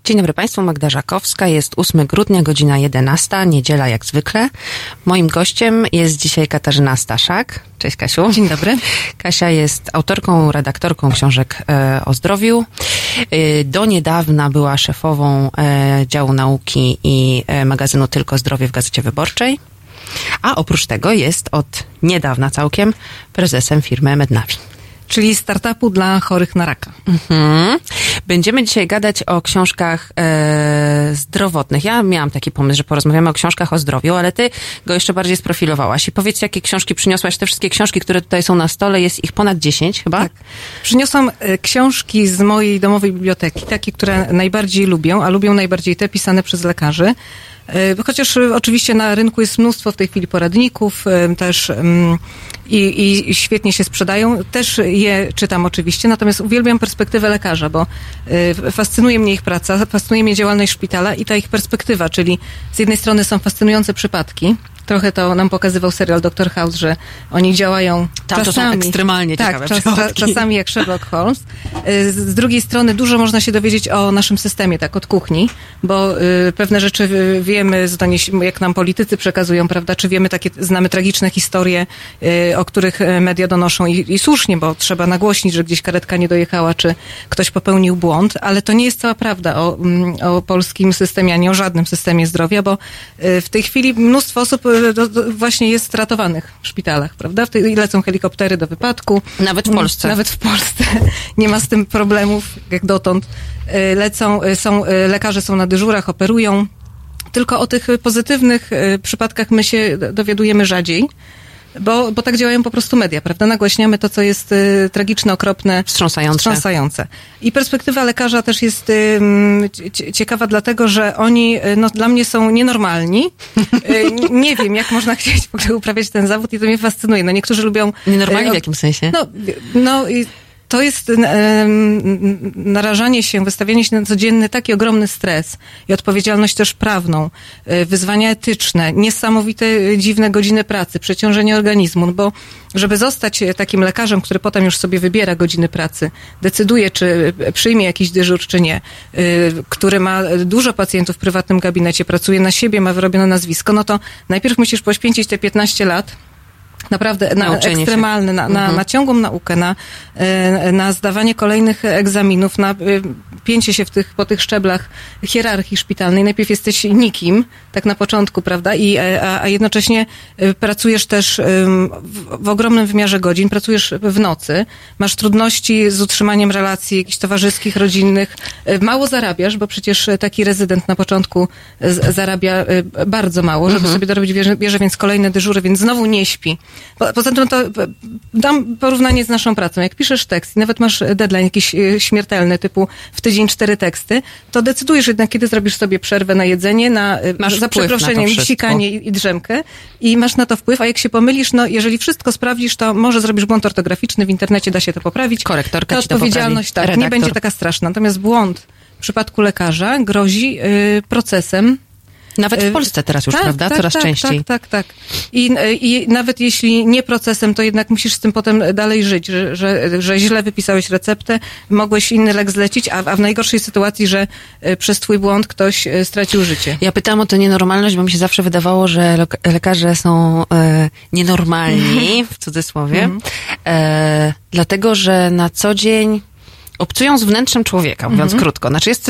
Dzień dobry Państwu, Magda Żakowska, jest 8 grudnia, godzina 11, niedziela jak zwykle. Moim gościem jest dzisiaj Katarzyna Staszak. Cześć Kasiu. Dzień dobry. Kasia jest autorką, redaktorką książek o zdrowiu. Do niedawna była szefową działu nauki i magazynu Tylko Zdrowie w Gazecie Wyborczej. A oprócz tego jest od niedawna całkiem prezesem firmy Mednavi. Czyli startupu dla chorych na raka. Będziemy dzisiaj gadać o książkach zdrowotnych. Ja miałam taki pomysł, że porozmawiamy o książkach o zdrowiu, ale ty go jeszcze bardziej sprofilowałaś. I powiedz, jakie książki przyniosłaś. Te wszystkie książki, które tutaj są na stole, jest ich ponad 10 chyba? Tak. Przyniosłam książki z mojej domowej biblioteki, takie, które najbardziej lubię, a lubią najbardziej te pisane przez lekarzy. Chociaż oczywiście na rynku jest mnóstwo w tej chwili poradników też i świetnie się sprzedają. Też je czytam oczywiście, natomiast uwielbiam perspektywę lekarza, bo fascynuje mnie ich praca, fascynuje mnie działalność szpitala i ta ich perspektywa, czyli z jednej strony są fascynujące przypadki. Trochę to nam pokazywał serial Dr. House, że oni działają tam czasami. To są ekstremalnie ciekawe czasami jak Sherlock Holmes. Z drugiej strony dużo można się dowiedzieć o naszym systemie, tak od kuchni, bo pewne rzeczy wiemy, jak nam politycy przekazują, prawda, czy wiemy znamy tragiczne historie, o których media donoszą i słusznie, bo trzeba nagłośnić, że gdzieś karetka nie dojechała, czy ktoś popełnił błąd, ale to nie jest cała prawda o polskim systemie, ani o żadnym systemie zdrowia, bo w tej chwili mnóstwo osób właśnie jest ratowanych w szpitalach, prawda? Lecą helikoptery do wypadku. Nawet w Polsce. Nawet w Polsce. Nie ma z tym problemów, jak dotąd. Lekarze są na dyżurach, operują. Tylko o tych pozytywnych przypadkach my się dowiadujemy rzadziej. Bo tak działają po prostu media, prawda? Nagłaśniamy to, co jest tragiczne, okropne, wstrząsające. I perspektywa lekarza też jest ciekawa, dlatego że oni dla mnie są nienormalni. Nie wiem, jak można chcieć w ogóle uprawiać ten zawód i to mnie fascynuje. No niektórzy lubią... Nienormalni w jakim sensie? To jest narażanie się, wystawianie się na codzienny taki ogromny stres i odpowiedzialność też prawną, wyzwania etyczne, niesamowite, dziwne godziny pracy, przeciążenie organizmu, bo żeby zostać takim lekarzem, który potem już sobie wybiera godziny pracy, decyduje, czy przyjmie jakiś dyżur, czy nie, który ma dużo pacjentów w prywatnym gabinecie, pracuje na siebie, ma wyrobione nazwisko, no to najpierw musisz poświęcić te 15 lat naprawdę ekstremalne, na ciągłą naukę, na zdawanie kolejnych egzaminów, na pięcie się po tych szczeblach hierarchii szpitalnej. Najpierw jesteś nikim, tak na początku, prawda? A jednocześnie pracujesz też w ogromnym wymiarze godzin, pracujesz w nocy, masz trudności z utrzymaniem relacji jakichś towarzyskich, rodzinnych. Mało zarabiasz, bo przecież taki rezydent na początku zarabia bardzo mało, żeby sobie dorobić, bierze więc kolejne dyżury, więc znowu nie śpi. Poza tym to dam porównanie z naszą pracą. Jak piszesz tekst i nawet masz deadline jakiś śmiertelny, typu w tydzień 4 teksty, to decydujesz jednak, kiedy zrobisz sobie przerwę na jedzenie, za przeproszeniem, sikanie i drzemkę i masz na to wpływ, a jak się pomylisz, jeżeli wszystko sprawdzisz, to może zrobisz błąd ortograficzny, w internecie da się to poprawić. Korektorka to ci to odpowiedzialność, poprawi. tak, nie będzie taka straszna. Natomiast błąd w przypadku lekarza grozi procesem. Nawet w Polsce teraz już, prawda? Coraz częściej. Tak. I nawet jeśli nie procesem, to jednak musisz z tym potem dalej żyć, że źle wypisałeś receptę, mogłeś inny lek zlecić, a w najgorszej sytuacji, że przez twój błąd ktoś stracił życie. Ja pytałam o tę nienormalność, bo mi się zawsze wydawało, że lekarze są nienormalni, w cudzysłowie, dlatego, że na co dzień obcują z wnętrzem człowieka, mówiąc krótko. Znaczy jest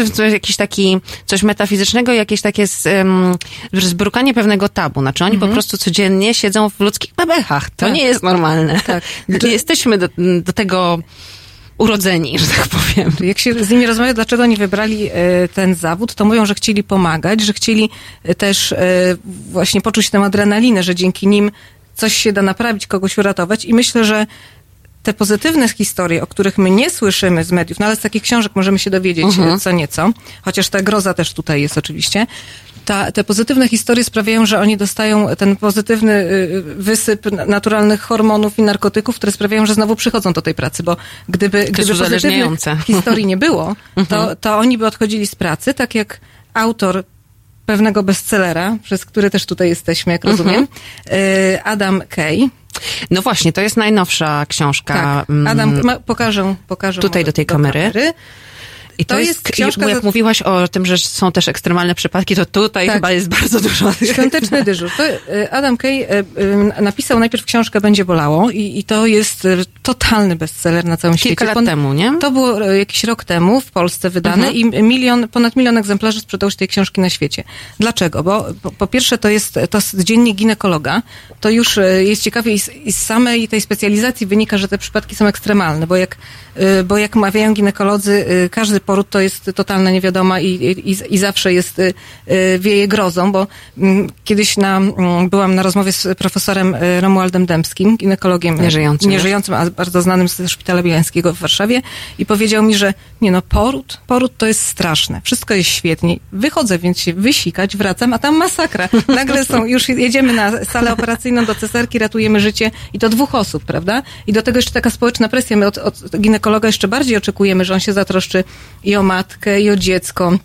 coś metafizycznego, jakieś takie zbrukanie pewnego tabu. Znaczy oni po prostu codziennie siedzą w ludzkich bebechach. To nie jest normalne. Tak. Jesteśmy do tego urodzeni, że tak powiem. Jak się z nimi rozmawia, dlaczego oni wybrali ten zawód, to mówią, że chcieli pomagać, że chcieli też właśnie poczuć tę adrenalinę, że dzięki nim coś się da naprawić, kogoś uratować i myślę, że te pozytywne historie, o których my nie słyszymy z mediów, ale z takich książek możemy się dowiedzieć co nieco, chociaż ta groza też tutaj jest oczywiście, te pozytywne historie sprawiają, że oni dostają ten pozytywny wysyp naturalnych hormonów i narkotyków, które sprawiają, że znowu przychodzą do tej pracy, bo gdyby pozytywnych historii nie było, to oni by odchodzili z pracy, tak jak autor pewnego bestsellera, przez który też tutaj jesteśmy, jak rozumiem, Adam Kay. No właśnie, to jest najnowsza książka. Tak, Adam, pokażę tutaj do tej kamery. I to jest książka... Jak mówiłaś o tym, że są też ekstremalne przypadki, to tutaj chyba jest bardzo dużo. Świąteczny dyżur. To Adam Kay napisał najpierw książkę Będzie bolało i to jest totalny bestseller na całym świecie. Kilka lat temu, nie? To było jakiś rok temu w Polsce wydane i ponad milion egzemplarzy sprzedało się tej książki na świecie. Dlaczego? Bo po pierwsze to jest dziennik ginekologa. To już jest ciekawie i z samej tej specjalizacji wynika, że te przypadki są ekstremalne, bo jak mawiają ginekolodzy, każdy poród to jest totalna niewiadoma i zawsze jest wieje grozą, bo kiedyś byłam na rozmowie z profesorem Romualdem Dębskim, ginekologiem nieżyjącym, a bardzo znanym ze Szpitala Bielańskiego w Warszawie i powiedział mi, że poród to jest straszne, wszystko jest świetnie, wychodzę więc się wysikać, wracam, a tam masakra. Nagle już jedziemy na salę operacyjną do cesarki, ratujemy życie i to 2 osób, prawda? I do tego jeszcze taka społeczna presja. My od ginekologa jeszcze bardziej oczekujemy, że on się zatroszczy i o matkę, i o dziecko.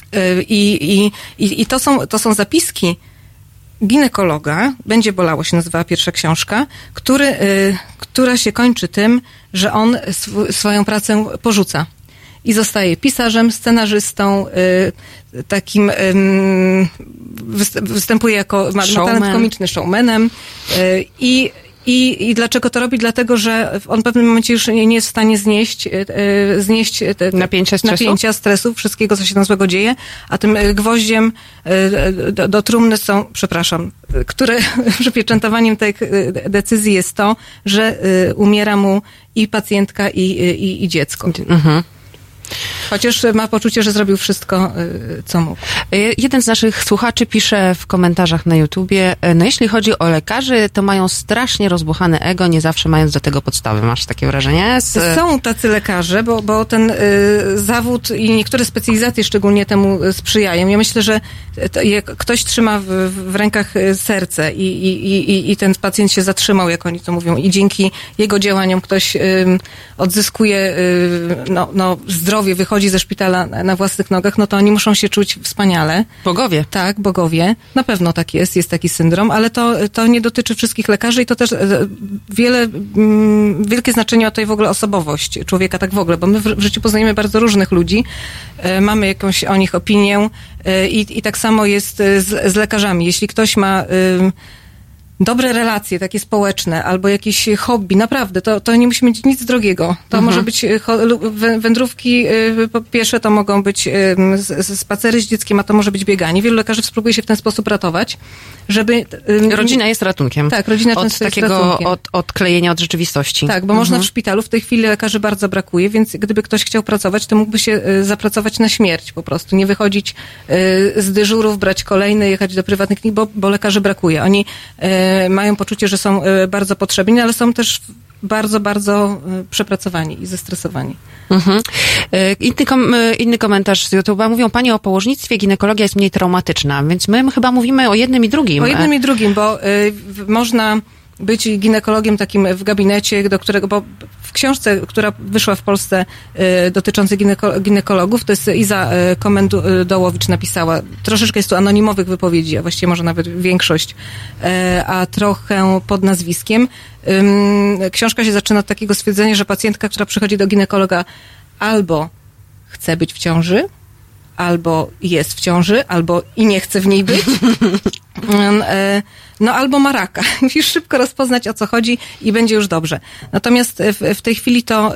I to są zapiski ginekologa, Będzie bolało się nazywała pierwsza książka, która się kończy tym, że on swoją pracę porzuca. I zostaje pisarzem, scenarzystą, takim występuje ma talent komiczny, showmanem i dlaczego to robi? Dlatego, że on w pewnym momencie już nie jest w stanie znieść napięcia, stresu, wszystkiego, co się tam złego dzieje, a tym gwoździem do trumny są, przypieczętowaniem tej decyzji jest to, że umiera mu i pacjentka, i dziecko. Mhm. Chociaż ma poczucie, że zrobił wszystko, co mógł. Jeden z naszych słuchaczy pisze w komentarzach na YouTubie, jeśli chodzi o lekarzy, to mają strasznie rozbuchane ego, nie zawsze mając do tego podstawy. Masz takie wrażenie? Są tacy lekarze, bo ten zawód i niektóre specjalizacje szczególnie temu sprzyjają. Ja myślę, że jak ktoś trzyma w rękach serce i ten pacjent się zatrzymał, jak oni to mówią, i dzięki jego działaniom ktoś odzyskuje zdrowie, wychodzi ze szpitala na własnych nogach, no to oni muszą się czuć wspaniale. Bogowie. Tak, bogowie. Na pewno tak jest taki syndrom, ale to nie dotyczy wszystkich lekarzy i to też wielkie znaczenie ma tutaj w ogóle osobowość człowieka, tak w ogóle, bo my w życiu poznajemy bardzo różnych ludzi, mamy jakąś o nich opinię i tak samo jest z lekarzami. Jeśli ktoś ma dobre relacje, takie społeczne, albo jakieś hobby, naprawdę, to nie musi mieć nic drogiego. To może być wędrówki piesze, to mogą być spacery z dzieckiem, a to może być bieganie. Wielu lekarzy spróbuje się w ten sposób ratować, żeby... Rodzina jest ratunkiem. Tak, rodzina często jest ratunkiem. Od odklejenia od rzeczywistości. Tak, bo można w szpitalu, w tej chwili lekarzy bardzo brakuje, więc gdyby ktoś chciał pracować, to mógłby się zapracować na śmierć po prostu. Nie wychodzić z dyżurów, brać kolejne, jechać do prywatnych klinik, bo lekarzy brakuje. Oni mają poczucie, że są bardzo potrzebni, ale są też bardzo, bardzo przepracowani i zestresowani. Inny komentarz z YouTube'a. Mówią pani o położnictwie, ginekologia jest mniej traumatyczna, więc my chyba mówimy o jednym i drugim. O jednym i drugim, bo można być ginekologiem takim w gabinecie, do którego, bo w książce, która wyszła w Polsce dotyczącej ginekologów, to jest Iza Komendołowicz napisała. Troszeczkę jest tu anonimowych wypowiedzi, a właściwie może nawet większość, a trochę pod nazwiskiem. Książka się zaczyna od takiego stwierdzenia, że pacjentka, która przychodzi do ginekologa, albo chce być w ciąży, albo jest w ciąży, albo i nie chce w niej być, albo ma raka. Musisz szybko rozpoznać, o co chodzi i będzie już dobrze. Natomiast w tej chwili to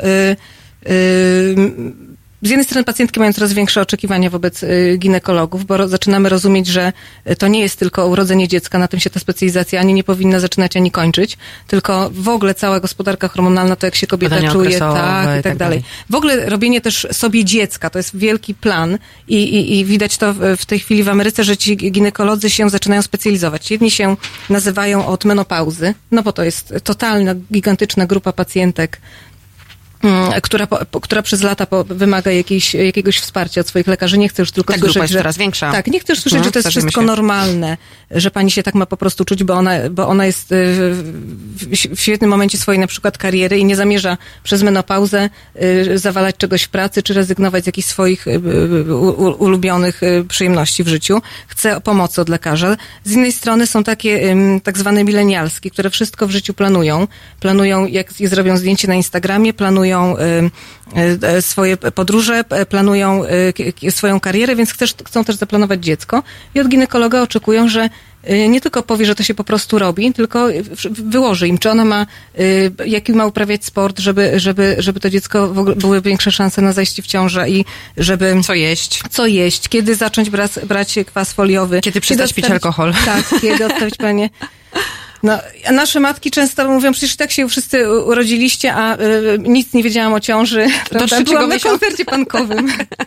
z jednej strony pacjentki mają coraz większe oczekiwania wobec ginekologów, bo zaczynamy rozumieć, że to nie jest tylko urodzenie dziecka, na tym się ta specjalizacja ani nie powinna zaczynać, ani kończyć, tylko w ogóle cała gospodarka hormonalna, to jak się kobieta czuje, tak, i tak dalej. W ogóle robienie też sobie dziecka, to jest wielki plan i widać to w tej chwili w Ameryce, że ci ginekolodzy się zaczynają specjalizować. Jedni się nazywają od menopauzy, no bo to jest totalna, gigantyczna grupa pacjentek, która przez lata wymaga jakiegoś wsparcia od swoich lekarzy. Nie chcę już tylko słyszeć, grupa jest coraz większa. Tak, nie chcę już słyszeć, że to jest wszystko normalne, że pani się tak ma po prostu czuć, bo ona jest w świetnym momencie swojej na przykład kariery i nie zamierza przez menopauzę zawalać czegoś w pracy, czy rezygnować z jakichś swoich ulubionych przyjemności w życiu. Chce pomocy od lekarza. Z innej strony są takie tak zwane milenialskie, które wszystko w życiu planują, jak zrobią zdjęcie na Instagramie, planują planują swoje podróże, planują swoją karierę, więc chcą też zaplanować dziecko i od ginekologa oczekują, że nie tylko powie, że to się po prostu robi, tylko wyłoży im, czy ona ma, jaki ma uprawiać sport, żeby to dziecko w ogóle były większe szanse na zajście w ciążę i żeby... Co jeść, kiedy zacząć brać kwas foliowy. Kiedy przestać pić alkohol. Tak, kiedy odstawić panie. No, a nasze matki często mówią, przecież tak się wszyscy urodziliście, a nic nie wiedziałam o ciąży. Prawda? Byłam na koncercie pankowym.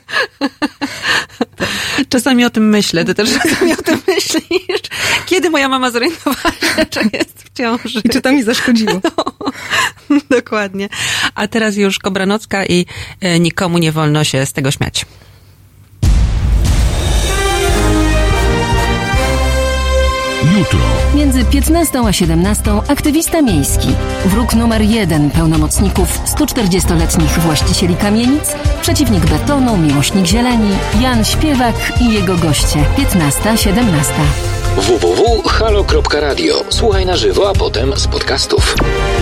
Czasami o tym myślę. Ty też czasami o tym myślisz. Kiedy moja mama zorientowała się, że jest w ciąży? I czy to mi zaszkodziło? No, dokładnie. A teraz już Kobranocka i nikomu nie wolno się z tego śmiać. Jutro. Między 15 a 17 aktywista miejski. Wróg numer 1 pełnomocników 140-letnich właścicieli kamienic, przeciwnik betonu, miłośnik zieleni, Jan Śpiewak i jego goście. 15-17. www.halo.radio. Słuchaj na żywo, a potem z podcastów.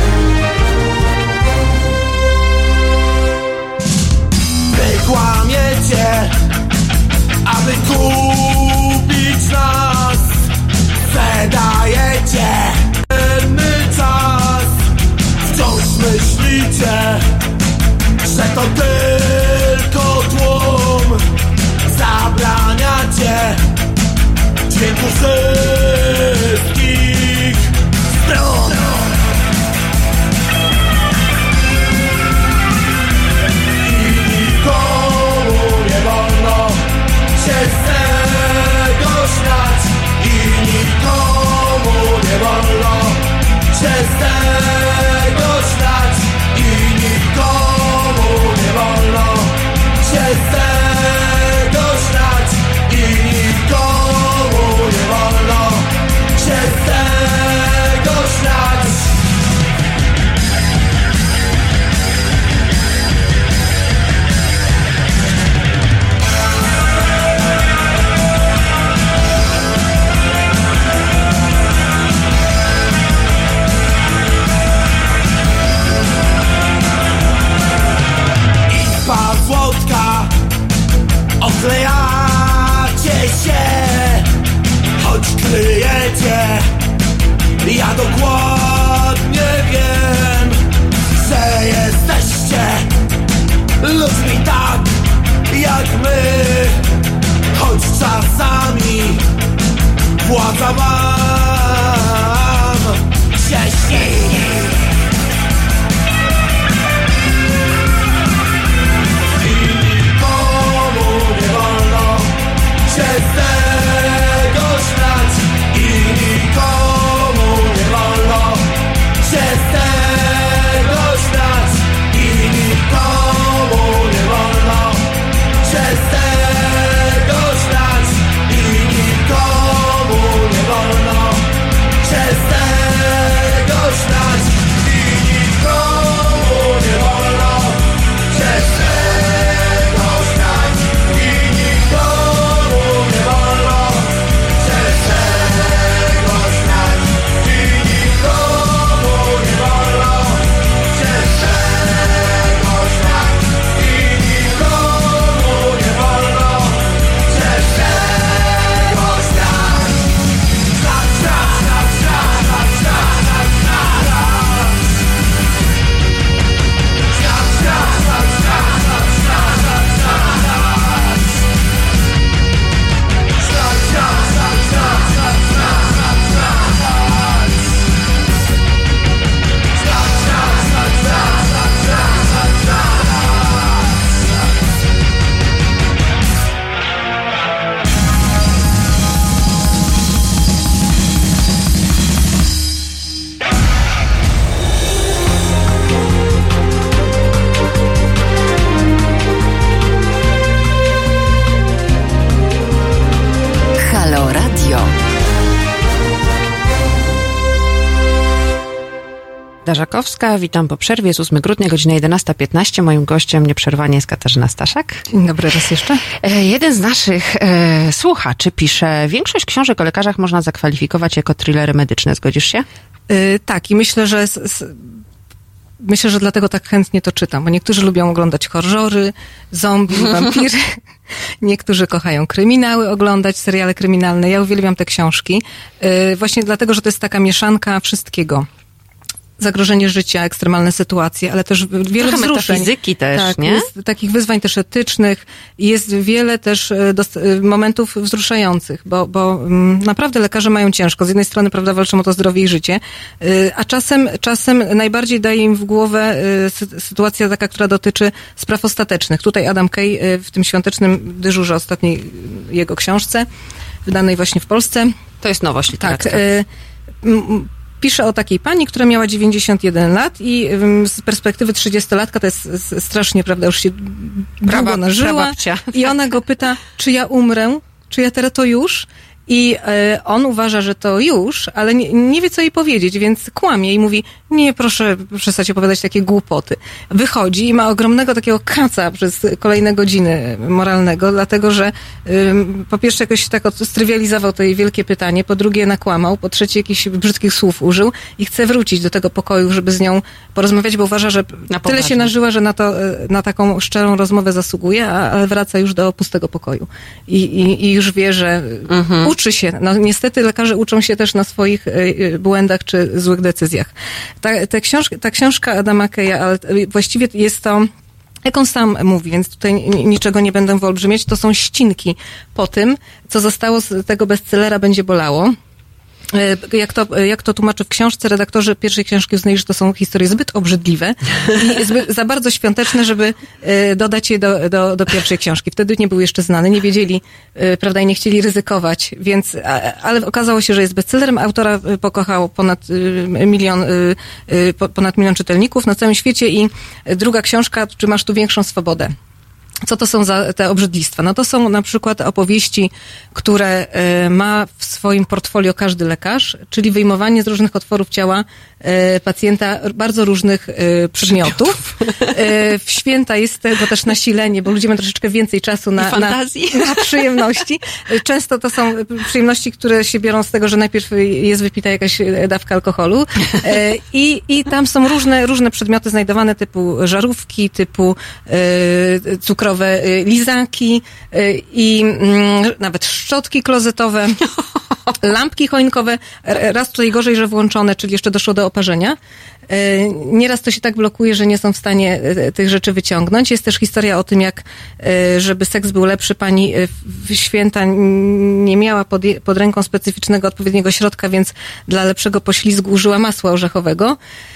Wy kłamiecie, aby kupić nas. Sprzedajecie cenny czas. Wciąż myślicie, że to tylko tłum. Zabraniacie dźwięku wszystkich stron. I nikomu nie wolno się z tego śmiać. I nikomu nie wolno się z tego śmiać. I nikomu nie wolno się z tego śmiać. I nikomu nie wolno się z tego śmiać. Słodka, oklejacie się, choć kryjecie. Ja dokładnie wiem, że jesteście ludźmi tak jak my, choć czasami władza wam się śni. Się z tego śmiać. I nikomu nie wolno się z tego śmiać. I nikomu nie wolno się z tego śmiać. I nikomu nie wolno się z tego śmiać. I nikomu nie wolno się z tego śmiać. I nikomu nie wolno się z tego śmiać. I nikomu nie wolno się z tego śmiać. I nikomu nie wolno się z tego śmiać. Śmiać, śmiać, śmiać, śmiać, śmiać, śmiać, śmiać, śmiać. Śmiać, śmiać, śmiać, śmiać, śmiać, Halo Radio. Darzakowska, witam po przerwie. Jest 8 grudnia, godzina 11:15. Moim gościem nieprzerwanie jest Katarzyna Staszak. Dzień dobry, raz jeszcze. Jeden z naszych słuchaczy pisze, większość książek o lekarzach można zakwalifikować jako thrillery medyczne. Zgodzisz się? Tak, i myślę, że myślę, że dlatego tak chętnie to czytam, bo niektórzy lubią oglądać horrory, zombie, wampiry, niektórzy kochają kryminały, oglądać seriale kryminalne. Ja uwielbiam te książki, właśnie dlatego, że to jest taka mieszanka wszystkiego. Zagrożenie życia, ekstremalne sytuacje, ale też wiele trochę wzruszeń. metafizyki też, tak, nie? Jest takich wyzwań też etycznych, jest wiele też momentów wzruszających, bo naprawdę lekarze mają ciężko. Z jednej strony, prawda, walczą o to zdrowie i życie, a czasem najbardziej daje im w głowę sytuacja taka, która dotyczy spraw ostatecznych. Tutaj Adam Kay w tym świątecznym dyżurze, ostatniej jego książce, wydanej właśnie w Polsce. To jest nowość literacka. Tak. Pisze o takiej pani, która miała 91 lat i z perspektywy 30-latka to jest strasznie, prawda, już się długo nażyła. I ona go pyta, czy ja umrę? Czy ja teraz to już? I on uważa, że to już, ale nie wie, co jej powiedzieć, więc kłamie i mówi, nie, proszę przestać opowiadać takie głupoty. Wychodzi i ma ogromnego takiego kaca przez kolejne godziny moralnego, dlatego, że po pierwsze jakoś tak strywializował to jej wielkie pytanie, po drugie nakłamał, po trzecie jakichś brzydkich słów użył i chce wrócić do tego pokoju, żeby z nią porozmawiać, bo uważa, że tyle się nażyła, że na taką szczerą rozmowę zasługuje, ale wraca już do pustego pokoju. I już wie, że uczy się. No niestety lekarze uczą się też na swoich błędach czy złych decyzjach. Ta książka Adama Kaya, ale właściwie jest to, jak on sam mówi, więc tutaj niczego nie będę wyolbrzymiać, to są ścinki po tym, co zostało z tego bestsellera Będzie bolało. Jak to tłumaczy w książce, redaktorzy pierwszej książki uznali, że to są historie zbyt obrzydliwe i za bardzo świąteczne, żeby dodać je do pierwszej książki. Wtedy nie były jeszcze znane, nie wiedzieli, prawda, i nie chcieli ryzykować, więc, ale okazało się, że jest bestsellerem. Autora pokochał ponad milion czytelników na całym świecie i druga książka, Czy masz tu większą swobodę? Co to są za te obrzydlistwa? No to są na przykład opowieści, które ma w swoim portfolio każdy lekarz, czyli wyjmowanie z różnych otworów ciała pacjenta bardzo różnych przedmiotów. W święta jest tego też nasilenie, bo ludzie mają troszeczkę więcej czasu na przyjemności. Często to są przyjemności, które się biorą z tego, że najpierw jest wypita jakaś dawka alkoholu i tam są różne przedmioty znajdowane typu żarówki, typu cukrowe lizaki i nawet szczotki klozetowe, lampki choinkowe, raz tutaj gorzej, że włączone, czyli jeszcze doszło do oparzenia. Nieraz to się tak blokuje, że nie są w stanie tych rzeczy wyciągnąć. Jest też historia o tym, jak żeby seks był lepszy, pani w święta nie miała pod ręką specyficznego odpowiedniego środka, więc dla lepszego poślizgu użyła masła orzechowego.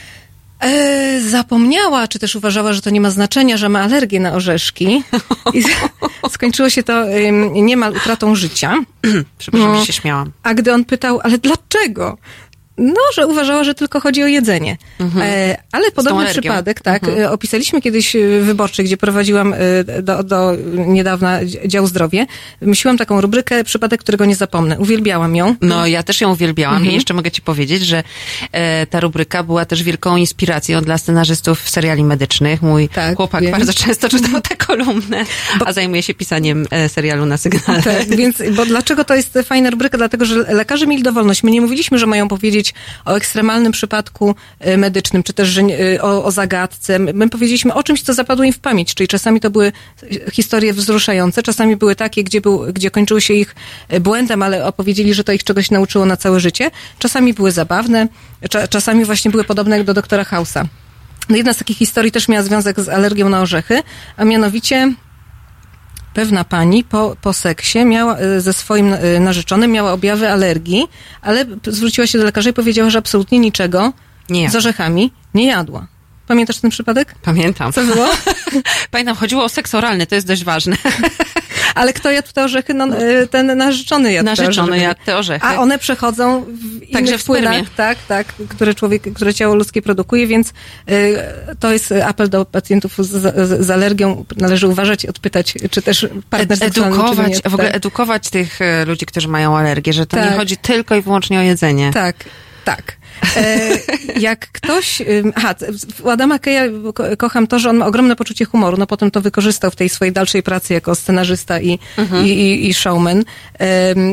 Zapomniała, czy też uważała, że to nie ma znaczenia, że ma alergię na orzeszki. I skończyło się to niemal utratą życia. Przepraszam, że się śmiałam. A gdy on pytał, ale dlaczego? No, że uważała, że tylko chodzi o jedzenie. Ale podobny przypadek, tak, opisaliśmy kiedyś w Wyborczej, gdzie prowadziłam do niedawna dział zdrowie. Myśliłam taką rubrykę, przypadek, którego nie zapomnę. Uwielbiałam ją. No, ja też ją uwielbiałam i jeszcze mogę ci powiedzieć, że ta rubryka była też wielką inspiracją dla scenarzystów seriali medycznych. Mój chłopak bardzo często czytał tę kolumnę, a zajmuje się pisaniem serialu na Sygnale. Tak, więc, bo dlaczego to jest fajna rubryka? Dlatego, że lekarze mieli dowolność. My nie mówiliśmy, że mają powiedzieć o ekstremalnym przypadku medycznym, czy też że o zagadce. My powiedzieliśmy o czymś, co zapadło im w pamięć, czyli czasami to były historie wzruszające, czasami były takie, gdzie kończyły się ich błędem, ale opowiedzieli, że to ich czegoś nauczyło na całe życie. Czasami były zabawne, czasami właśnie były podobne jak do doktora House'a. No jedna z takich historii też miała związek z alergią na orzechy, a mianowicie pewna pani po seksie miała ze swoim narzeczonym, miała objawy alergii, ale zwróciła się do lekarza i powiedziała, że absolutnie niczego z orzechami nie jadła. Pamiętasz ten przypadek? Pamiętam. Co było? Pamiętam, chodziło o seks oralny, to jest dość ważne. Ale kto jadł te orzechy? No, ten narzeczony jadł te orzechy. A one przechodzą w innych płynach, tak, które ciało ludzkie produkuje, więc to jest apel do pacjentów z alergią. Należy uważać, odpytać, czy też partner seksualny, czy nie. W ogóle edukować tych ludzi, którzy mają alergię, że to nie chodzi tylko i wyłącznie o jedzenie. Tak. Jak ktoś... u Adama Kaya kocham to, że on ma ogromne poczucie humoru. No potem to wykorzystał w tej swojej dalszej pracy jako scenarzysta i showman.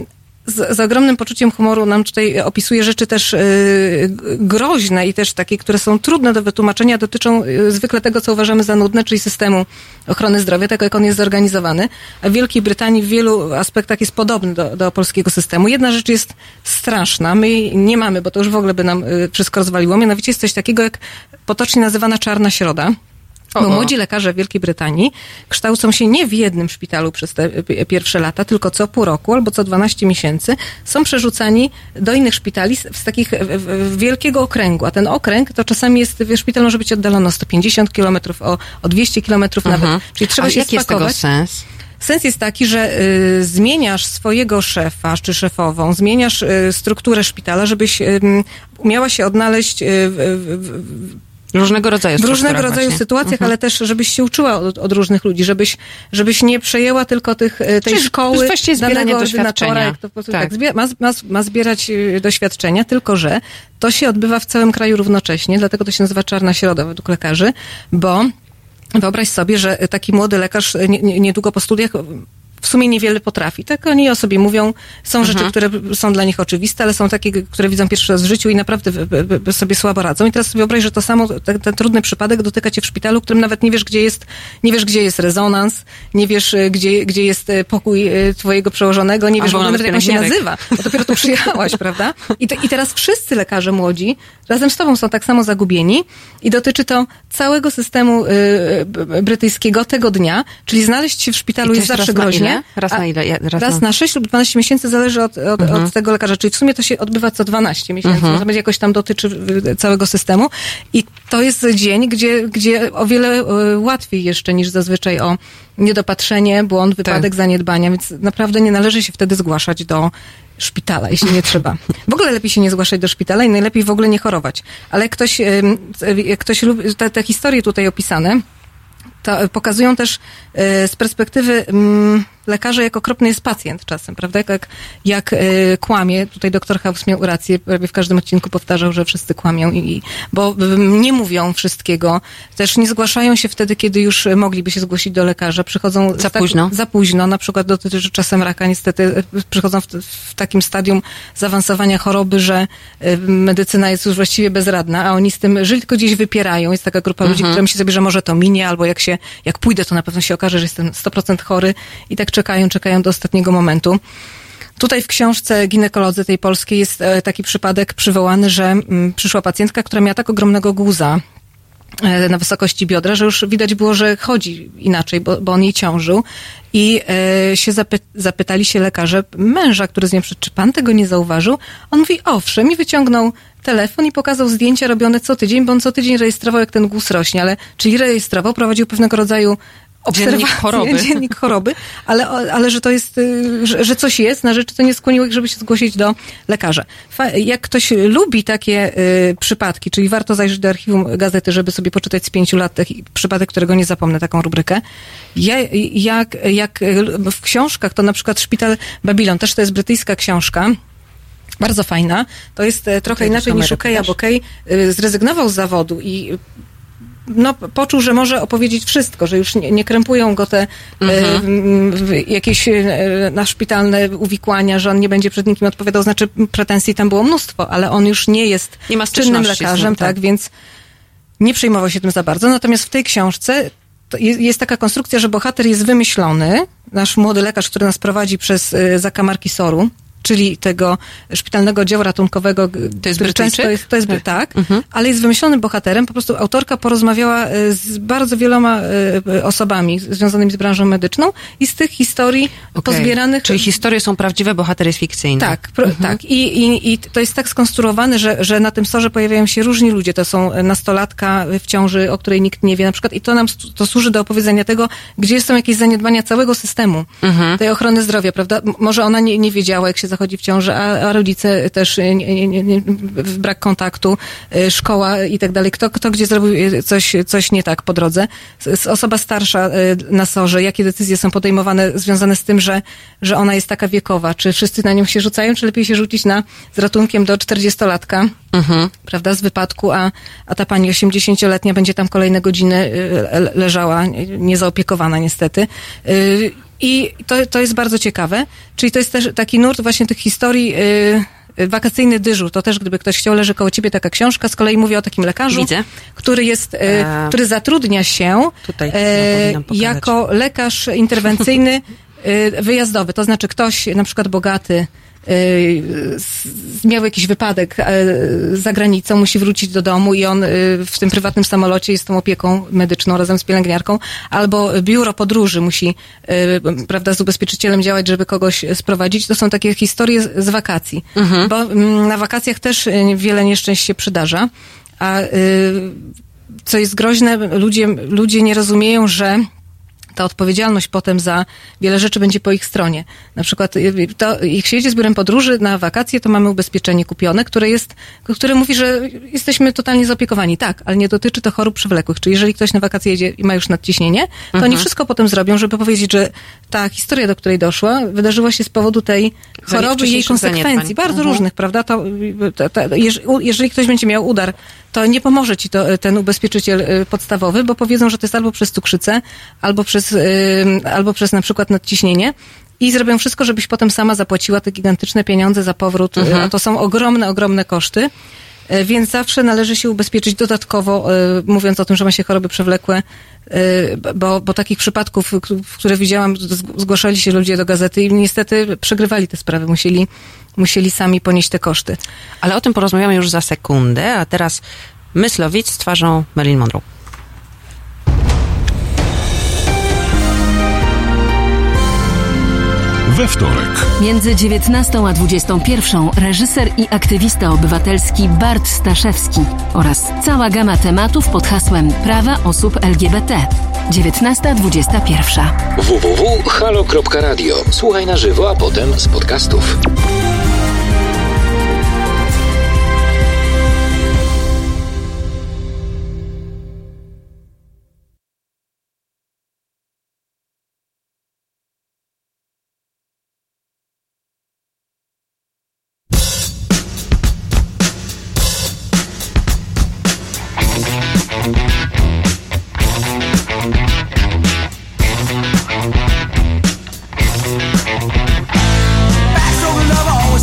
z ogromnym poczuciem humoru nam tutaj opisuje rzeczy też groźne i też takie, które są trudne do wytłumaczenia, dotyczą zwykle tego, co uważamy za nudne, czyli systemu ochrony zdrowia, tego jak on jest zorganizowany. A w Wielkiej Brytanii w wielu aspektach jest podobny do polskiego systemu. Jedna rzecz jest straszna, my jej nie mamy, bo to już w ogóle by nam wszystko rozwaliło. Mianowicie jest coś takiego, jak potocznie nazywana czarna środa. Bo młodzi lekarze w Wielkiej Brytanii kształcą się nie w jednym szpitalu przez te pierwsze lata, tylko co pół roku albo co 12 miesięcy są przerzucani do innych szpitali z takich wielkiego okręgu. A ten okręg to czasami jest, szpital może być oddalony o 150 kilometrów, o 200 kilometrów nawet. Czyli trzeba się jaki spakować. jest tego sens? Sens jest taki, że zmieniasz swojego szefa czy szefową, zmieniasz strukturę szpitala, żebyś umiała się odnaleźć Różnego rodzaju w różnego rodzaju właśnie. sytuacjach, ale też, żebyś się uczyła od różnych ludzi, żebyś nie przejęła tylko tej czyli szkoły właściwie zbieranie danego doświadczenia. ordynatora, jak to po prostu tak ma zbierać doświadczenia, tylko że to się odbywa w całym kraju równocześnie, dlatego to się nazywa czarna środa według lekarzy, bo wyobraź sobie, że taki młody lekarz niedługo po studiach w sumie niewiele potrafi. Tak oni o sobie mówią. Są rzeczy, które są dla nich oczywiste, ale są takie, które widzą pierwszy raz w życiu i naprawdę sobie słabo radzą. I teraz sobie wyobraź, że to samo, ten trudny przypadek dotyka cię w szpitalu, w którym nawet nie wiesz, gdzie jest rezonans, nie wiesz, gdzie jest pokój twojego przełożonego, nie wiesz w ogóle nawet, jak on się nazywa, bo dopiero tu przyjechałaś, prawda? I teraz wszyscy lekarze młodzi razem z tobą są tak samo zagubieni i dotyczy to całego systemu brytyjskiego tego dnia, czyli znaleźć się w szpitalu jest zawsze groźnie. Raz na ile? Raz na 6 lub 12 miesięcy, zależy od tego lekarza. Czyli w sumie to się odbywa co 12 miesięcy. To będzie jakoś tam dotyczy całego systemu. I to jest dzień, gdzie o wiele łatwiej jeszcze niż zazwyczaj o niedopatrzenie, błąd, wypadek, zaniedbania. Więc naprawdę nie należy się wtedy zgłaszać do szpitala, jeśli nie trzeba. W ogóle lepiej się nie zgłaszać do szpitala i najlepiej w ogóle nie chorować. Ale jak ktoś lubi, te historie tutaj opisane, to pokazują też z perspektywy lekarza, jak okropny jest pacjent czasem, prawda? Jak kłamie. Tutaj doktor House miał rację, prawie w każdym odcinku powtarzał, że wszyscy kłamią, bo nie mówią wszystkiego. Też nie zgłaszają się wtedy, kiedy już mogliby się zgłosić do lekarza. Przychodzą za późno. Na przykład dotyczy czasem raka. Niestety przychodzą w takim stadium zaawansowania choroby, że medycyna jest już właściwie bezradna, a oni z tym żyli tylko gdzieś wypierają. Jest taka grupa ludzi, która myśli sobie, że może to minie, albo jak pójdę, to na pewno się okaże, że jestem 100% chory i tak czekają do ostatniego momentu. Tutaj w książce Ginekolodzy tej polskiej jest taki przypadek przywołany, że przyszła pacjentka, która miała tak ogromnego guza na wysokości biodra, że już widać było, że chodzi inaczej, bo on jej ciążył. I się zapytali się lekarze męża, który z nią przyszedł, czy pan tego nie zauważył? On mówi, owszem, i wyciągnął telefon i pokazał zdjęcia robione co tydzień, bo on co tydzień rejestrował, jak ten guz rośnie, czyli rejestrował, prowadził pewnego rodzaju dziennik choroby, ale że to jest, że coś jest na rzeczy, to nie skłoniło ich, żeby się zgłosić do lekarza. Jak ktoś lubi takie przypadki, czyli warto zajrzeć do archiwum gazety, żeby sobie poczytać z 5 lat taki przypadek, którego nie zapomnę, taką rubrykę. Jak w książkach, to na przykład Szpital Babylon, też to jest brytyjska książka, bardzo fajna. To jest trochę inaczej niż u Keja, bo Kej zrezygnował z zawodu i poczuł, że może opowiedzieć wszystko, że już nie krępują go te jakieś szpitalne uwikłania, że on nie będzie przed nikim odpowiadał, znaczy pretensji tam było mnóstwo, ale on już nie jest czynnym lekarzem, tak, więc nie przejmował się tym za bardzo. Natomiast w tej książce jest taka konstrukcja, że bohater jest wymyślony, nasz młody lekarz, który nas prowadzi przez zakamarki SOR-u, czyli tego szpitalnego oddziału ratunkowego. To jest Brytyjczyk? To jest tak, ale jest wymyślonym bohaterem. Po prostu autorka porozmawiała z bardzo wieloma osobami związanymi z branżą medyczną i z tych historii pozbieranych... Czyli historie są prawdziwe, bohater jest fikcyjny. Tak, tak. I to jest tak skonstruowane, że na tym SOR-ze pojawiają się różni ludzie. To są nastolatka w ciąży, o której nikt nie wie na przykład. I to służy do opowiedzenia tego, gdzie są jakieś zaniedbania całego systemu tej ochrony zdrowia, prawda? Może ona nie wiedziała, jak się zachodzi w ciąży, a rodzice też brak kontaktu, szkoła i tak dalej. Kto gdzie zrobił coś nie tak po drodze. Osoba starsza na SOR-ze, jakie decyzje są podejmowane związane z tym, że ona jest taka wiekowa. Czy wszyscy na nią się rzucają, czy lepiej się rzucić z ratunkiem do 40-latka, prawda, z wypadku, a ta pani 80-letnia będzie tam kolejne godziny leżała, niezaopiekowana niestety. I to jest bardzo ciekawe. Czyli to jest też taki nurt właśnie tych historii, wakacyjny dyżur. To też, gdyby ktoś chciał, leży koło ciebie taka książka. Z kolei mówię o takim lekarzu, Widzę. który zatrudnia się Tutaj jako lekarz interwencyjny wyjazdowy. To znaczy ktoś, na przykład bogaty, miał jakiś wypadek za granicą, musi wrócić do domu i on w tym prywatnym samolocie jest tą opieką medyczną razem z pielęgniarką, albo biuro podróży musi, prawda, z ubezpieczycielem działać, żeby kogoś sprowadzić. To są takie historie z wakacji, bo na wakacjach też wiele nieszczęść się przydarza, a co jest groźne, ludzie nie rozumieją, że ta odpowiedzialność potem za wiele rzeczy będzie po ich stronie. Na przykład, jak się jedzie z biurem podróży na wakacje, to mamy ubezpieczenie kupione, które mówi, że jesteśmy totalnie zaopiekowani. Tak, ale nie dotyczy to chorób przewlekłych. Czyli jeżeli ktoś na wakacje jedzie i ma już nadciśnienie, to oni wszystko potem zrobią, żeby powiedzieć, że ta historia, do której doszła, wydarzyła się z powodu tej choroby i jej konsekwencji. Bardzo różnych, prawda? Jeżeli ktoś będzie miał udar, to nie pomoże ci ten ubezpieczyciel podstawowy, bo powiedzą, że to jest albo przez cukrzycę, albo przez na przykład nadciśnienie i zrobią wszystko, żebyś potem sama zapłaciła te gigantyczne pieniądze za powrót, a to są ogromne koszty, więc zawsze należy się ubezpieczyć dodatkowo, mówiąc o tym, że ma się choroby przewlekłe, bo takich przypadków, które widziałam, zgłaszali się ludzie do gazety i niestety przegrywali te sprawy, musieli sami ponieść te koszty. Ale o tym porozmawiamy już za sekundę, a teraz Myslowic z twarzą Marilyn Monroe. We wtorek. Między 19 a 21 reżyser i aktywista obywatelski Bart Staszewski oraz cała gama tematów pod hasłem Prawa osób LGBT. 19:21. www.halo.radio. Słuchaj na żywo, a potem z podcastów. Back so love always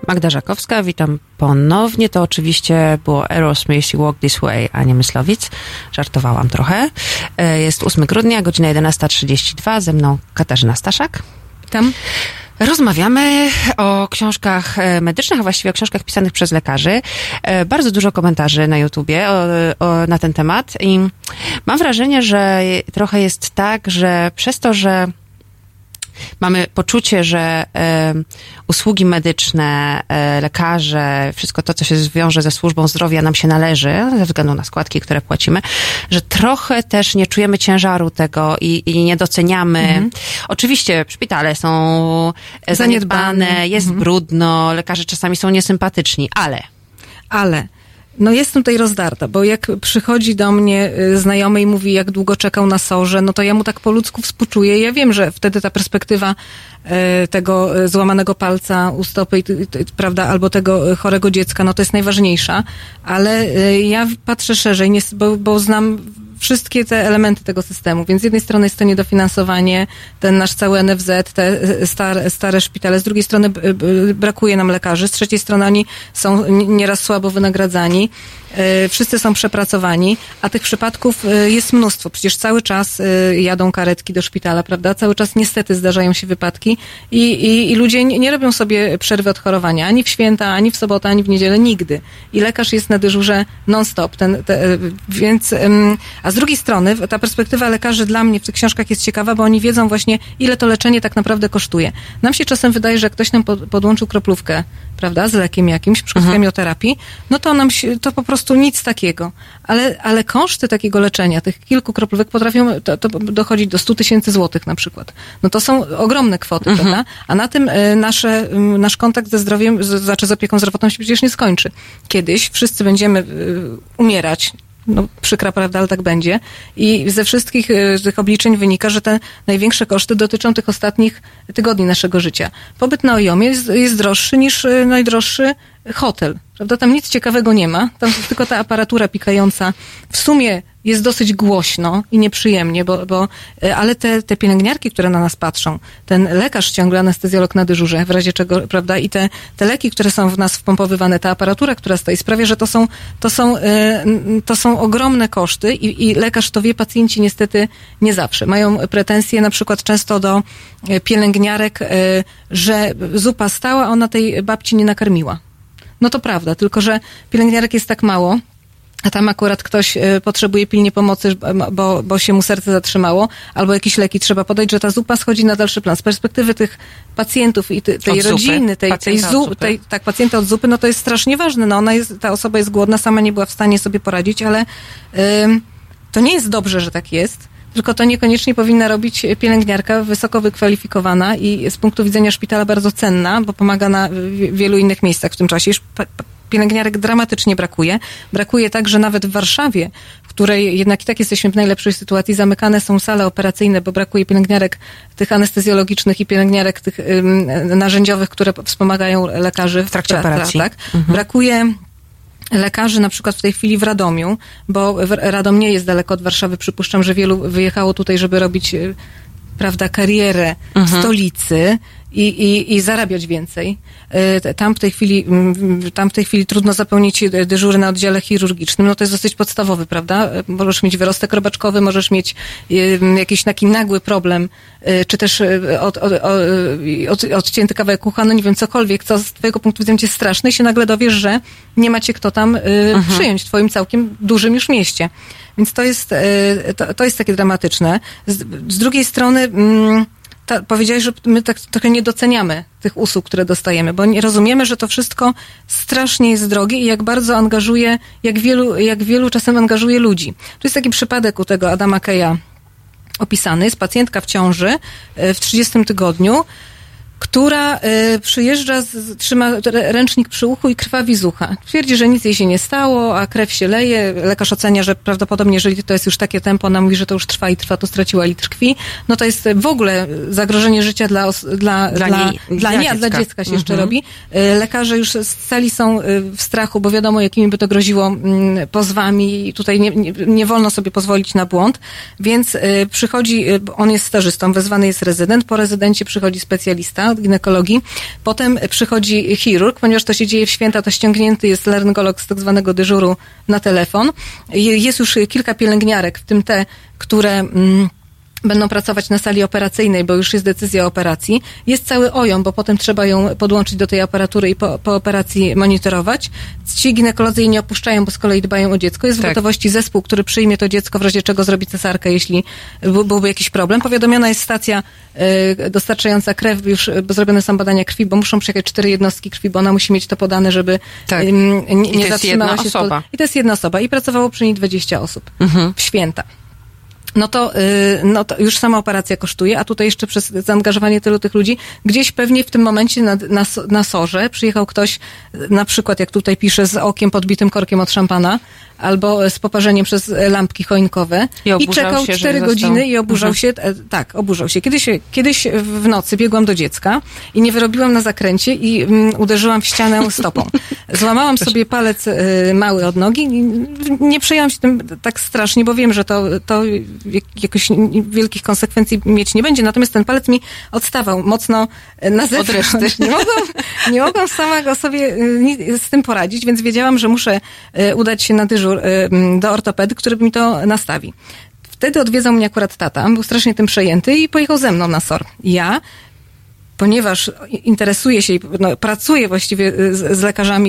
Magda Żakowska, witam ponownie. To oczywiście było Aerosmith i Walk This Way, a nie Myslowic. Żartowałam trochę. Jest 8 grudnia, godzina 11:32. Ze mną Katarzyna Staszak. Witam. Rozmawiamy o książkach medycznych, a właściwie o książkach pisanych przez lekarzy. Bardzo dużo komentarzy na YouTubie na ten temat i mam wrażenie, że trochę jest tak, że przez to, że mamy poczucie, że usługi medyczne, lekarze, wszystko to, co się zwiąże ze służbą zdrowia nam się należy, ze względu na składki, które płacimy, że trochę też nie czujemy ciężaru tego i nie doceniamy. Oczywiście szpitale są zaniedbane, jest brudno, lekarze czasami są niesympatyczni, ale... No jestem tutaj rozdarta, bo jak przychodzi do mnie znajomy i mówi, jak długo czekał na SOR-ze, no to ja mu tak po ludzku współczuję. Ja wiem, że wtedy ta perspektywa tego złamanego palca u stopy, prawda, albo tego chorego dziecka, no to jest najważniejsza, ale ja patrzę szerzej, bo znam wszystkie te elementy tego systemu, więc z jednej strony jest to niedofinansowanie, ten nasz cały NFZ, te stare szpitale, z drugiej strony brakuje nam lekarzy, z trzeciej strony oni są nieraz słabo wynagradzani, wszyscy są przepracowani, a tych przypadków jest mnóstwo. Przecież cały czas jadą karetki do szpitala, prawda? Cały czas niestety zdarzają się wypadki i ludzie nie robią sobie przerwy od chorowania, ani w święta, ani w sobotę, ani w niedzielę, nigdy. I lekarz jest na dyżurze non-stop. Więc, a z drugiej strony ta perspektywa lekarzy dla mnie w tych książkach jest ciekawa, bo oni wiedzą właśnie, ile to leczenie tak naprawdę kosztuje. Nam się czasem wydaje, że jak ktoś nam podłączył kroplówkę, prawda, z lekiem jakimś, przy chemioterapii, no to nam się, to po prostu nic takiego. Ale koszty takiego leczenia, tych kilku kroplówek potrafią to dochodzić do 100 000 złotych na przykład. No to są ogromne kwoty, prawda? A na tym nasz kontakt ze zdrowiem, z opieką zdrowotną się przecież nie skończy. Kiedyś wszyscy będziemy umierać. No, przykra prawda, ale tak będzie. I ze wszystkich tych obliczeń wynika, że te największe koszty dotyczą tych ostatnich tygodni naszego życia. Pobyt na OIOM jest droższy niż najdroższy hotel. Prawda? Tam nic ciekawego nie ma. Tam tylko ta aparatura pikająca. W sumie jest dosyć głośno i nieprzyjemnie, ale te pielęgniarki, które na nas patrzą, ten lekarz ciągle, anestezjolog na dyżurze, w razie czego, prawda, i te leki, które są w nas wpompowywane, ta aparatura, która stoi, sprawia, że to są ogromne koszty i lekarz to wie, pacjenci niestety nie zawsze. Mają pretensje na przykład często do pielęgniarek, że zupa stała, a ona tej babci nie nakarmiła. No to prawda, tylko że pielęgniarek jest tak mało, a tam akurat ktoś potrzebuje pilnie pomocy, bo się mu serce zatrzymało, albo jakieś leki trzeba podać, że ta zupa schodzi na dalszy plan. Z perspektywy tych pacjentów i tej rodziny, pacjenta od zupy, no to jest strasznie ważne. No ta osoba jest głodna, sama nie była w stanie sobie poradzić, ale to nie jest dobrze, że tak jest. Tylko to niekoniecznie powinna robić pielęgniarka wysoko wykwalifikowana i z punktu widzenia szpitala bardzo cenna, bo pomaga na wielu innych miejscach w tym czasie. Już pielęgniarek dramatycznie brakuje. Brakuje tak, że nawet w Warszawie, w której jednak i tak jesteśmy w najlepszej sytuacji, zamykane są sale operacyjne, bo brakuje pielęgniarek tych anestezjologicznych i pielęgniarek tych narzędziowych, które wspomagają lekarzy w trakcie operacji. Tak. Brakuje lekarzy na przykład w tej chwili w Radomiu, bo Radom nie jest daleko od Warszawy. Przypuszczam, że wielu wyjechało tutaj, żeby robić, prawda, karierę w stolicy i zarabiać więcej. Tam w tej chwili trudno zapełnić dyżury na oddziale chirurgicznym. No to jest dosyć podstawowy, prawda? Możesz mieć wyrostek robaczkowy, możesz mieć jakiś taki nagły problem, czy też odcięty kawałek ucha, no nie wiem, cokolwiek, co z twojego punktu widzenia jest straszne i się nagle dowiesz, że nie macie kto tam przyjąć w twoim całkiem dużym już mieście. Więc to jest takie dramatyczne. Z drugiej strony powiedziałeś, że my tak trochę nie doceniamy tych usług, które dostajemy, bo nie rozumiemy, że to wszystko strasznie jest drogie i jak bardzo angażuje, jak wielu czasem angażuje ludzi. Tu jest taki przypadek u tego Adama Keja opisany. Jest pacjentka w ciąży w 30 tygodniu, która przyjeżdża, trzyma ręcznik przy uchu i krwawi z ucha. Twierdzi, że nic jej się nie stało, a krew się leje. Lekarz ocenia, że prawdopodobnie, jeżeli to jest już takie tempo, ona mówi, że to już trwa, to straciła litr krwi. No to jest w ogóle zagrożenie życia dla dziecka się jeszcze robi. Lekarze już z celi są w strachu, bo wiadomo, jakimi by to groziło pozwami i tutaj nie wolno sobie pozwolić na błąd. Więc przychodzi, on jest stażystą, wezwany jest rezydent, po rezydencie przychodzi specjalista, dziecka, ginekologii. Potem przychodzi chirurg, ponieważ to się dzieje w święta, to ściągnięty jest laryngolog z tak zwanego dyżuru na telefon. Jest już kilka pielęgniarek, w tym te, które będą pracować na sali operacyjnej, bo już jest decyzja o operacji. Jest cały OJOM, bo potem trzeba ją podłączyć do tej aparatury i po operacji monitorować. Ci ginekolodzy jej nie opuszczają, bo z kolei dbają o dziecko. Jest w gotowości zespół, który przyjmie to dziecko, w razie czego zrobi cesarkę, jeśli byłby jakiś problem. Powiadomiona jest stacja dostarczająca krew, już zrobione są badania krwi, bo muszą przyjechać 4 jednostki krwi, bo ona musi mieć to podane, żeby nie zatrzymała się. I to jest jedna osoba. I pracowało przy niej 20 osób w święta. No to już sama operacja kosztuje, a tutaj jeszcze przez zaangażowanie tylu tych ludzi, gdzieś pewnie w tym momencie na SOR-ze przyjechał ktoś, na przykład jak tutaj pisze, z okiem podbitym korkiem od szampana, albo z poparzeniem przez lampki choinkowe i czekał 4 godziny i oburzał się. Tak, oburzał się. Kiedyś w nocy biegłam do dziecka i nie wyrobiłam na zakręcie i uderzyłam w ścianę stopą. Złamałam sobie palec mały od nogi i nie przejęłam się tym tak strasznie, bo wiem, że to jakoś wielkich konsekwencji mieć nie będzie. Natomiast ten palec mi odstawał mocno na zewnątrz. Nie mogłam sama sobie z tym poradzić, więc wiedziałam, że muszę udać się na dyżur do ortopedy, który mi to nastawi. Wtedy odwiedzał mnie akurat tata, był strasznie tym przejęty i pojechał ze mną na SOR. Ja, ponieważ interesuję się i pracuję właściwie z lekarzami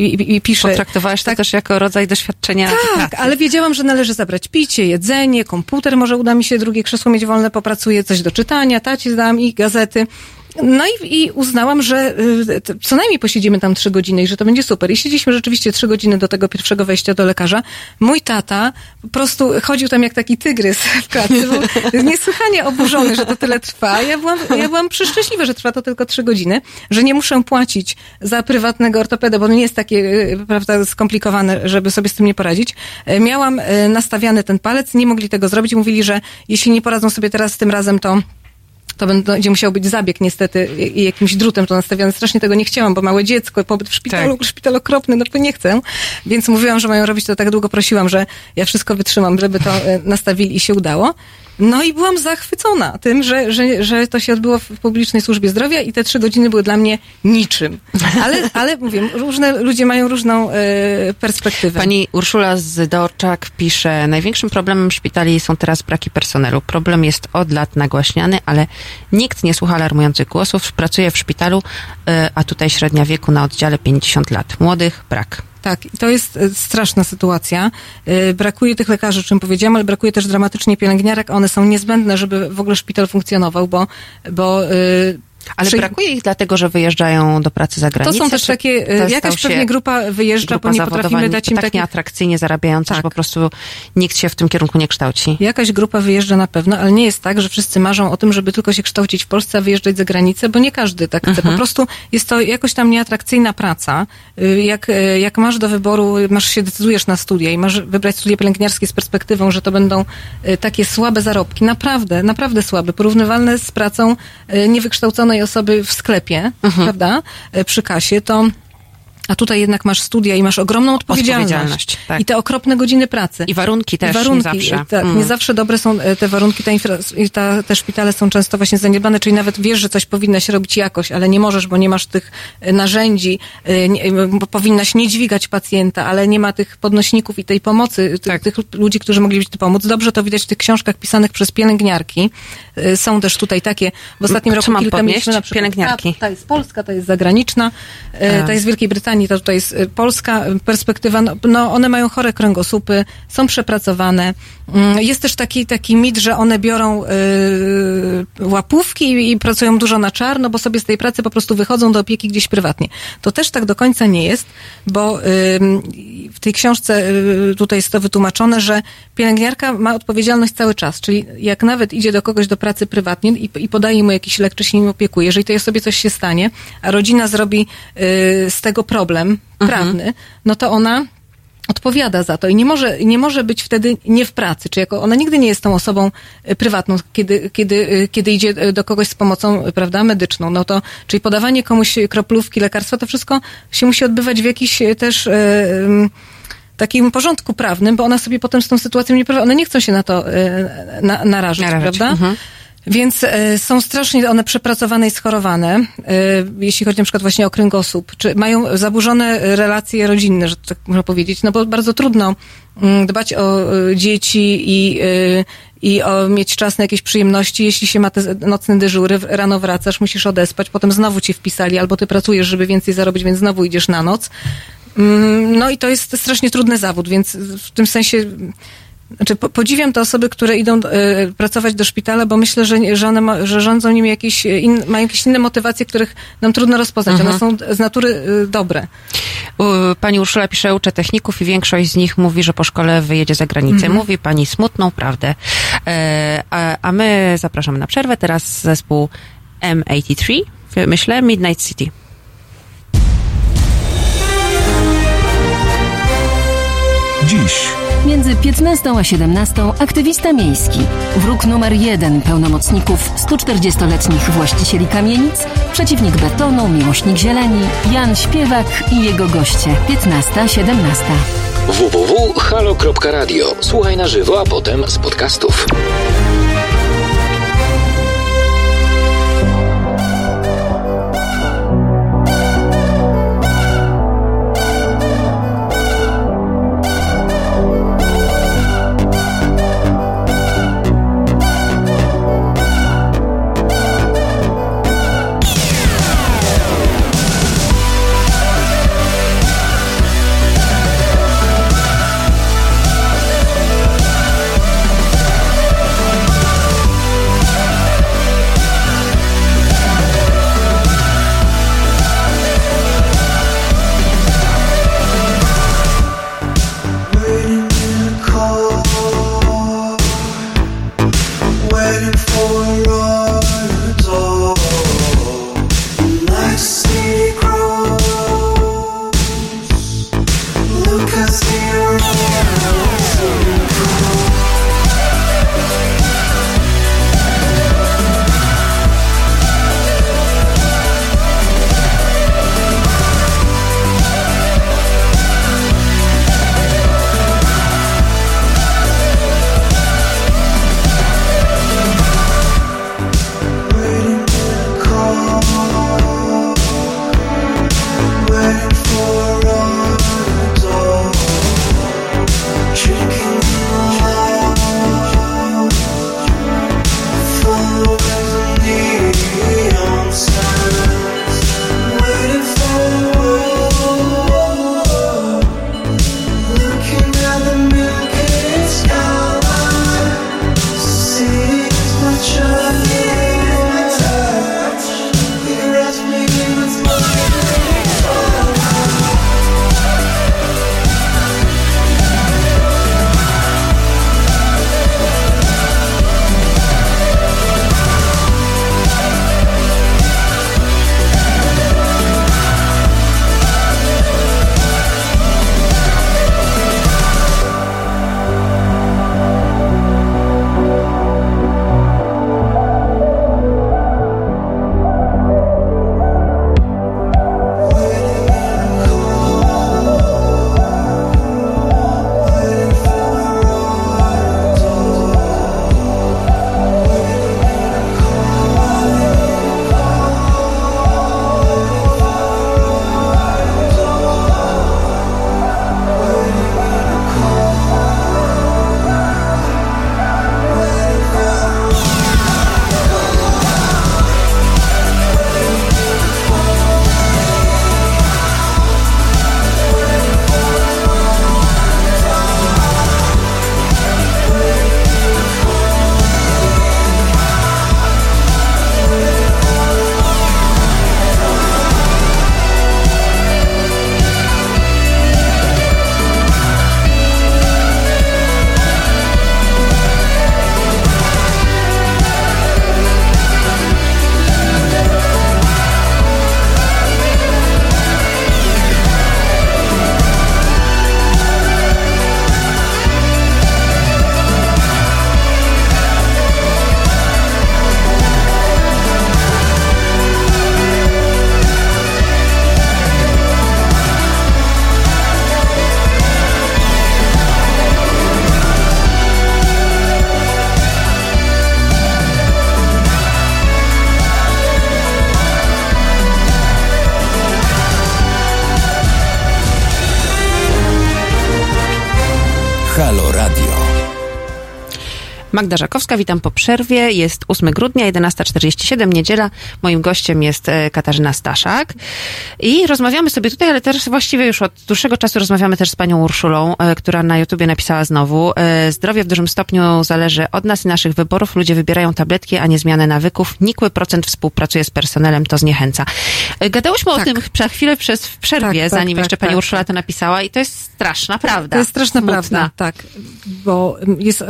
i piszę. Potraktowałaś to też jako rodzaj doświadczenia. Tak, ale wiedziałam, że należy zabrać picie, jedzenie, komputer, może uda mi się drugie krzesło mieć wolne, popracuję, coś do czytania, taci dam i gazety. No i uznałam, że co najmniej posiedzimy tam 3 godziny i że to będzie super. I siedzieliśmy rzeczywiście 3 godziny do tego pierwszego wejścia do lekarza. Mój tata po prostu chodził tam jak taki tygrys w klatce. Był niesłychanie oburzony, że to tyle trwa. Ja byłam przeszczęśliwa, że trwa to tylko 3 godziny, że nie muszę płacić za prywatnego ortopeda, bo to nie jest takie, prawda, skomplikowane, żeby sobie z tym nie poradzić. Miałam nastawiany ten palec, nie mogli tego zrobić. Mówili, że jeśli nie poradzą sobie teraz z tym razem, to będzie musiał być zabieg niestety i jakimś drutem to nastawione. Strasznie tego nie chciałam, bo małe dziecko, pobyt w szpitalu, szpital okropny, no to nie chcę. Więc mówiłam, że mają robić to tak długo, prosiłam, że ja wszystko wytrzymam, żeby to nastawili i się udało. No i byłam zachwycona tym, że to się odbyło w publicznej służbie zdrowia i te 3 godziny były dla mnie niczym. Ale mówię, ludzie mają różną perspektywę. Pani Urszula Zdorczak pisze, największym problemem szpitali są teraz braki personelu. Problem jest od lat nagłaśniany, ale nikt nie słucha alarmujących głosów. Pracuję w szpitalu, a tutaj średnia wieku na oddziale 50 lat. Młodych brak. Tak, to jest straszna sytuacja. Brakuje tych lekarzy, o czym powiedziałam, ale brakuje też dramatycznie pielęgniarek. One są niezbędne, żeby w ogóle szpital funkcjonował, bo ale brakuje ich dlatego, że wyjeżdżają do pracy za granicę? To są też takie, jakaś pewnie grupa wyjeżdża, bo nie potrafimy dać im tak nieatrakcyjnie zarabiająca, że po prostu nikt się w tym kierunku nie kształci. Jakaś grupa wyjeżdża na pewno, ale nie jest tak, że wszyscy marzą o tym, żeby tylko się kształcić w Polsce, a wyjeżdżać za granicę, bo nie każdy tak chce. Po prostu jest to jakoś tam nieatrakcyjna praca. Jak masz do wyboru, się decydujesz na studia i masz wybrać studia pielęgniarskie z perspektywą, że to będą takie słabe zarobki, naprawdę słabe, porównywalne z pracą niewykształconej osoby w sklepie, prawda, przy kasie, a tutaj jednak masz studia i masz ogromną odpowiedzialność. Tak. I te okropne godziny pracy. I warunki też nie zawsze. Nie zawsze dobre są te warunki, te szpitale są często właśnie zaniedbane, czyli nawet wiesz, że coś powinnaś robić jakoś, ale nie możesz, bo nie masz tych narzędzi, bo powinnaś nie dźwigać pacjenta, ale nie ma tych podnośników i tej pomocy, tych ludzi, którzy mogliby ci pomóc. Dobrze to widać w tych książkach pisanych przez pielęgniarki. Są też tutaj takie, w ostatnim roku kilka mieliśmy na przykład. Pielęgniarki. Ta jest polska, ta jest zagraniczna, ta jest z Wielkiej Brytanii, to tutaj jest polska perspektywa. No one mają chore kręgosłupy, są przepracowane. Jest też taki mit, że one biorą łapówki i pracują dużo na czarno, bo sobie z tej pracy po prostu wychodzą do opieki gdzieś prywatnie. To też tak do końca nie jest, bo w tej książce tutaj jest to wytłumaczone, że pielęgniarka ma odpowiedzialność cały czas, czyli jak nawet idzie do kogoś do pracy prywatnie i podaje mu jakiś lek, czy się nim opiekuje, jeżeli tej osobie coś się stanie, a rodzina zrobi z tego problem prawny, no to ona odpowiada za to i nie może być wtedy nie w pracy, czy ona nigdy nie jest tą osobą prywatną, kiedy idzie do kogoś z pomocą, prawda, medyczną. No to, czyli podawanie komuś kroplówki, lekarstwa, to wszystko się musi odbywać w jakiś też takim porządku prawnym, bo ona sobie potem z tą sytuacją nie... One nie chcą się na to narażać, prawda? Więc są strasznie one przepracowane i schorowane, jeśli chodzi na przykład właśnie o kręgosłup, czy mają zaburzone relacje rodzinne, że tak można powiedzieć, no bo bardzo trudno dbać o dzieci i mieć czas na jakieś przyjemności, jeśli się ma te nocne dyżury, rano wracasz, musisz odespać, potem znowu ci wpisali, albo ty pracujesz, żeby więcej zarobić, więc znowu idziesz na noc. No i to jest strasznie trudny zawód, więc w tym sensie podziwiam te osoby, które idą pracować do szpitala, bo myślę, że rządzą nimi mają jakieś inne motywacje, których nam trudno rozpoznać. One są z natury dobre. Pani Urszula pisze, uczę techników i większość z nich mówi, że po szkole wyjedzie za granicę. Mówi pani smutną prawdę. A my zapraszamy na przerwę. Teraz zespół M83, myślę, Midnight City. Dziś Między 15 a 17 aktywista miejski. Wróg numer 1 pełnomocników 140-letnich właścicieli kamienic, przeciwnik betonu, miłośnik zieleni, Jan Śpiewak i jego goście. 15-17. www.halo.radio. Słuchaj na żywo, a potem z podcastów. Magda Żakowska, witam po przerwie. Jest 8 grudnia, 11:47, niedziela. Moim gościem jest Katarzyna Staszak. I rozmawiamy sobie tutaj, ale też właściwie już od dłuższego czasu rozmawiamy też z panią Urszulą, która na YouTubie napisała znowu: zdrowie w dużym stopniu zależy od nas i naszych wyborów. Ludzie wybierają tabletki, a nie zmianę nawyków. Nikły procent współpracuje z personelem, to zniechęca. Gadałyśmy o tym za chwilę w przerwie, zanim jeszcze pani Urszula to napisała, i to jest straszna prawda. To jest straszna prawda, tak. Bo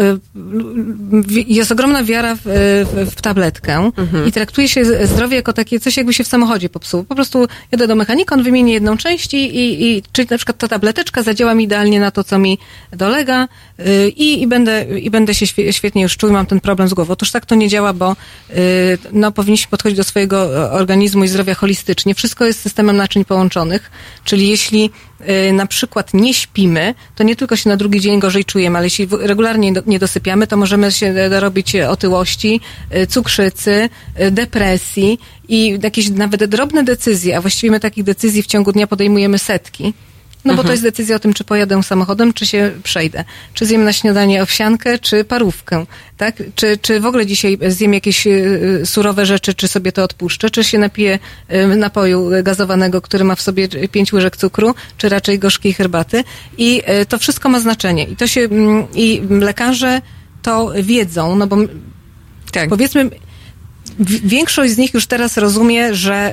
jest ogromna wiara w tabletkę i traktuje się zdrowie jako takie coś, jakby się w samochodzie popsuło. Po prostu jadę do mechanika, on wymieni jedną część i czyli na przykład ta tableteczka zadziała mi idealnie na to, co mi dolega i będę się świetnie już czuł i mam ten problem z głową. Otóż tak to nie działa, bo powinniśmy podchodzić do swojego organizmu i zdrowia holistycznie. Wszystko jest systemem naczyń połączonych, czyli jeśli na przykład nie śpimy, to nie tylko się na drugi dzień gorzej czujemy, ale jeśli regularnie nie dosypiamy, to możemy się dorobić otyłości, cukrzycy, depresji i jakieś nawet drobne decyzje, a właściwie my takich decyzji w ciągu dnia podejmujemy setki. No bo to jest decyzja o tym, czy pojadę samochodem, czy się przejdę. Czy zjem na śniadanie owsiankę, czy parówkę, tak? Czy w ogóle dzisiaj zjem jakieś surowe rzeczy, czy sobie to odpuszczę, czy się napiję napoju gazowanego, który ma w sobie 5 łyżek cukru, czy raczej gorzkiej herbaty. I to wszystko ma znaczenie. I lekarze to wiedzą, no bo tak. Powiedzmy, większość z nich już teraz rozumie,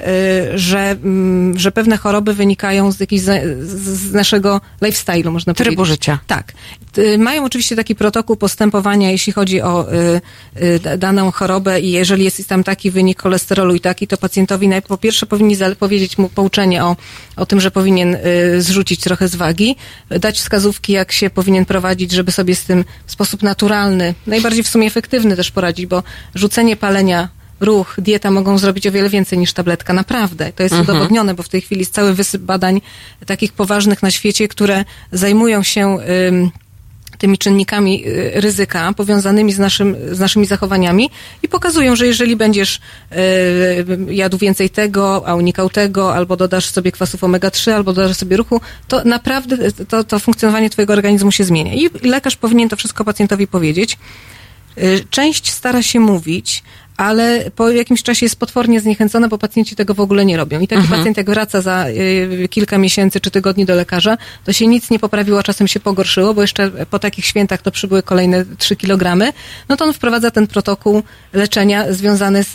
że pewne choroby wynikają z naszego lifestyle'u, można powiedzieć. Trybu życia. Tak. Mają oczywiście taki protokół postępowania, jeśli chodzi o daną chorobę i jeżeli jest tam taki wynik cholesterolu i taki, to pacjentowi po pierwsze powinni powiedzieć mu pouczenie o tym, że powinien zrzucić trochę z wagi, dać wskazówki, jak się powinien prowadzić, żeby sobie z tym w sposób naturalny, najbardziej w sumie efektywny też poradzić, bo rzucenie palenia, ruch, dieta mogą zrobić o wiele więcej niż tabletka. Naprawdę. To jest udowodnione, bo w tej chwili jest cały wysyp badań takich poważnych na świecie, które zajmują się tymi czynnikami ryzyka powiązanymi z naszymi zachowaniami i pokazują, że jeżeli będziesz jadł więcej tego, a unikał tego, albo dodasz sobie kwasów omega-3, albo dodasz sobie ruchu, to naprawdę to funkcjonowanie twojego organizmu się zmienia. I lekarz powinien to wszystko pacjentowi powiedzieć. Część stara się mówić, ale po jakimś czasie jest potwornie zniechęcona, bo pacjenci tego w ogóle nie robią. I taki pacjent, jak wraca za kilka miesięcy czy tygodni do lekarza, to się nic nie poprawiło, a czasem się pogorszyło, bo jeszcze po takich świętach to przybyły kolejne 3 kilogramy, no to on wprowadza ten protokół leczenia związany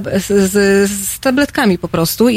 z tabletkami po prostu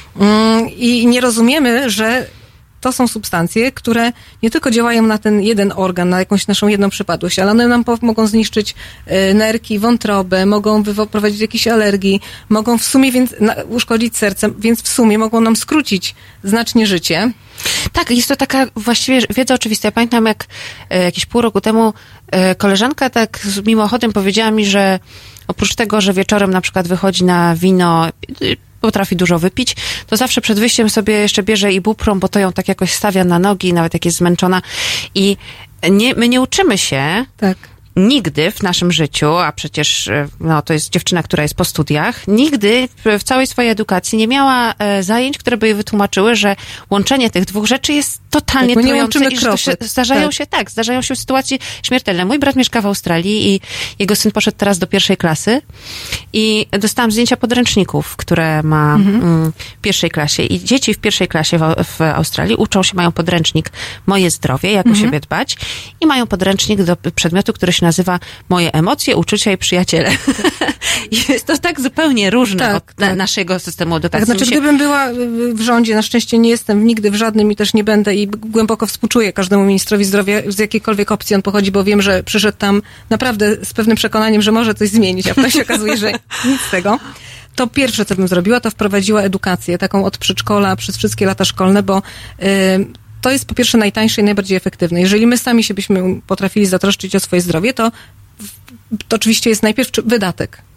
i nie rozumiemy, że to są substancje, które nie tylko działają na ten jeden organ, na jakąś naszą jedną przypadłość, ale one nam mogą zniszczyć nerki, wątrobę, mogą prowadzić jakieś alergii, mogą w sumie uszkodzić serce, więc w sumie mogą nam skrócić znacznie życie. Tak, jest to taka właściwie wiedza oczywista. Ja pamiętam, jak jakieś pół roku temu koleżanka tak mimochodem powiedziała mi, że oprócz tego, że wieczorem na przykład wychodzi na wino, potrafi dużo wypić, to zawsze przed wyjściem sobie jeszcze bierze ibuprom, bo to ją tak jakoś stawia na nogi, nawet jak jest zmęczona. I my nie uczymy się nigdy w naszym życiu, a przecież to jest dziewczyna, która jest po studiach, nigdy w całej swojej edukacji nie miała zajęć, które by jej wytłumaczyły, że łączenie tych dwóch rzeczy jest totalnie trujące i że zdarzają się sytuacje śmiertelne. Mój brat mieszka w Australii i jego syn poszedł teraz do 1. klasy i dostałam zdjęcia podręczników, które ma w 1. klasie i dzieci w 1. klasie w Australii uczą się, mają podręcznik Moje zdrowie, jak o siebie dbać i mają podręcznik do przedmiotu, który się nazywa Moje emocje, uczucia i przyjaciele. Jest to tak zupełnie różne od naszego systemu edukacji. Tak, znaczy gdybym była w rządzie, na szczęście nie jestem nigdy w żadnym i też nie będę i głęboko współczuję każdemu ministrowi zdrowia, z jakiejkolwiek opcji on pochodzi, bo wiem, że przyszedł tam naprawdę z pewnym przekonaniem, że może coś zmienić, a potem się okazuje, że nic z tego. To pierwsze, co bym zrobiła, to wprowadziła edukację, taką od przedszkola przez wszystkie lata szkolne, bo to jest po pierwsze najtańsze i najbardziej efektywne. Jeżeli my sami się byśmy potrafili zatroszczyć o swoje zdrowie, to oczywiście jest najpierw wydatek.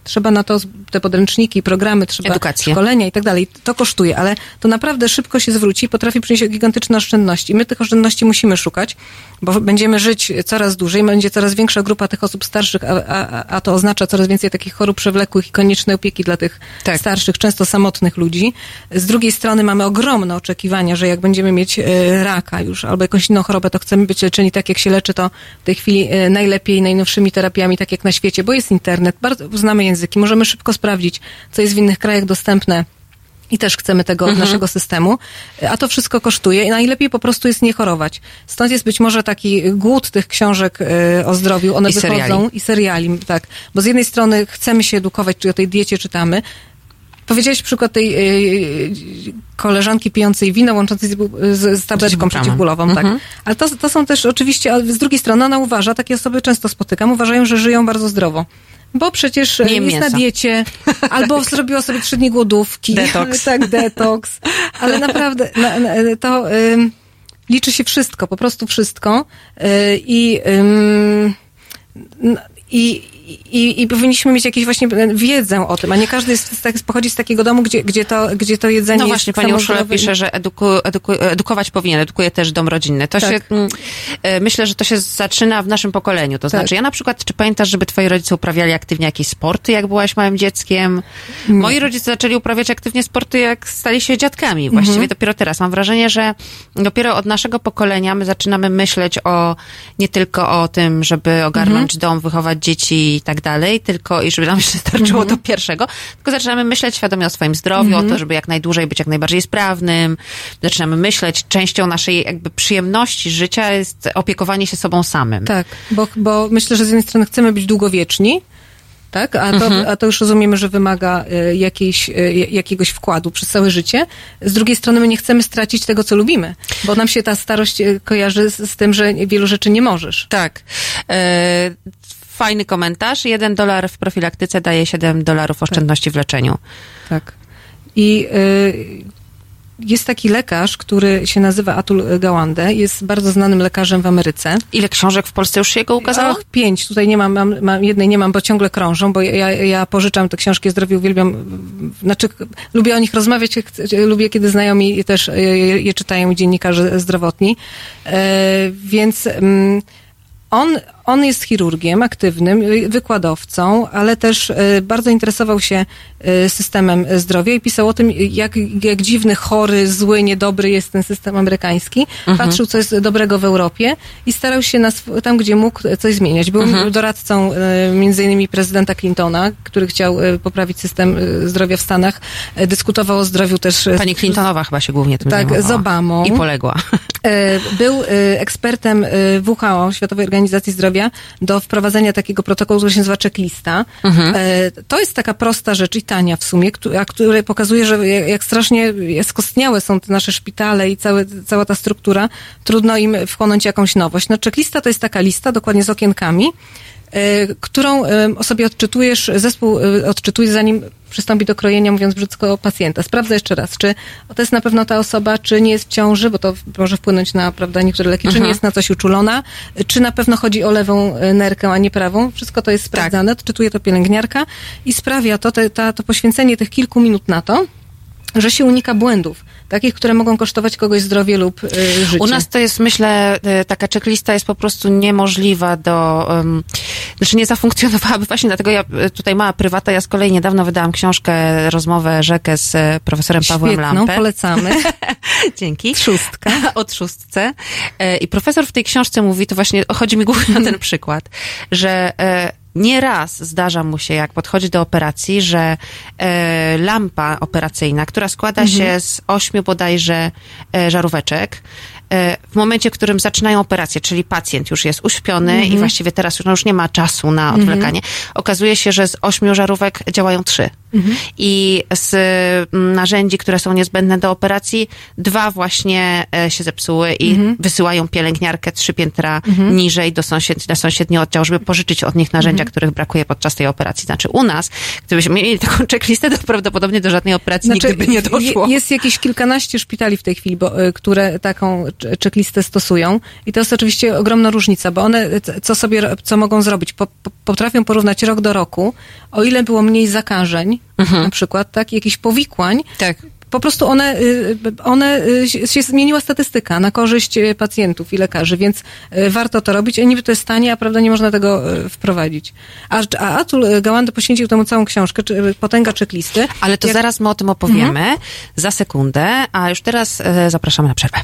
Trzeba na to te podręczniki, programy, trzeba Edukację. szkolenia i tak dalej. To kosztuje, ale to naprawdę szybko się zwróci i potrafi przynieść gigantyczne oszczędności. My tych oszczędności musimy szukać, bo będziemy żyć coraz dłużej, będzie coraz większa grupa tych osób starszych, a to oznacza coraz więcej takich chorób przewlekłych i koniecznej opieki dla tych starszych, często samotnych ludzi. Z drugiej strony mamy ogromne oczekiwania, że jak będziemy mieć raka już albo jakąś inną chorobę, to chcemy być leczeni tak, jak się leczy to w tej chwili najlepiej, najnowszymi terapiami, tak jak na świecie, bo jest internet, bardzo znamy języki, możemy szybko sprawdzić, co jest w innych krajach dostępne i też chcemy tego od naszego systemu, a to wszystko kosztuje i najlepiej po prostu jest nie chorować. Stąd jest być może taki głód tych książek o zdrowiu, one wychodzą i seriali, tak, bo z jednej strony chcemy się edukować, czyli o tej diecie czytamy. Powiedziałeś przykład tej koleżanki pijącej wino, łączącej z tabletką przeciwbólową, tak. Ale to są też oczywiście, ale z drugiej strony ona uważa, takie osoby często spotykam, uważają, że żyją bardzo zdrowo. Bo przecież jest na diecie, albo zrobiła sobie 3 dni głodówki. Detoks. Tak, detoks. Ale naprawdę to liczy się wszystko, po prostu wszystko. I powinniśmy mieć jakąś właśnie wiedzę o tym, a nie każdy pochodzi z takiego domu, gdzie to jedzenie no jest właśnie, pani Urszula pisze, że edukować powinien, edukuje też dom rodzinny. To się, myślę, że to się zaczyna w naszym pokoleniu. To znaczy, ja na przykład, czy pamiętasz, żeby twoi rodzice uprawiali aktywnie jakieś sporty, jak byłaś małym dzieckiem? Moi rodzice zaczęli uprawiać aktywnie sporty, jak stali się dziadkami. Właściwie dopiero teraz. Mam wrażenie, że dopiero od naszego pokolenia my zaczynamy myśleć nie tylko o tym, żeby ogarnąć dom, wychować dzieci i tak dalej, tylko i żeby nam jeszcze starczyło do pierwszego, tylko zaczynamy myśleć świadomie o swoim zdrowiu, o to, żeby jak najdłużej być jak najbardziej sprawnym. Zaczynamy myśleć, częścią naszej jakby przyjemności życia jest opiekowanie się sobą samym. Tak, bo myślę, że z jednej strony chcemy być długowieczni, tak? A to już rozumiemy, że wymaga jakiegoś wkładu przez całe życie. Z drugiej strony my nie chcemy stracić tego, co lubimy, bo nam się ta starość kojarzy z tym, że wielu rzeczy nie możesz. Tak. Fajny komentarz. $1 w profilaktyce daje $7 oszczędności w leczeniu. Tak. I jest taki lekarz, który się nazywa Atul Gawande. Jest bardzo znanym lekarzem w Ameryce. Ile książek w Polsce już się jego ukazało? 5. Tutaj nie mam jednej nie mam, bo ciągle krążą, bo ja pożyczam te książki o zdrowiu, uwielbiam, znaczy lubię o nich rozmawiać, lubię, kiedy znajomi też je czytają, dziennikarze zdrowotni. Więc on jest chirurgiem aktywnym, wykładowcą, ale też bardzo interesował się systemem zdrowia i pisał o tym, jak dziwny, chory, zły, niedobry jest ten system amerykański. Patrzył, co jest dobrego w Europie i starał się tam, gdzie mógł, coś zmieniać. Był doradcą między innymi prezydenta Clintona, który chciał poprawić system zdrowia w Stanach. Dyskutował o zdrowiu też... Pani Clintonowa chyba się głównie tym zajmowała. Z Obamą. I poległa. Był ekspertem WHO, Światowej Organizacji Zdrowia, do wprowadzenia takiego protokołu, który się nazywa checklista. To jest taka prosta rzecz i tania w sumie, która pokazuje, że jak strasznie skostniałe są te nasze szpitale i cała ta struktura, trudno im wchłonąć jakąś nowość. No, checklista to jest taka lista, dokładnie z okienkami, którą sobie odczytujesz, zespół odczytuje, zanim przystąpi do krojenia, mówiąc brzydko, pacjenta. Sprawdza jeszcze raz, czy to jest na pewno ta osoba, czy nie jest w ciąży, bo to może wpłynąć na, prawda, niektóre leki, czy nie jest na coś uczulona, czy na pewno chodzi o lewą nerkę, a nie prawą. Wszystko to jest sprawdzane, odczytuje to pielęgniarka i sprawia to poświęcenie tych kilku minut na to, że się unika błędów, takich, które mogą kosztować kogoś zdrowie lub życie. U nas to jest, myślę, taka checklista jest po prostu niemożliwa znaczy nie zafunkcjonowałaby właśnie, dlatego ja tutaj mała prywata, ja z kolei niedawno wydałam książkę, rozmowę, rzekę z profesorem Pawłem Lampę. Polecamy. Dzięki. 6. O 6. I profesor w tej książce mówi, to właśnie chodzi mi głównie o ten przykład, że nieraz zdarza mu się, jak podchodzi do operacji, że lampa operacyjna, która składa się z 8 bodajże żaróweczek, w momencie, w którym zaczynają operację, czyli pacjent już jest uśpiony i właściwie teraz już nie ma czasu na odwlekanie, okazuje się, że z 8 żarówek działają 3. i z narzędzi, które są niezbędne do operacji, 2 właśnie się zepsuły i wysyłają pielęgniarkę 3 piętra niżej na sąsiedni oddział, żeby pożyczyć od nich narzędzia, których brakuje podczas tej operacji. Znaczy u nas, gdybyśmy mieli taką checklistę, to prawdopodobnie do żadnej operacji nigdy by nie doszło. Jest jakieś kilkanaście szpitali w tej chwili, które taką checklistę stosują i to jest oczywiście ogromna różnica, bo one co mogą zrobić? Potrafią porównać rok do roku, o ile było mniej zakażeń, na przykład, tak, jakichś powikłań. Tak. Po prostu się zmieniła statystyka na korzyść pacjentów i lekarzy, więc warto to robić. Niby to jest tanie, a prawda nie można tego wprowadzić. A Atul Gawande poświęcił temu całą książkę, Potęga checklisty. Ale to zaraz my o tym opowiemy za sekundę, a już teraz zapraszamy na przerwę.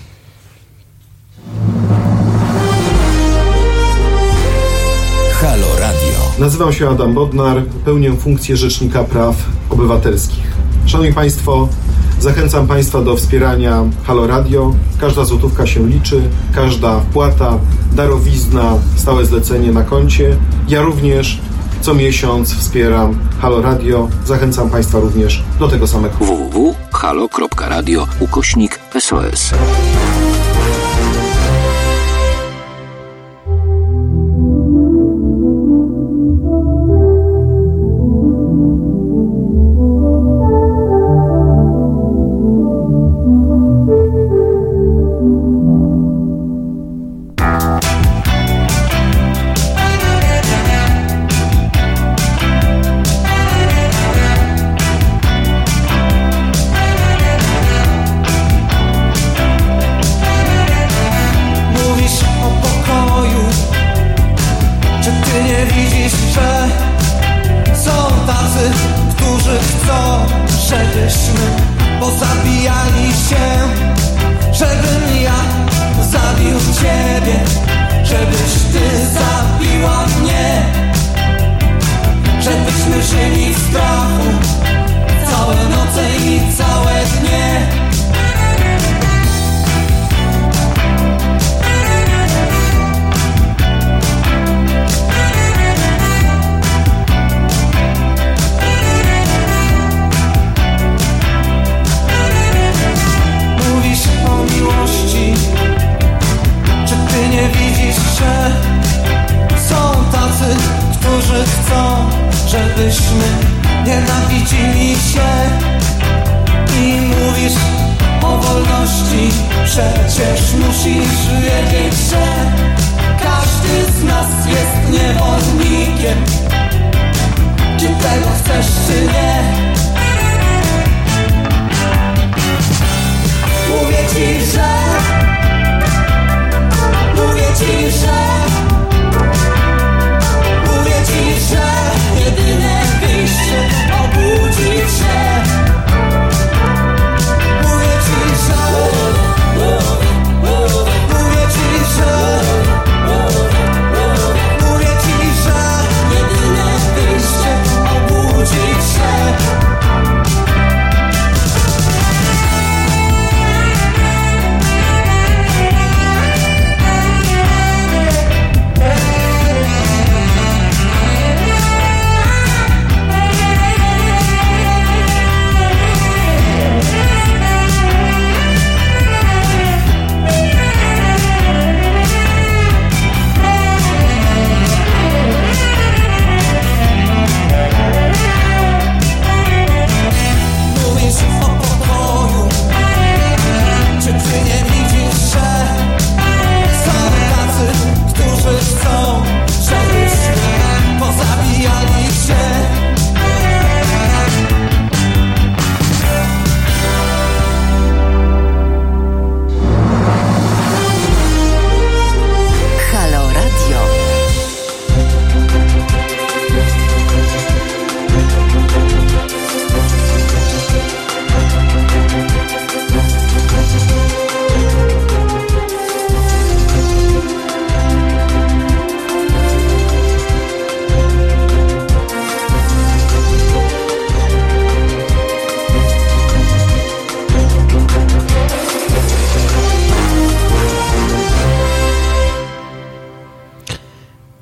Halo Radio. Nazywam się Adam Bodnar, pełnię funkcję Rzecznika Praw Obywatelskich. Szanowni Państwo, zachęcam Państwa do wspierania Halo Radio. Każda złotówka się liczy, każda wpłata, darowizna, stałe zlecenie na koncie. Ja również co miesiąc wspieram Halo Radio. Zachęcam Państwa również do tego samego. www.halo.radio/SOS.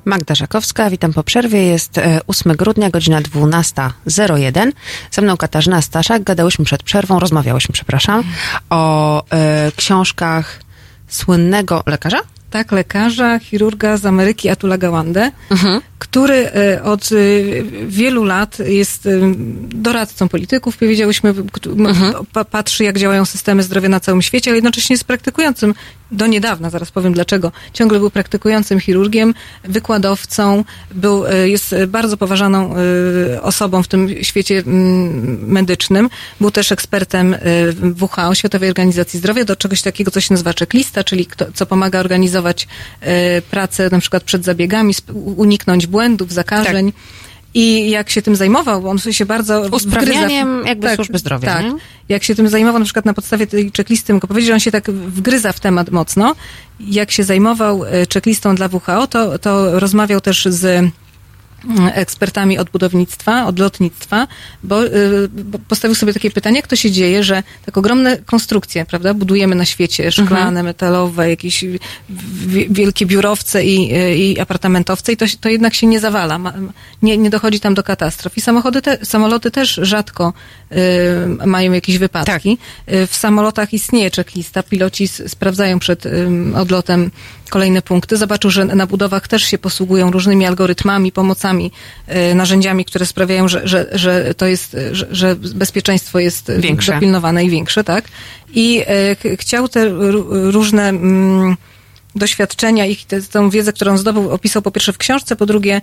Magda Żakowska, witam po przerwie. Jest 8 grudnia, godzina 12:01. Ze mną Katarzyna Staszak. Rozmawiałyśmy, o książkach słynnego lekarza? Tak, lekarza, chirurga z Ameryki Atula Gawandę, który od wielu lat jest doradcą polityków, powiedziałyśmy, patrzy jak działają systemy zdrowia na całym świecie, ale jednocześnie jest praktykującym, do niedawna, zaraz powiem dlaczego, ciągle był praktykującym chirurgiem, wykładowcą, jest bardzo poważaną osobą w tym świecie medycznym, był też ekspertem WHO, Światowej Organizacji Zdrowia, do czegoś takiego, co się nazywa checklista, czyli co pomaga organizować pracę na przykład przed zabiegami, uniknąć błędów, zakażeń. Tak. I jak się tym zajmował, bo on się bardzo usprawnianiem służby zdrowia. Tak. Nie? Jak się tym zajmował, na przykład na podstawie tej checklisty, mogę powiedzieć, że on się tak wgryza w temat mocno. Jak się zajmował checklistą dla WHO, to rozmawiał też z ekspertami od budownictwa, od lotnictwa, bo postawił sobie takie pytanie, jak to się dzieje, że tak ogromne konstrukcje, prawda, budujemy na świecie, szklane, metalowe, jakieś wielkie biurowce i apartamentowce i to jednak się nie zawala, nie dochodzi tam do katastrof. I samoloty też rzadko mają jakieś wypadki. Tak. W samolotach istnieje checklista, piloci sprawdzają przed odlotem kolejne punkty. Zobaczył, że na budowach też się posługują różnymi algorytmami, pomocami, narzędziami, które sprawiają, że to jest, że bezpieczeństwo jest większe, dopilnowane i większe, tak? I chciał te różne doświadczenia i tę wiedzę, którą zdobył, opisał po pierwsze w książce, po drugie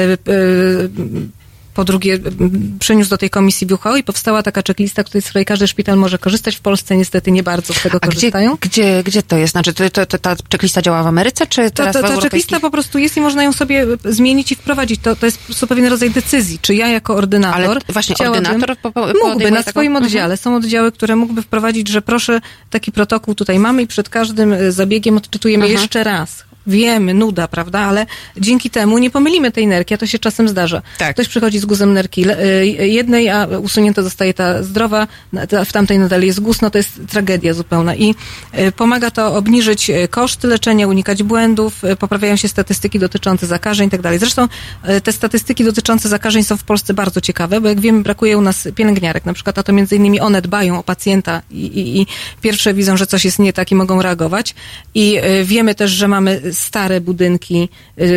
przeniósł do tej komisji WHO i powstała taka checklista, z której każdy szpital może korzystać. W Polsce niestety nie bardzo z tego korzystają. Gdzie to jest? Znaczy, ta checklista działa w Ameryce, czy teraz w europejskich? Ta checklista po prostu jest i można ją sobie zmienić i wprowadzić. To jest po prostu pewien rodzaj decyzji. Czy ja jako ordynator... Ale właśnie ordynator mógłby na swoim oddziale. Są oddziały, które mógłby wprowadzić, że proszę, taki protokół tutaj mamy i przed każdym zabiegiem odczytujemy jeszcze raz. Wiemy, nuda, prawda, ale dzięki temu nie pomylimy tej nerki, a to się czasem zdarza. Tak. Ktoś przychodzi z guzem nerki jednej, a usunięta zostaje ta zdrowa, w tamtej nadal jest guz, no to jest tragedia zupełna. I pomaga to obniżyć koszty leczenia, unikać błędów, poprawiają się statystyki dotyczące zakażeń i tak dalej. Zresztą te statystyki dotyczące zakażeń są w Polsce bardzo ciekawe, bo jak wiemy, brakuje u nas pielęgniarek na przykład, a to między innymi one dbają o pacjenta i pierwsze widzą, że coś jest nie tak i mogą reagować. I wiemy też, że mamy stare budynki,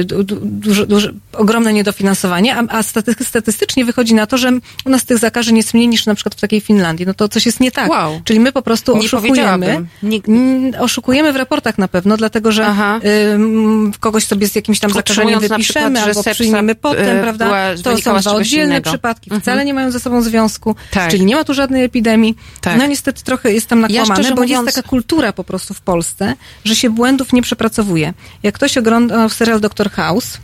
ogromne niedofinansowanie, a statystycznie wychodzi na to, że u nas tych zakażeń jest mniej niż na przykład w takiej Finlandii. No to coś jest nie tak. Wow. Czyli my po prostu oszukujemy. Oszukujemy w raportach na pewno, dlatego że kogoś sobie z jakimś tam zakażeniem wypiszemy, przykład, albo przyjmiemy potem, prawda? To są dwa oddzielne przypadki, wcale nie mają ze sobą związku, czyli nie ma tu żadnej epidemii. Tak. No niestety trochę jest tam nakłamane, bo jest taka kultura po prostu w Polsce, że się błędów nie przepracowuje. Jak ktoś oglądał serial Dr. House,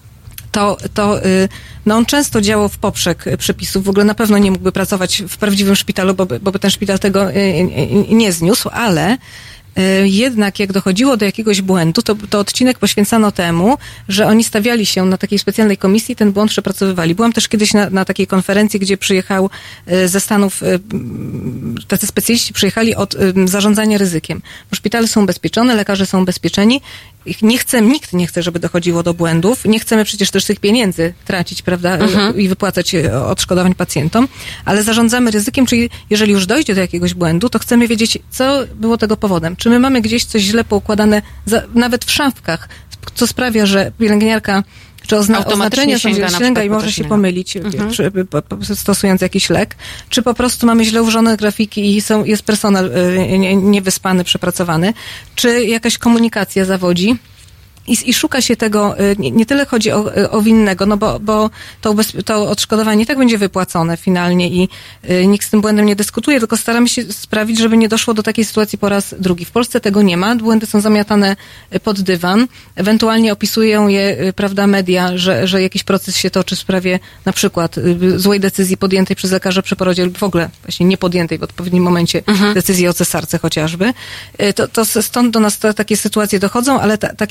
to on często działał w poprzek przepisów. W ogóle na pewno nie mógłby pracować w prawdziwym szpitalu, bo by ten szpital tego nie zniósł, ale jednak jak dochodziło do jakiegoś błędu, to odcinek poświęcano temu, że oni stawiali się na takiej specjalnej komisji i ten błąd przepracowywali. Byłam też kiedyś na takiej konferencji, gdzie przyjechał ze Stanów, tacy specjaliści przyjechali od zarządzania ryzykiem. Bo szpitale są ubezpieczone, lekarze są ubezpieczeni. Nikt nie chce, żeby dochodziło do błędów. Nie chcemy przecież też tych pieniędzy tracić, prawda, i wypłacać odszkodowań pacjentom, ale zarządzamy ryzykiem, czyli jeżeli już dojdzie do jakiegoś błędu, to chcemy wiedzieć, co było tego powodem. Czy my mamy gdzieś coś źle poukładane, nawet w szafkach, co sprawia, że pielęgniarka czy oznaczenia są sięga i może się pomylić, stosując jakiś lek, czy po prostu mamy źle ułożone grafiki i jest personel niewyspany, przepracowany, czy jakaś komunikacja zawodzi. I szuka się tego, nie tyle chodzi o winnego, no bo to odszkodowanie i tak będzie wypłacone finalnie i nikt z tym błędem nie dyskutuje, tylko staramy się sprawić, żeby nie doszło do takiej sytuacji po raz drugi. W Polsce tego nie ma, błędy są zamiatane pod dywan, ewentualnie opisują je, prawda, media, że jakiś proces się toczy w sprawie na przykład złej decyzji podjętej przez lekarza przy porodzie lub w ogóle właśnie nie podjętej w odpowiednim momencie decyzji o cesarce chociażby. To stąd do nas takie sytuacje dochodzą, ale takiej kultury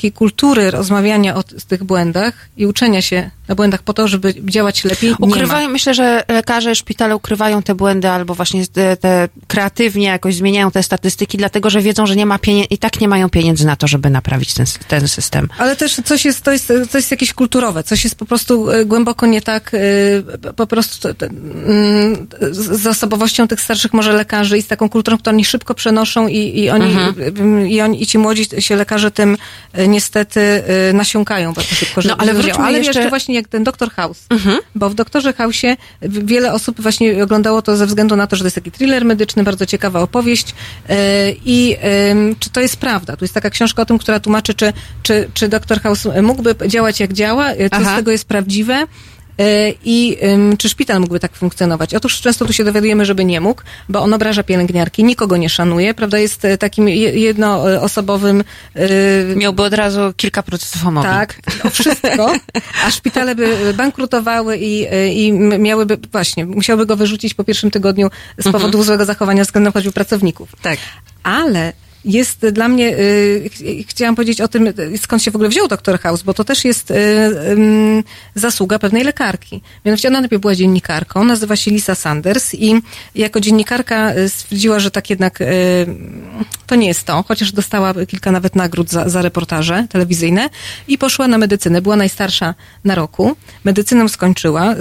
kultury rozmawiania o tych błędach i uczenia się na błędach po to, żeby działać lepiej, ukrywają, myślę, że lekarze, szpitale ukrywają te błędy albo właśnie te kreatywnie jakoś zmieniają te statystyki, dlatego, że wiedzą, że nie ma i tak nie mają pieniędzy na to, żeby naprawić ten system. Ale też to jest jakieś kulturowe, coś jest po prostu głęboko nie tak, po prostu z osobowością tych starszych może lekarzy i z taką kulturą, którą oni szybko przenoszą i ci młodzi się lekarze tym niestety nasiąkają bardzo szybko. Ale wróćmy ale jeszcze właśnie jak ten Dr. House, bo w Doktorze House'ie wiele osób właśnie oglądało to ze względu na to, że to jest taki thriller medyczny, bardzo ciekawa opowieść i czy to jest prawda? Tu jest taka książka o tym, która tłumaczy, czy Dr. House mógłby działać jak działa, co z tego jest prawdziwe. I czy szpital mógłby tak funkcjonować? Otóż często tu się dowiadujemy, żeby nie mógł, bo on obraża pielęgniarki, nikogo nie szanuje, prawda? Jest takim jednoosobowym... Miałby od razu kilka procesów o mobbing. Tak, wszystko, a szpitale by bankrutowały i miałyby, właśnie, musiałyby go wyrzucić po pierwszym tygodniu z powodu złego zachowania względem choćby pracowników. Tak. Ale jest dla mnie, chciałam powiedzieć o tym, skąd się w ogóle wziął Dr. House, bo to też jest zasługa pewnej lekarki. Mianowicie ona najpierw była dziennikarką, nazywa się Lisa Sanders i jako dziennikarka stwierdziła, że tak jednak to nie jest to, chociaż dostała kilka nawet nagród za reportaże telewizyjne i poszła na medycynę. Była najstarsza na roku. Medycynę skończyła.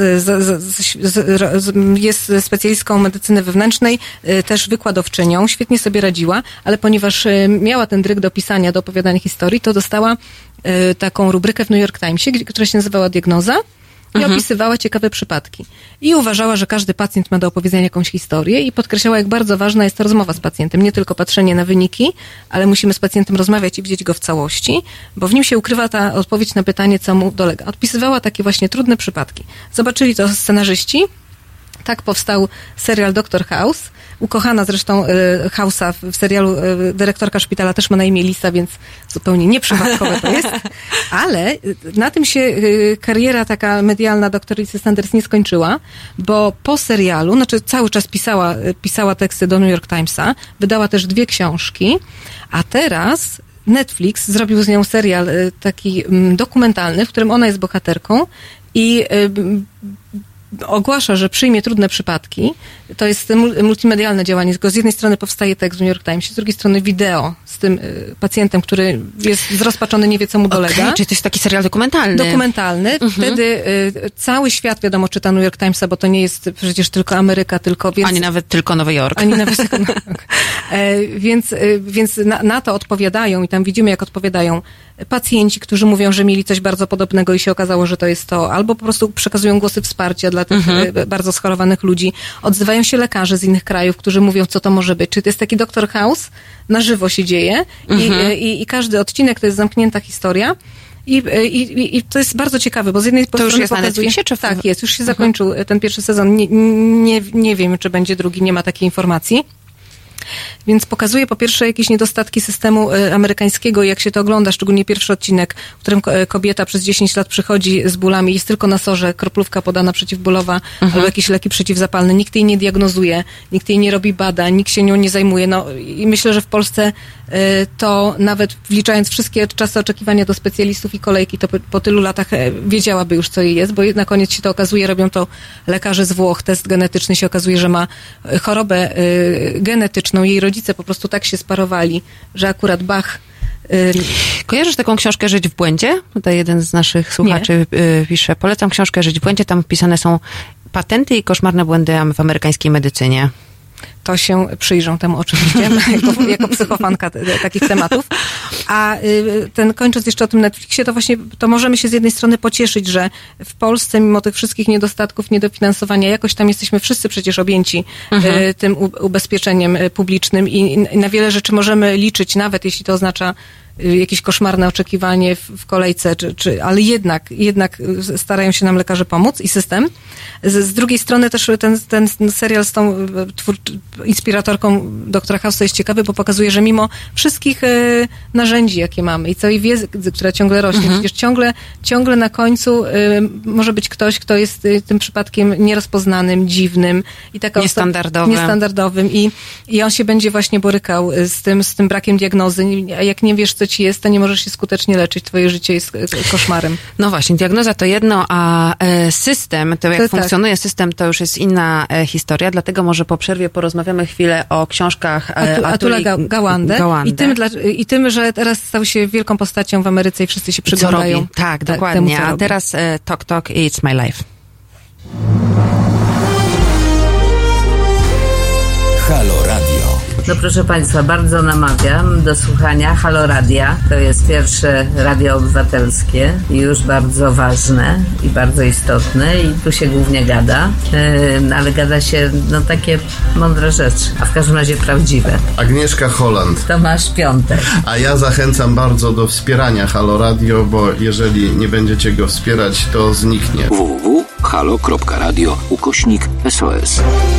Jest specjalistką medycyny wewnętrznej, też wykładowczynią. Świetnie sobie radziła, ale ponieważ miała ten dryg do pisania, do opowiadania historii, to dostała taką rubrykę w New York Timesie, która się nazywała Diagnoza i opisywała ciekawe przypadki. I uważała, że każdy pacjent ma do opowiedzenia jakąś historię i podkreślała, jak bardzo ważna jest ta rozmowa z pacjentem. Nie tylko patrzenie na wyniki, ale musimy z pacjentem rozmawiać i widzieć go w całości, bo w nim się ukrywa ta odpowiedź na pytanie, co mu dolega. Odpisywała takie właśnie trudne przypadki. Zobaczyli to scenarzyści. Tak powstał serial Dr. House. Ukochana zresztą House'a w serialu dyrektorka szpitala też ma na imię Lisa, więc zupełnie nieprzypadkowe to jest. Ale na tym się kariera taka medialna dr Lisy Sanders nie skończyła, bo po serialu, znaczy cały czas pisała teksty do New York Timesa, wydała też 2 książki, a teraz Netflix zrobił z nią serial taki dokumentalny, w którym ona jest bohaterką i ogłasza, że przyjmie trudne przypadki. To jest multimedialne działanie, tylko z jednej strony powstaje tekst w New York Timesie, z drugiej strony wideo z tym pacjentem, który jest zrozpaczony, nie wie, co mu dolega. Okay, czyli to jest taki serial dokumentalny. Dokumentalny. Wtedy cały świat, wiadomo, czyta New York Timesa, bo to nie jest przecież tylko Ameryka, tylko... Więc, ani nawet tylko Nowy Jork. Ani nawet tylko Nowy Jork. Więc na to odpowiadają i tam widzimy, jak odpowiadają pacjenci, którzy mówią, że mieli coś bardzo podobnego i się okazało, że to jest to, albo po prostu przekazują głosy wsparcia dla tych bardzo schorowanych ludzi. Odzywają się lekarze z innych krajów, którzy mówią, co to może być. Czyli to jest taki Dr. House, na żywo się dzieje i każdy odcinek to jest zamknięta historia. I to jest bardzo ciekawe, bo z jednej strony to już jest na Netflixie, czy tak, jest, już się zakończył ten pierwszy sezon. Nie wiem, czy będzie drugi, nie ma takiej informacji. Więc pokazuje po pierwsze jakieś niedostatki systemu amerykańskiego, jak się to ogląda, szczególnie pierwszy odcinek, w którym kobieta przez 10 lat przychodzi z bólami, jest tylko na sorze, kroplówka podana przeciwbólowa albo jakieś leki przeciwzapalne. Nikt jej nie diagnozuje, nikt jej nie robi badań, nikt się nią nie zajmuje. No i myślę, że w Polsce to nawet wliczając wszystkie czasy oczekiwania do specjalistów i kolejki, to po tylu latach wiedziałaby już, co jej jest, bo na koniec się to okazuje, robią to lekarze z Włoch, test genetyczny się okazuje, że ma chorobę genetyczną. Jej rodzice po prostu tak się sparowali, że akurat Bach... Kojarzysz taką książkę Żyć w błędzie? Tutaj jeden z naszych słuchaczy pisze, polecam książkę Żyć w błędzie, tam wpisane są patenty i koszmarne błędy w amerykańskiej medycynie. To się przyjrzą temu oczywiście, jako psychofanka takich tematów. A kończąc jeszcze o tym Netflixie, to właśnie to możemy się z jednej strony pocieszyć, że w Polsce mimo tych wszystkich niedostatków, niedofinansowania, jakoś tam jesteśmy wszyscy przecież objęci tym ubezpieczeniem publicznym i na wiele rzeczy możemy liczyć, nawet jeśli to oznacza jakieś koszmarne oczekiwanie w kolejce, ale jednak starają się nam lekarze pomóc i system. Z drugiej strony też ten serial z tą inspiratorką Dr. House jest ciekawy, bo pokazuje, że mimo wszystkich narzędzi, jakie mamy i całej wiedzy, która ciągle rośnie, przecież ciągle na końcu może być ktoś, kto jest tym przypadkiem nierozpoznanym, dziwnym i taka niestandardowym i on się będzie właśnie borykał z tym brakiem diagnozy. A jak nie wiesz, co co ci jest, to nie możesz się skutecznie leczyć. Twoje życie jest koszmarem. No właśnie, diagnoza to jedno, a system, to jak To funkcjonuje system, to już jest inna historia, dlatego może po przerwie porozmawiamy chwilę o książkach Atula Gawande. I tym, że teraz stał się wielką postacią w Ameryce i wszyscy się przyglądają. Tak, dokładnie. Temu, a teraz Tok Tok i It's My Life. Halo Radio. No proszę Państwa, bardzo namawiam do słuchania Halo Radia. To jest pierwsze radio obywatelskie i już bardzo ważne i bardzo istotne i tu się głównie gada, ale gada się takie mądre rzeczy, a w każdym razie prawdziwe. Agnieszka Holland. Tomasz Piątek. A ja zachęcam bardzo do wspierania Halo Radio, bo jeżeli nie będziecie go wspierać, to zniknie. www.halo.radio/SOS.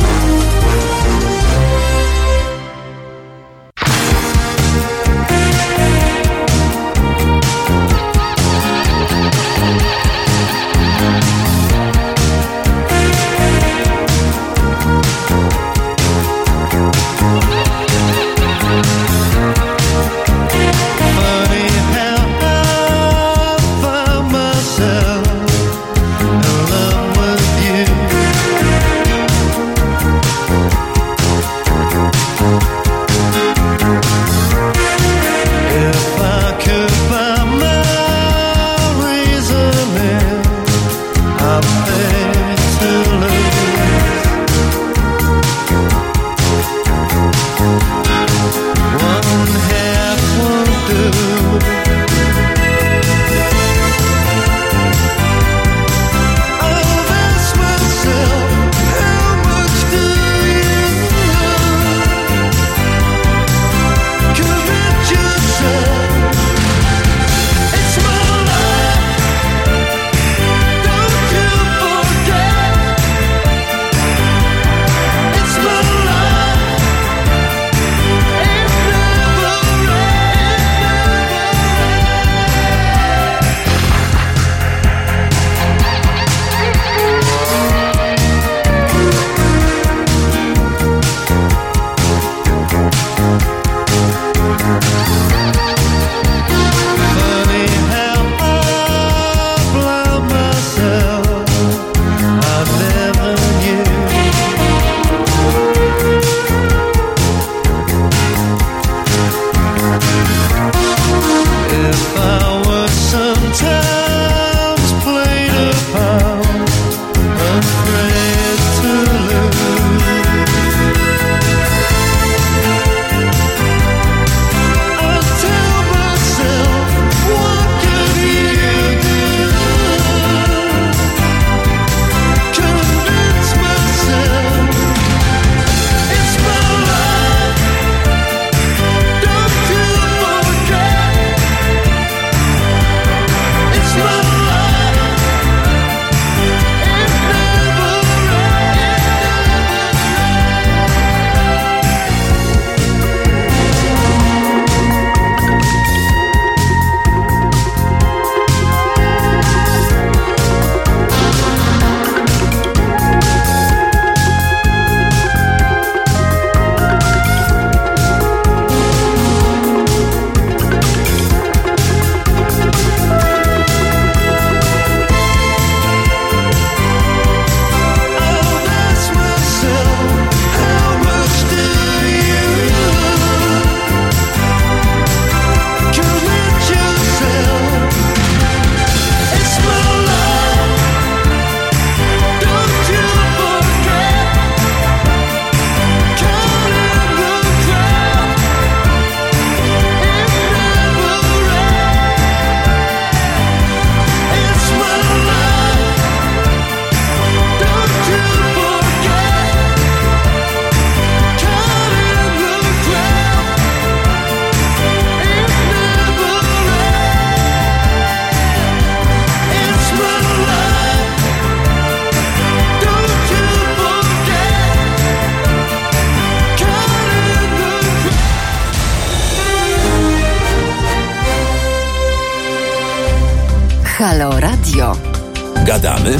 Halo Radio. Gadamy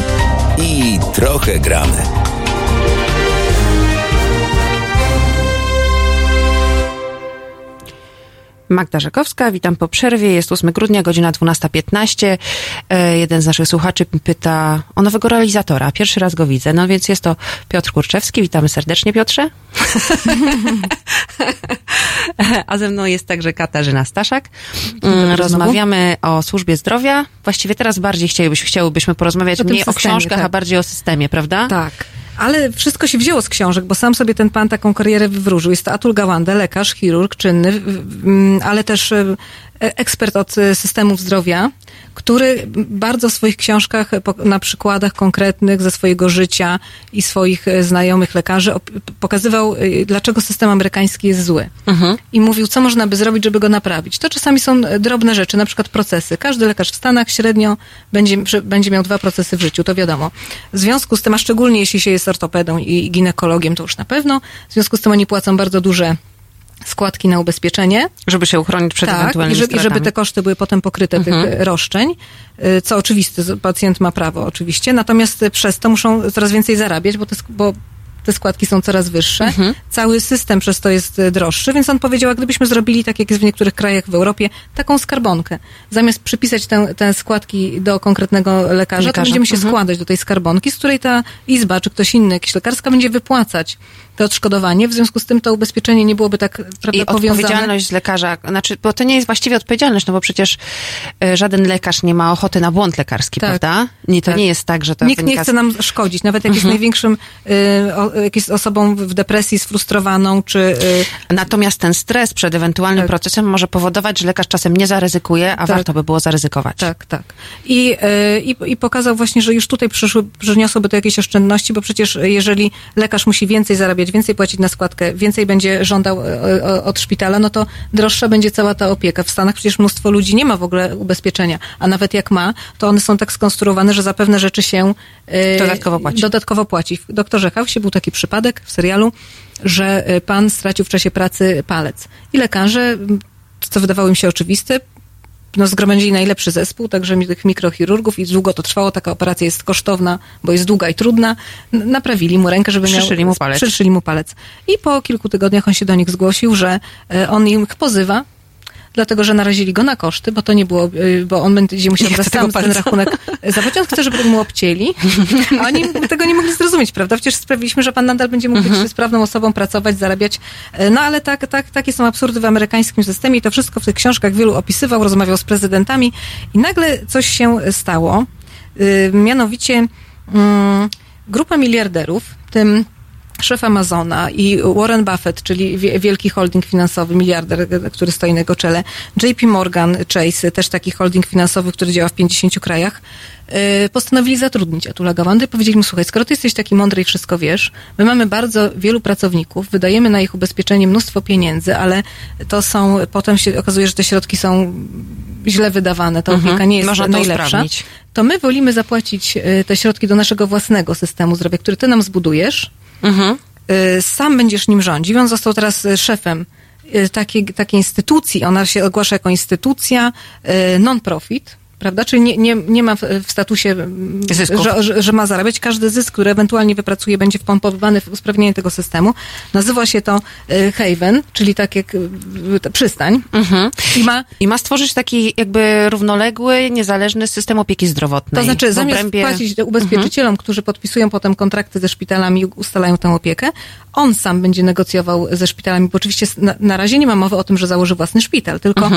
i trochę gramy. Magda Rzekowska, witam po przerwie. Jest 8 grudnia, godzina 12:15. Jeden z naszych słuchaczy pyta o nowego realizatora. Pierwszy raz go widzę. No więc jest to Piotr Kurczewski. Witamy serdecznie, Piotrze. A ze mną jest także Katarzyna Staszak. Rozmawiamy o służbie zdrowia. Właściwie teraz bardziej chciałybyśmy porozmawiać mniej o książkach, a bardziej o systemie, prawda? Tak. Ale wszystko się wzięło z książek, bo sam sobie ten pan taką karierę wywróżył. Jest to Atul Gawande, lekarz, chirurg czynny, ale też ekspert od systemów zdrowia, który bardzo w swoich książkach na przykładach konkretnych ze swojego życia i swoich znajomych lekarzy pokazywał, dlaczego system amerykański jest zły. I mówił, co można by zrobić, żeby go naprawić. To czasami są drobne rzeczy, na przykład procesy. Każdy lekarz w Stanach średnio będzie miał 2 procesy w życiu, to wiadomo. W związku z tym, a szczególnie jeśli się jest ortopedą i ginekologiem, to już na pewno. W związku z tym oni płacą bardzo duże składki na ubezpieczenie. Żeby się uchronić przed ewentualnymi stratami. I żeby te koszty były potem pokryte tych roszczeń, co oczywiste, pacjent ma prawo oczywiście, natomiast przez to muszą coraz więcej zarabiać, bo te składki są coraz wyższe. Cały system przez to jest droższy, więc on powiedział, a gdybyśmy zrobili, tak jak jest w niektórych krajach w Europie, taką skarbonkę. Zamiast przypisać te składki do konkretnego lekarza, to będziemy się składać do tej skarbonki, z której ta izba, czy ktoś inny, jakiś lekarska, będzie wypłacać to odszkodowanie. W związku z tym to ubezpieczenie nie byłoby tak powiązane. Odpowiedzialność z lekarza, bo to nie jest właściwie odpowiedzialność, no bo przecież żaden lekarz nie ma ochoty na błąd lekarski, prawda? To nie jest tak, że to nikt nie chce nam szkodzić, nawet jak jest największym jakąś osobą w depresji sfrustrowaną, czy... Natomiast ten stres przed ewentualnym procesem może powodować, że lekarz czasem nie zaryzykuje, a warto by było zaryzykować. Tak. I pokazał właśnie, że już tutaj przyniosłoby to jakieś oszczędności, bo przecież jeżeli lekarz musi więcej zarabiać, więcej płacić na składkę, więcej będzie żądał od szpitala, no to droższa będzie cała ta opieka. W Stanach przecież mnóstwo ludzi nie ma w ogóle ubezpieczenia, a nawet jak ma, to one są tak skonstruowane, że za pewne rzeczy się dodatkowo płaci. W Doktorze House'ie był taki przypadek w serialu, że pan stracił w czasie pracy palec. I lekarze, co wydawało im się oczywiste, zgromadzili najlepszy zespół, także tych mikrochirurgów i długo to trwało. Taka operacja jest kosztowna, bo jest długa i trudna. Naprawili mu rękę, żeby przyszyli mu palec. I po kilku tygodniach on się do nich zgłosił, że on im pozywa, dlatego, że narazili go na koszty, bo to nie było, bo on będzie musiał sam ten rachunek zapłacić. On chce, żeby mu obcięli, a oni tego nie mogli zrozumieć, prawda? Przecież sprawiliśmy, że pan nadal będzie mógł być sprawną osobą, pracować, zarabiać. No ale takie są absurdy w amerykańskim systemie i to wszystko w tych książkach wielu opisywał, rozmawiał z prezydentami i nagle coś się stało. Mianowicie grupa miliarderów, w tym szef Amazona i Warren Buffett, czyli wielki holding finansowy, miliarder, który stoi na jego czele, JP Morgan Chase, też taki holding finansowy, który działa w 50 krajach, postanowili zatrudnić Atula Gawande i powiedzieli mu, słuchaj, skoro ty jesteś taki mądry i wszystko wiesz, my mamy bardzo wielu pracowników, wydajemy na ich ubezpieczenie mnóstwo pieniędzy, ale to są, potem się okazuje, że te środki są źle wydawane, ta opieka nie jest najlepsza. To my wolimy zapłacić te środki do naszego własnego systemu zdrowia, który ty nam zbudujesz, sam będziesz nim rządził. On został teraz szefem takiej instytucji. Ona się ogłasza jako instytucja non-profit, prawda? Czyli nie ma w statusie, że ma zarabiać. Każdy zysk, który ewentualnie wypracuje, będzie wpompowany w usprawnienie tego systemu. Nazywa się to Haven, czyli tak jak przystań. I ma stworzyć taki jakby równoległy, niezależny system opieki zdrowotnej. To znaczy, zamiast płacić ubezpieczycielom, którzy podpisują potem kontrakty ze szpitalami i ustalają tę opiekę, on sam będzie negocjował ze szpitalami, bo oczywiście na razie nie ma mowy o tym, że założy własny szpital, tylko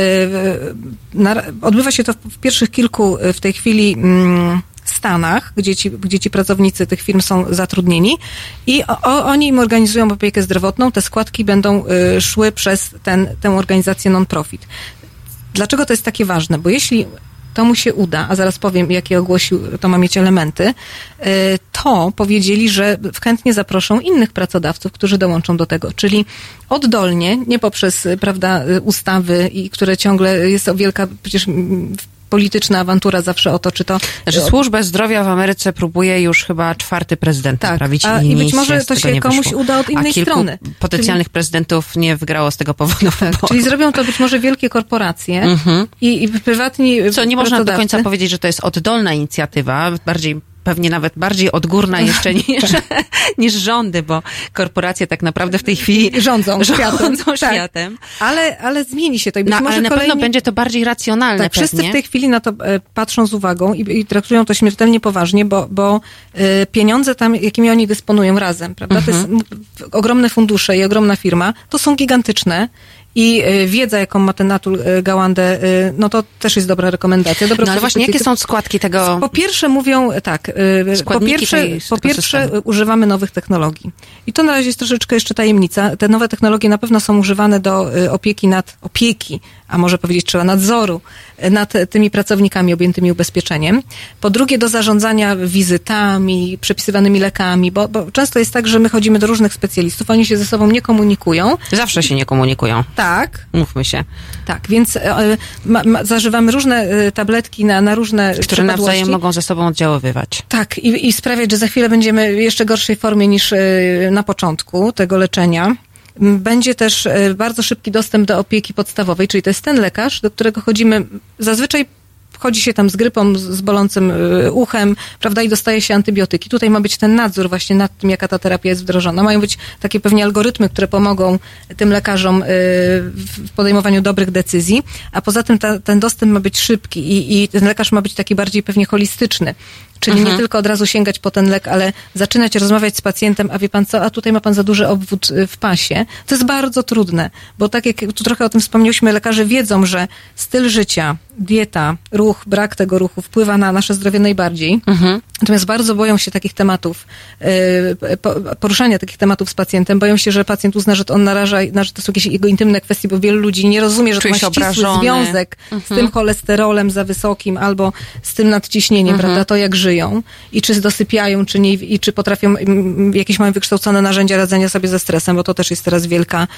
odbywa się to w pierwszych kilku w tej chwili Stanach, gdzie ci pracownicy tych firm są zatrudnieni i oni im organizują opiekę zdrowotną, te składki będą szły przez tę organizację non-profit. Dlaczego to jest takie ważne? Bo jeśli to mu się uda, a zaraz powiem, jakie ogłosił, to ma mieć elementy, to powiedzieli, że chętnie zaproszą innych pracodawców, którzy dołączą do tego. Czyli oddolnie, nie poprzez, prawda, ustawy, i które ciągle jest wielka, przecież polityczna awantura zawsze o to, czy to... Znaczy służbę zdrowia w Ameryce próbuje już chyba 4. prezydent naprawić. I być może to się komuś uda od innej strony. Potencjalnych prezydentów nie wygrało z tego powodu. Czyli zrobią to być może wielkie korporacje i prywatni co nie można do końca powiedzieć, że to jest oddolna inicjatywa, bardziej pewnie nawet bardziej odgórna jeszcze niż rządy, bo korporacje tak naprawdę w tej chwili rządzą światem. Ale zmieni się to i być może ale na pewno będzie to bardziej racjonalne. Tak, wszyscy w tej chwili na to patrzą z uwagą i traktują to śmiertelnie poważnie, bo pieniądze tam, jakimi oni dysponują razem, prawda? To jest ogromne fundusze i ogromna firma, to są gigantyczne. I wiedza, jaką ma ten Atul Gawande, no to też jest dobra rekomendacja. Ale właśnie jakie są składki tego? Po pierwsze mówią tak, po pierwsze używamy nowych technologii. I to na razie jest troszeczkę jeszcze tajemnica. Te nowe technologie na pewno są używane do opieki, a może powiedzieć trzeba nadzoru nad tymi pracownikami objętymi ubezpieczeniem. Po drugie do zarządzania wizytami, przepisywanymi lekami, bo często jest tak, że my chodzimy do różnych specjalistów, oni się ze sobą nie komunikują. Zawsze się nie komunikują. Tak. Mówmy się. Tak, więc zażywamy różne tabletki na różne które nawzajem mogą ze sobą oddziaływać. Tak, i sprawiać, że za chwilę będziemy w jeszcze gorszej formie niż na początku tego leczenia. Będzie też bardzo szybki dostęp do opieki podstawowej, czyli to jest ten lekarz, do którego chodzimy zazwyczaj. Chodzi się tam z grypą, z bolącym uchem, prawda, i dostaje się antybiotyki. Tutaj ma być ten nadzór właśnie nad tym, jaka ta terapia jest wdrożona. Mają być takie pewnie algorytmy, które pomogą tym lekarzom w podejmowaniu dobrych decyzji, a poza tym ten dostęp ma być szybki i ten lekarz ma być taki bardziej pewnie holistyczny. Czyli nie tylko od razu sięgać po ten lek, ale zaczynać rozmawiać z pacjentem, a wie pan co, a tutaj ma pan za duży obwód w pasie. To jest bardzo trudne, bo tak jak tu trochę o tym wspomnieliśmy, lekarze wiedzą, że styl życia, dieta, ruch, brak tego ruchu wpływa na nasze zdrowie najbardziej. Natomiast bardzo boją się takich tematów, poruszania takich tematów z pacjentem. Boją się, że pacjent uzna, że on naraża, że to są jakieś jego intymne kwestie, bo wielu ludzi nie rozumie, że to ma ścisły związek z tym cholesterolem za wysokim albo z tym nadciśnieniem, prawda, to jak żyją i czy dosypiają, czy nie, i czy potrafią, jakieś mają wykształcone narzędzia radzenia sobie ze stresem, bo to też jest teraz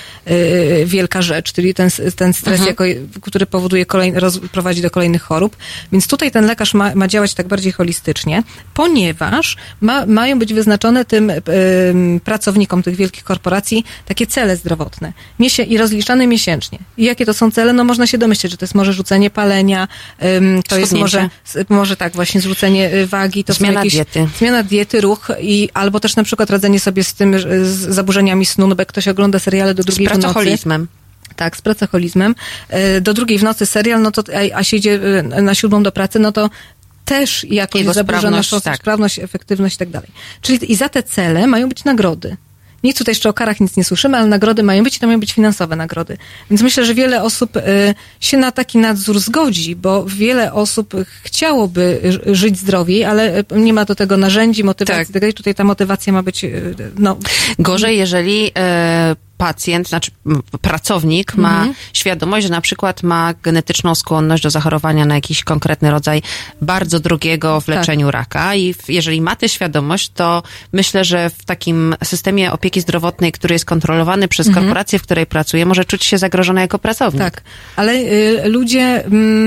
wielka rzecz, czyli ten stres, który powoduje prowadzi do kolejnych chorób. Więc tutaj ten lekarz ma działać tak bardziej holistycznie, ponieważ mają być wyznaczone tym pracownikom tych wielkich korporacji takie cele zdrowotne i rozliczane miesięcznie. I jakie to są cele? No można się domyśleć, że to jest może rzucenie palenia, to jest może tak właśnie zrzucenie wagi, to zmiana diety. Zmiana diety, ruch albo też na przykład radzenie sobie z tym z zaburzeniami snu, no bo jak ktoś ogląda seriale do drugiej w nocy. Z pracoholizmem. Tak, z pracoholizmem. Do drugiej w nocy serial, no to a się idzie na 7 do pracy, no to też jakoś zaburzona sprawność, efektywność i tak dalej. Czyli i za te cele mają być nagrody. Nic tutaj jeszcze o karach nic nie słyszymy, ale nagrody mają być i to mają być finansowe nagrody. Więc myślę, że wiele osób się na taki nadzór zgodzi, bo wiele osób chciałoby żyć zdrowiej, ale nie ma do tego narzędzi, motywacji. Tak. Tutaj ta motywacja ma być... Gorzej, jeżeli... pacjent, znaczy pracownik ma świadomość, że na przykład ma genetyczną skłonność do zachorowania na jakiś konkretny rodzaj bardzo drogiego w leczeniu raka i jeżeli ma tę świadomość, to myślę, że w takim systemie opieki zdrowotnej, który jest kontrolowany przez korporację, w której pracuje, może czuć się zagrożony jako pracownik. Tak, ale ludzie...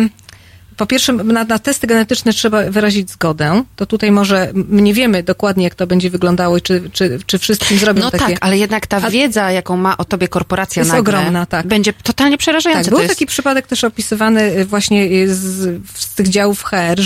Po pierwsze, na testy genetyczne trzeba wyrazić zgodę. To tutaj może nie wiemy dokładnie, jak to będzie wyglądało i czy wszystkim zrobią takie... No tak, ale jednak ta wiedza, jaką ma o tobie korporacja jest nagle, ogromna, tak. Będzie totalnie przerażająca. Tak, był taki przypadek też opisywany właśnie z tych działów HR,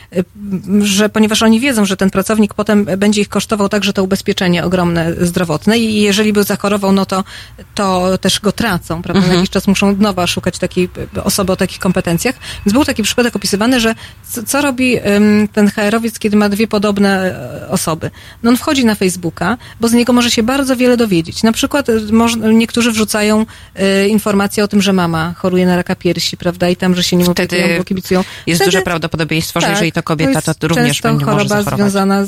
że ponieważ oni wiedzą, że ten pracownik potem będzie ich kosztował także to ubezpieczenie ogromne zdrowotne i jeżeli by zachorował, no to też go tracą, prawda? Na jakiś czas muszą od nowa szukać takiej osoby o takich kompetencjach. Więc był taki przypadek opisywany, że co robi ten HR-owiec, kiedy ma dwie podobne osoby? No on wchodzi na Facebooka, bo z niego może się bardzo wiele dowiedzieć. Na przykład niektórzy wrzucają informacje o tym, że mama choruje na raka piersi, prawda? I tam, że się nim opiekują, bo kibicują. Jest duże prawdopodobieństwo, że jeżeli to kobieta, to również będzie może zachorować. Choroba związana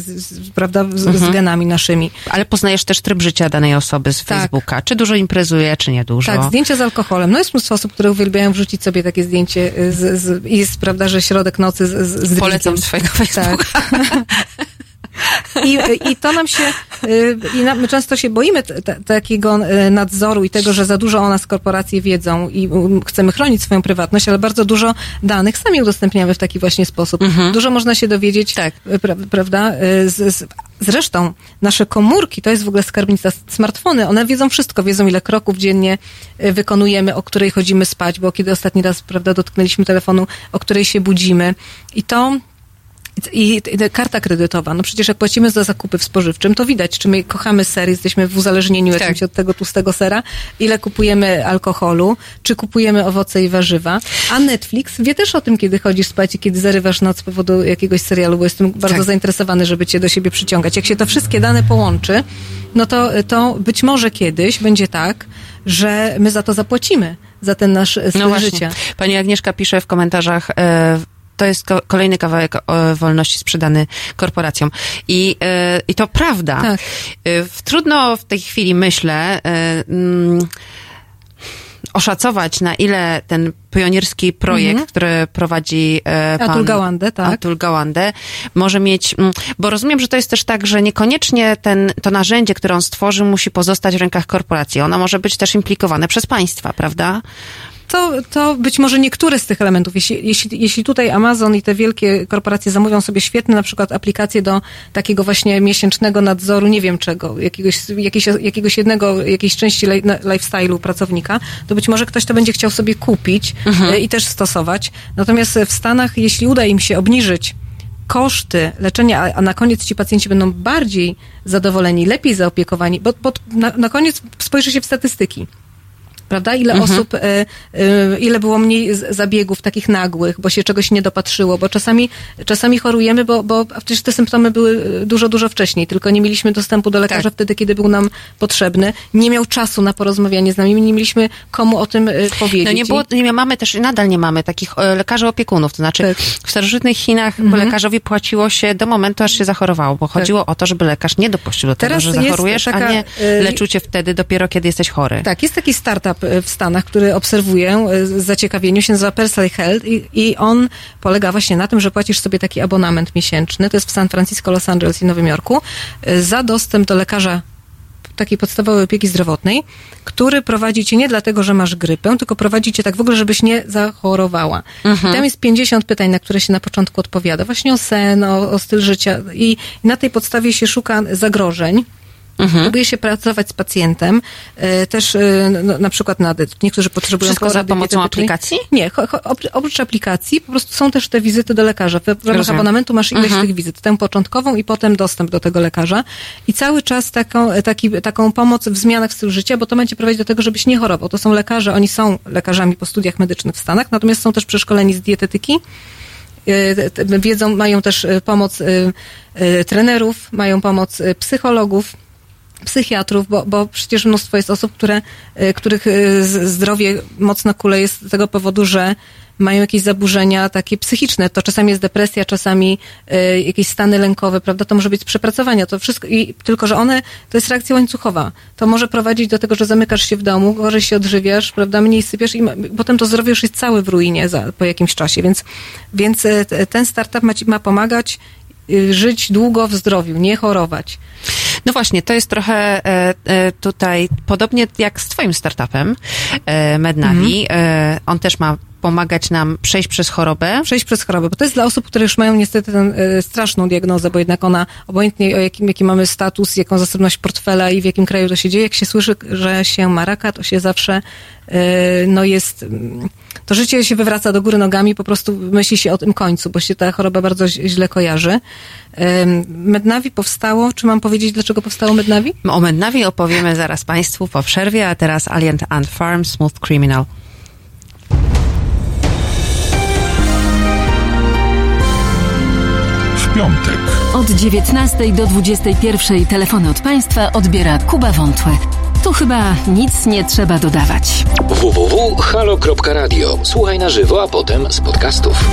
z genami naszymi. Ale poznajesz też tryb życia danej osoby z Facebooka. Czy dużo imprezuje, czy nie dużo. Tak, zdjęcia z alkoholem. No jest mnóstwo osób, które uwielbiają wrzucić sobie takie zdjęcie i jest, prawda, że środek nocy z polecam swojego Facebooka. Tak. I to nam się, my często się boimy takiego nadzoru i tego, że za dużo o nas korporacje wiedzą i chcemy chronić swoją prywatność, ale bardzo dużo danych sami udostępniamy w taki właśnie sposób. Dużo można się dowiedzieć, prawda, Zresztą nasze komórki, to jest w ogóle skarbnica, smartfony, one wiedzą wszystko, wiedzą ile kroków dziennie wykonujemy, o której chodzimy spać, bo kiedy ostatni raz, prawda, dotknęliśmy telefonu, o której się budzimy. I to I karta kredytowa, no przecież jak płacimy za zakupy w spożywczym, to widać, czy my kochamy ser, jesteśmy w uzależnieniu jakimś od tego tłustego sera, ile kupujemy alkoholu, czy kupujemy owoce i warzywa. A Netflix wie też o tym, kiedy chodzisz spać i kiedy zarywasz noc z powodu jakiegoś serialu, bo jestem bardzo zainteresowany, żeby cię do siebie przyciągać. Jak się to wszystkie dane połączy, no to być może kiedyś będzie tak, że my za to zapłacimy, za ten nasz styl życia. Pani Agnieszka pisze w komentarzach, to jest kolejny kawałek wolności sprzedany korporacjom. I to prawda. Tak. Trudno w tej chwili, myślę, oszacować, na ile ten pionierski projekt, który prowadzi pan Atul Gawande, może mieć, bo rozumiem, że to jest też tak, że niekoniecznie to narzędzie, które on stworzył, musi pozostać w rękach korporacji. Ono może być też implikowane przez państwa, prawda? To być może niektóre z tych elementów. Jeśli tutaj Amazon i te wielkie korporacje zamówią sobie świetne na przykład aplikacje do takiego właśnie miesięcznego nadzoru, nie wiem czego, jakiejś części lifestyle'u pracownika, to być może ktoś to będzie chciał sobie kupić i też stosować. Natomiast w Stanach, jeśli uda im się obniżyć koszty leczenia, a na koniec ci pacjenci będą bardziej zadowoleni, lepiej zaopiekowani, bo na koniec spojrzy się w statystyki. Prawda? Ile osób, ile było mniej zabiegów takich nagłych, bo się czegoś nie dopatrzyło, bo czasami chorujemy, bo przecież te symptomy były dużo wcześniej, tylko nie mieliśmy dostępu do lekarza wtedy, kiedy był nam potrzebny. Nie miał czasu na porozmawianie z nami, nie mieliśmy komu o tym powiedzieć. No mamy też, nadal nie mamy takich lekarzy opiekunów, to znaczy w starożytnych Chinach lekarzowi płaciło się do momentu, aż się zachorowało, bo chodziło o to, żeby lekarz nie dopuścił do tego, że zachorujesz, a nie leczył cię wtedy dopiero, kiedy jesteś chory. Tak, jest taki startup w Stanach, który obserwuję z zaciekawieniem, się nazywa Personal Health i on polega właśnie na tym, że płacisz sobie taki abonament miesięczny, to jest w San Francisco, Los Angeles i Nowym Jorku, za dostęp do lekarza takiej podstawowej opieki zdrowotnej, który prowadzi cię nie dlatego, że masz grypę, tylko prowadzi cię tak w ogóle, żebyś nie zachorowała. I tam jest 50 pytań, na które się na początku odpowiada, właśnie o sen, o styl życia i na tej podstawie się szuka zagrożeń. Próbuje się pracować z pacjentem, też na przykład niektórzy potrzebują porady za pomocą aplikacji? Nie, oprócz aplikacji po prostu są też te wizyty do lekarza. W ramach abonamentu masz ileś tych wizyt, tę początkową i potem dostęp do tego lekarza i cały czas taką pomoc w zmianach stylu życia, bo to będzie prowadzić do tego, żebyś nie chorował. To są lekarze, oni są lekarzami po studiach medycznych w Stanach, natomiast są też przeszkoleni z dietetyki, mają też pomoc trenerów, mają pomoc psychologów, psychiatrów, bo przecież mnóstwo jest osób, których zdrowie mocno kuleje z tego powodu, że mają jakieś zaburzenia takie psychiczne. To czasami jest depresja, czasami jakieś stany lękowe, prawda? To może być przepracowania. To wszystko, tylko że to jest reakcja łańcuchowa. To może prowadzić do tego, że zamykasz się w domu, gorzej się odżywiasz, prawda? Mniej sypiasz i potem to zdrowie już jest całe w ruinie po jakimś czasie. Więc ten startup ma pomagać żyć długo w zdrowiu, nie chorować. No właśnie, to jest trochę tutaj podobnie jak z twoim startupem Mednavi. On też ma pomagać nam przejść przez chorobę. Bo to jest dla osób, które już mają niestety tę straszną diagnozę, bo jednak ona, obojętnie o jaki mamy status, jaką zasobność portfela i w jakim kraju to się dzieje, jak się słyszy, że się ma raka, to się zawsze to życie się wywraca do góry nogami, po prostu myśli się o tym końcu, bo się ta choroba bardzo źle kojarzy. Mednavi powstało, czy mam powiedzieć, dlaczego powstało Mednavi? O Mednavi opowiemy zaraz Państwu po przerwie, a teraz Alien Ant Farm, Smooth Criminal. W piątek. Od 19 do 21 telefony od Państwa odbiera Kuba Wątłe. Tu chyba nic nie trzeba dodawać. www.halo.radio. Słuchaj na żywo, a potem z podcastów.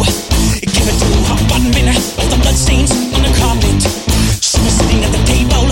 Stains on the carpet. She was sitting at the table.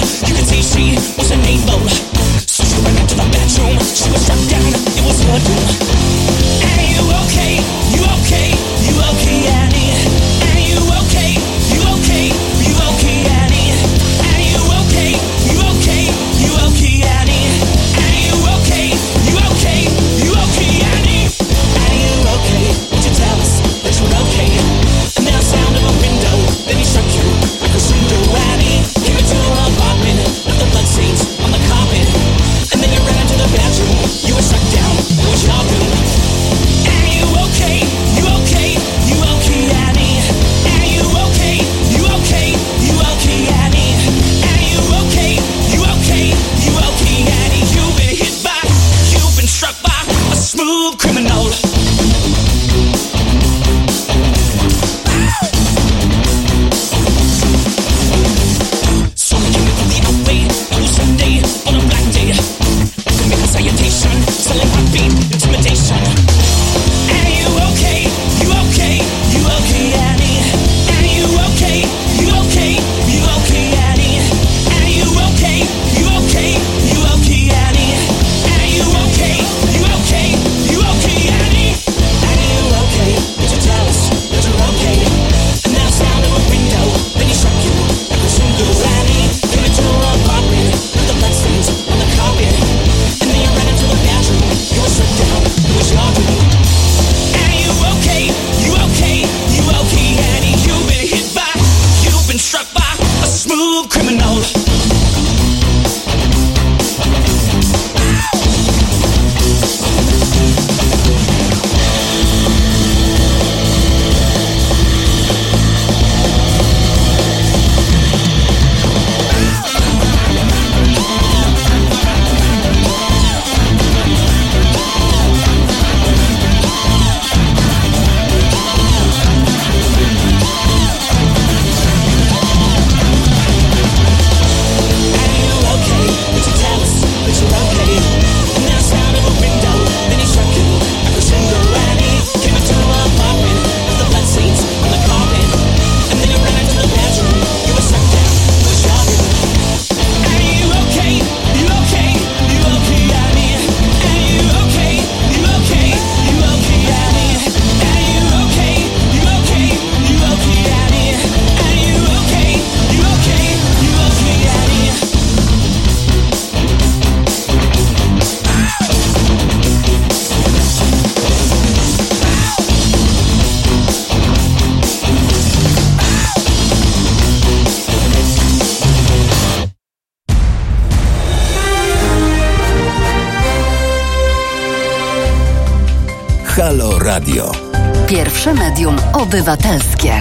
Halo Radio. Pierwsze medium obywatelskie.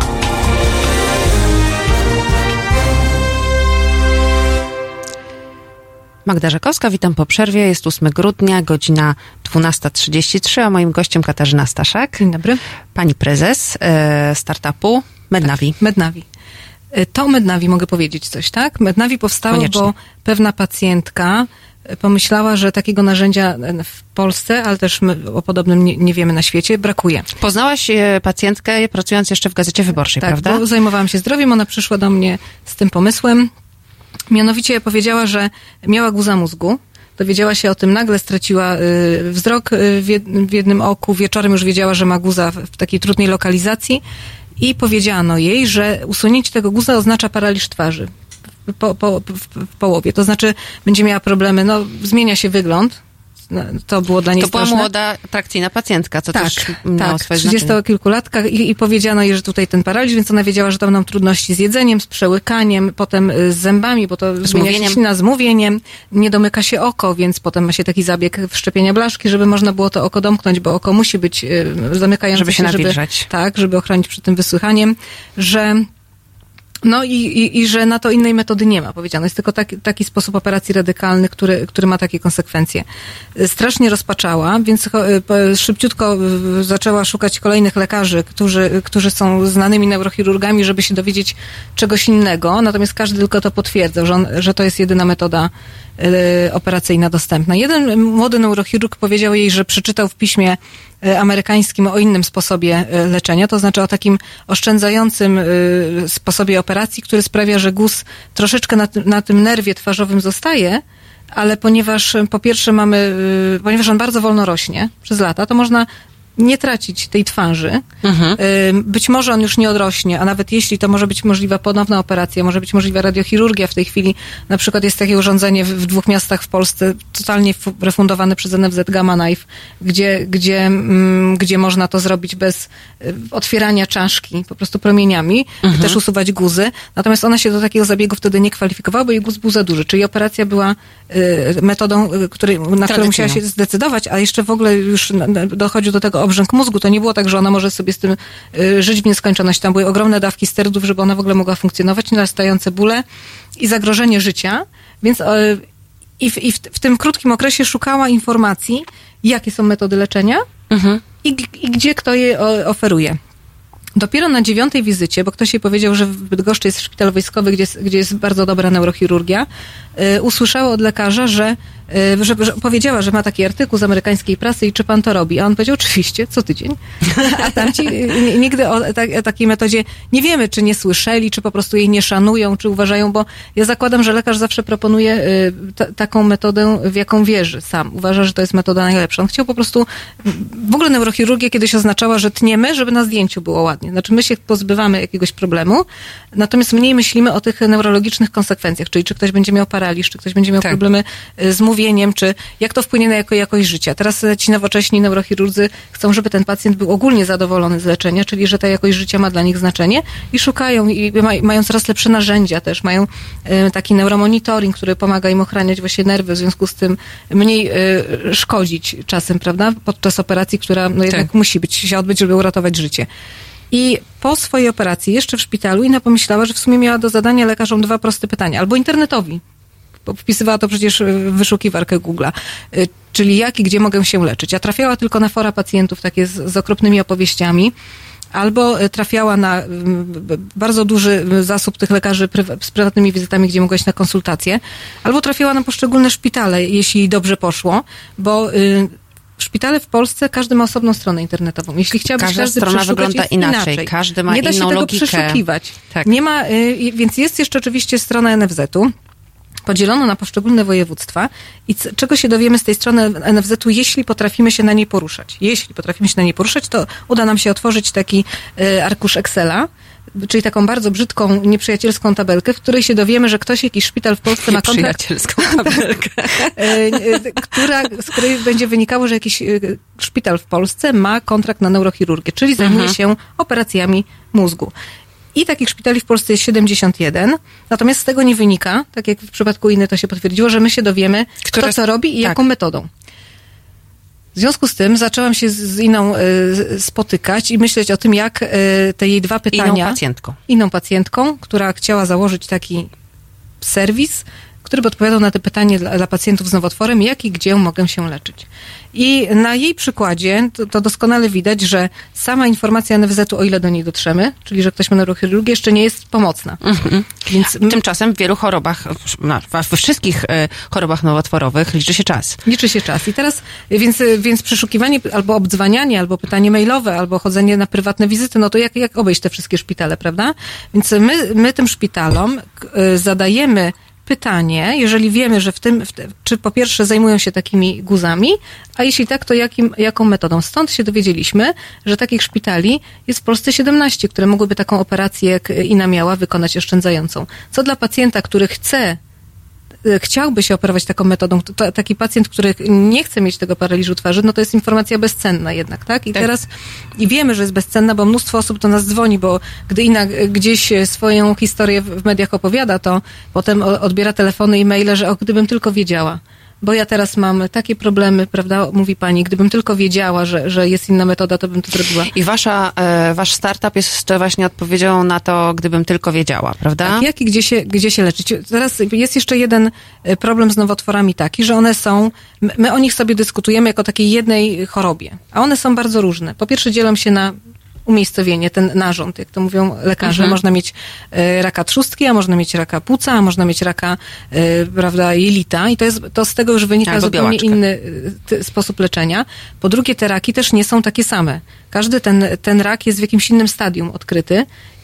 Magda Rzekowska, witam po przerwie. Jest 8 grudnia, godzina 12:33, a moim gościem Katarzyna Staszak. Dzień dobry. Pani prezes startupu Mednavi. Tak, Mednavi. To Mednavi mogę powiedzieć coś, tak? Mednavi powstało, Koniecznie. bo pewna pacjentka pomyślała, że takiego narzędzia w Polsce, ale też my o podobnym nie wiemy na świecie, brakuje. Poznałaś pacjentkę pracując jeszcze w Gazecie Wyborczej, Tak, prawda? bo zajmowałam się zdrowiem, ona przyszła do mnie z tym pomysłem. Mianowicie powiedziała, że miała guza mózgu. Dowiedziała się o tym nagle, straciła wzrok w jednym oku. Wieczorem już wiedziała, że ma guza w takiej trudnej lokalizacji i powiedziano jej, że usunięcie tego guza oznacza paraliż twarzy w połowie. To znaczy będzie miała problemy, zmienia się wygląd. To było dla niej To była straszne. młoda, atrakcyjna pacjentka, co też miało swoje 30-kilkulatka i powiedziano jej, że tutaj ten paraliż, więc ona wiedziała, że tam będą trudności z jedzeniem, z przełykaniem, potem z zębami, bo to zmienia się ślina, z mówieniem, nie domyka się oko, więc potem ma się taki zabieg wszczepienia blaszki, żeby można było to oko domknąć, bo oko musi być zamykające żeby się nawilżać. żeby ochronić przed tym wysłychaniem, że i że na to innej metody nie ma, powiedziano. Jest tylko taki sposób operacji radykalny, który ma takie konsekwencje. Strasznie rozpaczała, więc szybciutko zaczęła szukać kolejnych lekarzy, którzy są znanymi neurochirurgami, żeby się dowiedzieć czegoś innego. Natomiast każdy tylko to potwierdzał, że to jest jedyna metoda operacyjna dostępna. Jeden młody neurochirurg powiedział jej, że przeczytał w piśmie amerykańskim o innym sposobie leczenia, to znaczy o takim oszczędzającym sposobie operacji, który sprawia, że guz troszeczkę na tym nerwie twarzowym zostaje, ale ponieważ po pierwsze ponieważ on bardzo wolno rośnie przez lata, to można nie tracić tej twarzy. Być może on już nie odrośnie, a nawet jeśli, to może być możliwa ponowna operacja, może być możliwa radiochirurgia. W tej chwili na przykład jest takie urządzenie w 2 miastach w Polsce, totalnie refundowane przez NFZ Gamma Knife, gdzie można to zrobić bez otwierania czaszki, po prostu promieniami, też usuwać guzy. Natomiast ona się do takiego zabiegu wtedy nie kwalifikowała, bo jej guz był za duży. Czyli operacja była metodą, na którą musiała się zdecydować, a jeszcze w ogóle już dochodził do tego obrzęk mózgu. To nie było tak, że ona może sobie z tym żyć w nieskończoność. Tam były ogromne dawki sterydów, żeby ona w ogóle mogła funkcjonować, narastające bóle i zagrożenie życia. Więc w tym krótkim okresie szukała informacji, jakie są metody leczenia i gdzie kto je oferuje. Dopiero na 9. wizycie, bo ktoś jej powiedział, że w Bydgoszczy jest szpital wojskowy, gdzie jest bardzo dobra neurochirurgia, usłyszała od lekarza, że powiedziała, że ma taki artykuł z amerykańskiej prasy i czy pan to robi? A on powiedział, oczywiście, co tydzień. A tamci nigdy o takiej metodzie nie wiemy, czy nie słyszeli, czy po prostu jej nie szanują, czy uważają, bo ja zakładam, że lekarz zawsze proponuje taką metodę, w jaką wierzy sam. Uważa, że to jest metoda najlepsza. On chciał po prostu, w ogóle neurochirurgia kiedyś oznaczała, że tniemy, żeby na zdjęciu było ładnie. Znaczy my się pozbywamy jakiegoś problemu, natomiast mniej myślimy o tych neurologicznych konsekwencjach, czyli czy ktoś będzie miał paraliż, czy ktoś będzie miał problemy z mówieniem, czy jak to wpłynie na jakość życia. Teraz ci nowocześni neurochirurdzy chcą, żeby ten pacjent był ogólnie zadowolony z leczenia, czyli że ta jakość życia ma dla nich znaczenie i szukają, i mają coraz lepsze narzędzia też, mają taki neuromonitoring, który pomaga im ochraniać właśnie nerwy, w związku z tym mniej szkodzić czasem, prawda, podczas operacji, która jednak musi się odbyć, żeby uratować życie. I po swojej operacji, jeszcze w szpitalu, Ina pomyślała, że w sumie miała do zadania lekarzom 2 proste pytania, albo internetowi, bo wpisywała to przecież w wyszukiwarkę Google'a, czyli jak i gdzie mogę się leczyć. A trafiała tylko na fora pacjentów, takie z okropnymi opowieściami, albo trafiała na bardzo duży zasób tych lekarzy z prywatnymi wizytami, gdzie mogła iść na konsultacje, albo trafiała na poszczególne szpitale, jeśli dobrze poszło, bo szpitale w Polsce, każdy ma osobną stronę internetową. Jeśli chciałbyś każda każdy strona wygląda inaczej. Każdy ma nie da się inną tego logikę. przeszukiwać. Tak. Nie ma, więc jest jeszcze oczywiście strona NFZ-u, podzielono na poszczególne województwa i czego się dowiemy z tej strony NFZ-u, jeśli potrafimy się na niej poruszać. Jeśli potrafimy się na niej poruszać, to uda nam się otworzyć taki arkusz Excela, czyli taką bardzo brzydką, nieprzyjacielską tabelkę, w której się dowiemy, że jakiś szpital w Polsce ma kontrakt... Nieprzyjacielską tabelkę. z której będzie wynikało, że jakiś szpital w Polsce ma kontrakt na neurochirurgię, czyli zajmuje się operacjami mózgu. I takich szpitali w Polsce jest 71, natomiast z tego nie wynika, tak jak w przypadku Iny to się potwierdziło, że my się dowiemy, kto co robi i jaką metodą. W związku z tym zaczęłam się z Iną spotykać i myśleć o tym, jak te jej dwa pytania... Inną pacjentką, która chciała założyć taki serwis, który by odpowiadał na te pytanie dla pacjentów z nowotworem, jak i gdzie mogę się leczyć. I na jej przykładzie to doskonale widać, że sama informacja NFZ-u, o ile do niej dotrzemy, czyli że ktoś ma neurochirurgię, jeszcze nie jest pomocna. Więc tymczasem w wielu chorobach, we wszystkich chorobach nowotworowych liczy się czas. Liczy się czas. I teraz, więc przeszukiwanie albo obdzwanianie, albo pytanie mailowe, albo chodzenie na prywatne wizyty, no to jak obejść te wszystkie szpitale, prawda? Więc my tym szpitalom zadajemy pytanie, jeżeli wiemy, że czy po pierwsze zajmują się takimi guzami, a jeśli tak, to jaką metodą? Stąd się dowiedzieliśmy, że takich szpitali jest w Polsce 17, które mogłyby taką operację, jak Ina miała, wykonać oszczędzającą. Co dla pacjenta, który chciałby się operować taką metodą, taki pacjent, który nie chce mieć tego paraliżu twarzy, no to jest informacja bezcenna jednak, tak? I teraz wiemy, że jest bezcenna, bo mnóstwo osób do nas dzwoni, bo gdy Ina gdzieś swoją historię w mediach opowiada, to potem odbiera telefony i maile, że gdybym tylko wiedziała. Bo ja teraz mam takie problemy, prawda, mówi pani, gdybym tylko wiedziała, że jest inna metoda, to bym to zrobiła. I wasz startup jest właśnie odpowiedzią na to, gdybym tylko wiedziała, prawda? Tak, jak i gdzie się leczyć. Teraz jest jeszcze jeden problem z nowotworami taki, że one są, my o nich sobie dyskutujemy jako takiej jednej chorobie, a one są bardzo różne. Po pierwsze dzielą się na umiejscowienie, ten narząd, jak to mówią lekarze. Można mieć raka trzustki, a można mieć raka płuca, a można mieć raka, prawda, jelita i to z tego już wynika zupełnie inny sposób leczenia. Po drugie, te raki też nie są takie same. Każdy ten rak jest w jakimś innym stadium odkryty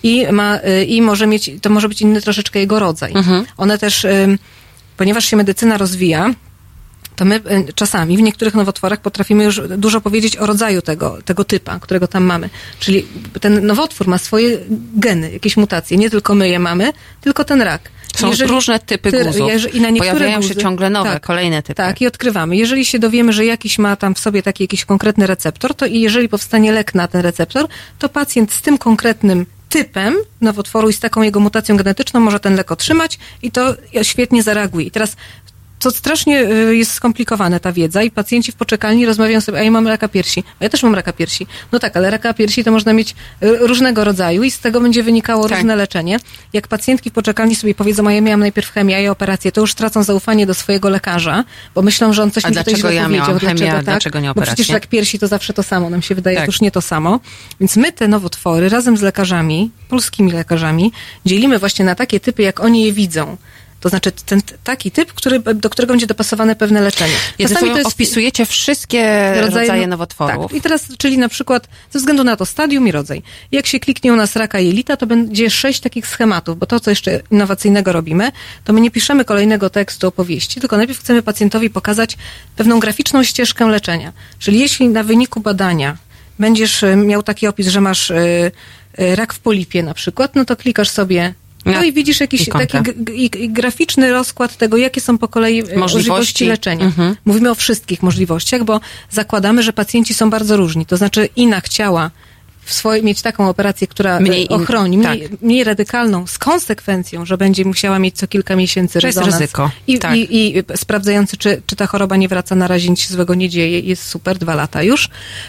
i może być inny troszeczkę jego rodzaj. One też, ponieważ się medycyna rozwija, to my czasami w niektórych nowotworach potrafimy już dużo powiedzieć o rodzaju tego typa, którego tam mamy. Czyli ten nowotwór ma swoje geny, jakieś mutacje. Nie tylko my je mamy, tylko ten rak. Są różne typy guzów. Pojawiają się ciągle nowe, kolejne typy. Tak, i odkrywamy. Jeżeli się dowiemy, że jakiś ma tam w sobie taki jakiś konkretny receptor, to i jeżeli powstanie lek na ten receptor, to pacjent z tym konkretnym typem nowotworu i z taką jego mutacją genetyczną może ten lek otrzymać i to świetnie zareaguje. I teraz to strasznie jest skomplikowane, ta wiedza i pacjenci w poczekalni rozmawiają sobie, a ja mam raka piersi, a ja też mam raka piersi. No tak, ale raka piersi to można mieć różnego rodzaju i z tego będzie wynikało różne leczenie. Jak pacjentki w poczekalni sobie powiedzą, a ja miałam najpierw chemię, a ja operację, to już tracą zaufanie do swojego lekarza, bo myślą, że on coś mi tutaj źle powiedział. Dlaczego nie operację? Bo przecież rak piersi to zawsze to samo, nam się wydaje, to już nie to samo. Więc my te nowotwory razem z lekarzami, polskimi lekarzami, dzielimy właśnie na takie typy, jak oni je widzą. To znaczy taki typ, do którego będzie dopasowane pewne leczenie. Czasami to jest, opisujecie wszystkie rodzaje nowotworów. Tak. I teraz, czyli na przykład ze względu na to stadium i rodzaj. Jak się kliknie u nas raka jelita, to będzie 6 takich schematów, bo to, co jeszcze innowacyjnego robimy, to my nie piszemy kolejnego tekstu opowieści, tylko najpierw chcemy pacjentowi pokazać pewną graficzną ścieżkę leczenia. Czyli jeśli na wyniku badania będziesz miał taki opis, że masz rak w polipie na przykład, no to klikasz sobie i widzisz jakiś taki graficzny rozkład tego, jakie są po kolei możliwości leczenia. Mówimy o wszystkich możliwościach, bo zakładamy, że pacjenci są bardzo różni. To znaczy Ina chciała mieć taką operację, która ochroni, mniej radykalną, z konsekwencją, że będzie musiała mieć co kilka miesięcy rezonans. Ryzyko. I sprawdzający, czy ta choroba nie wraca na razie, nic się złego nie dzieje, jest super, 2 lata już,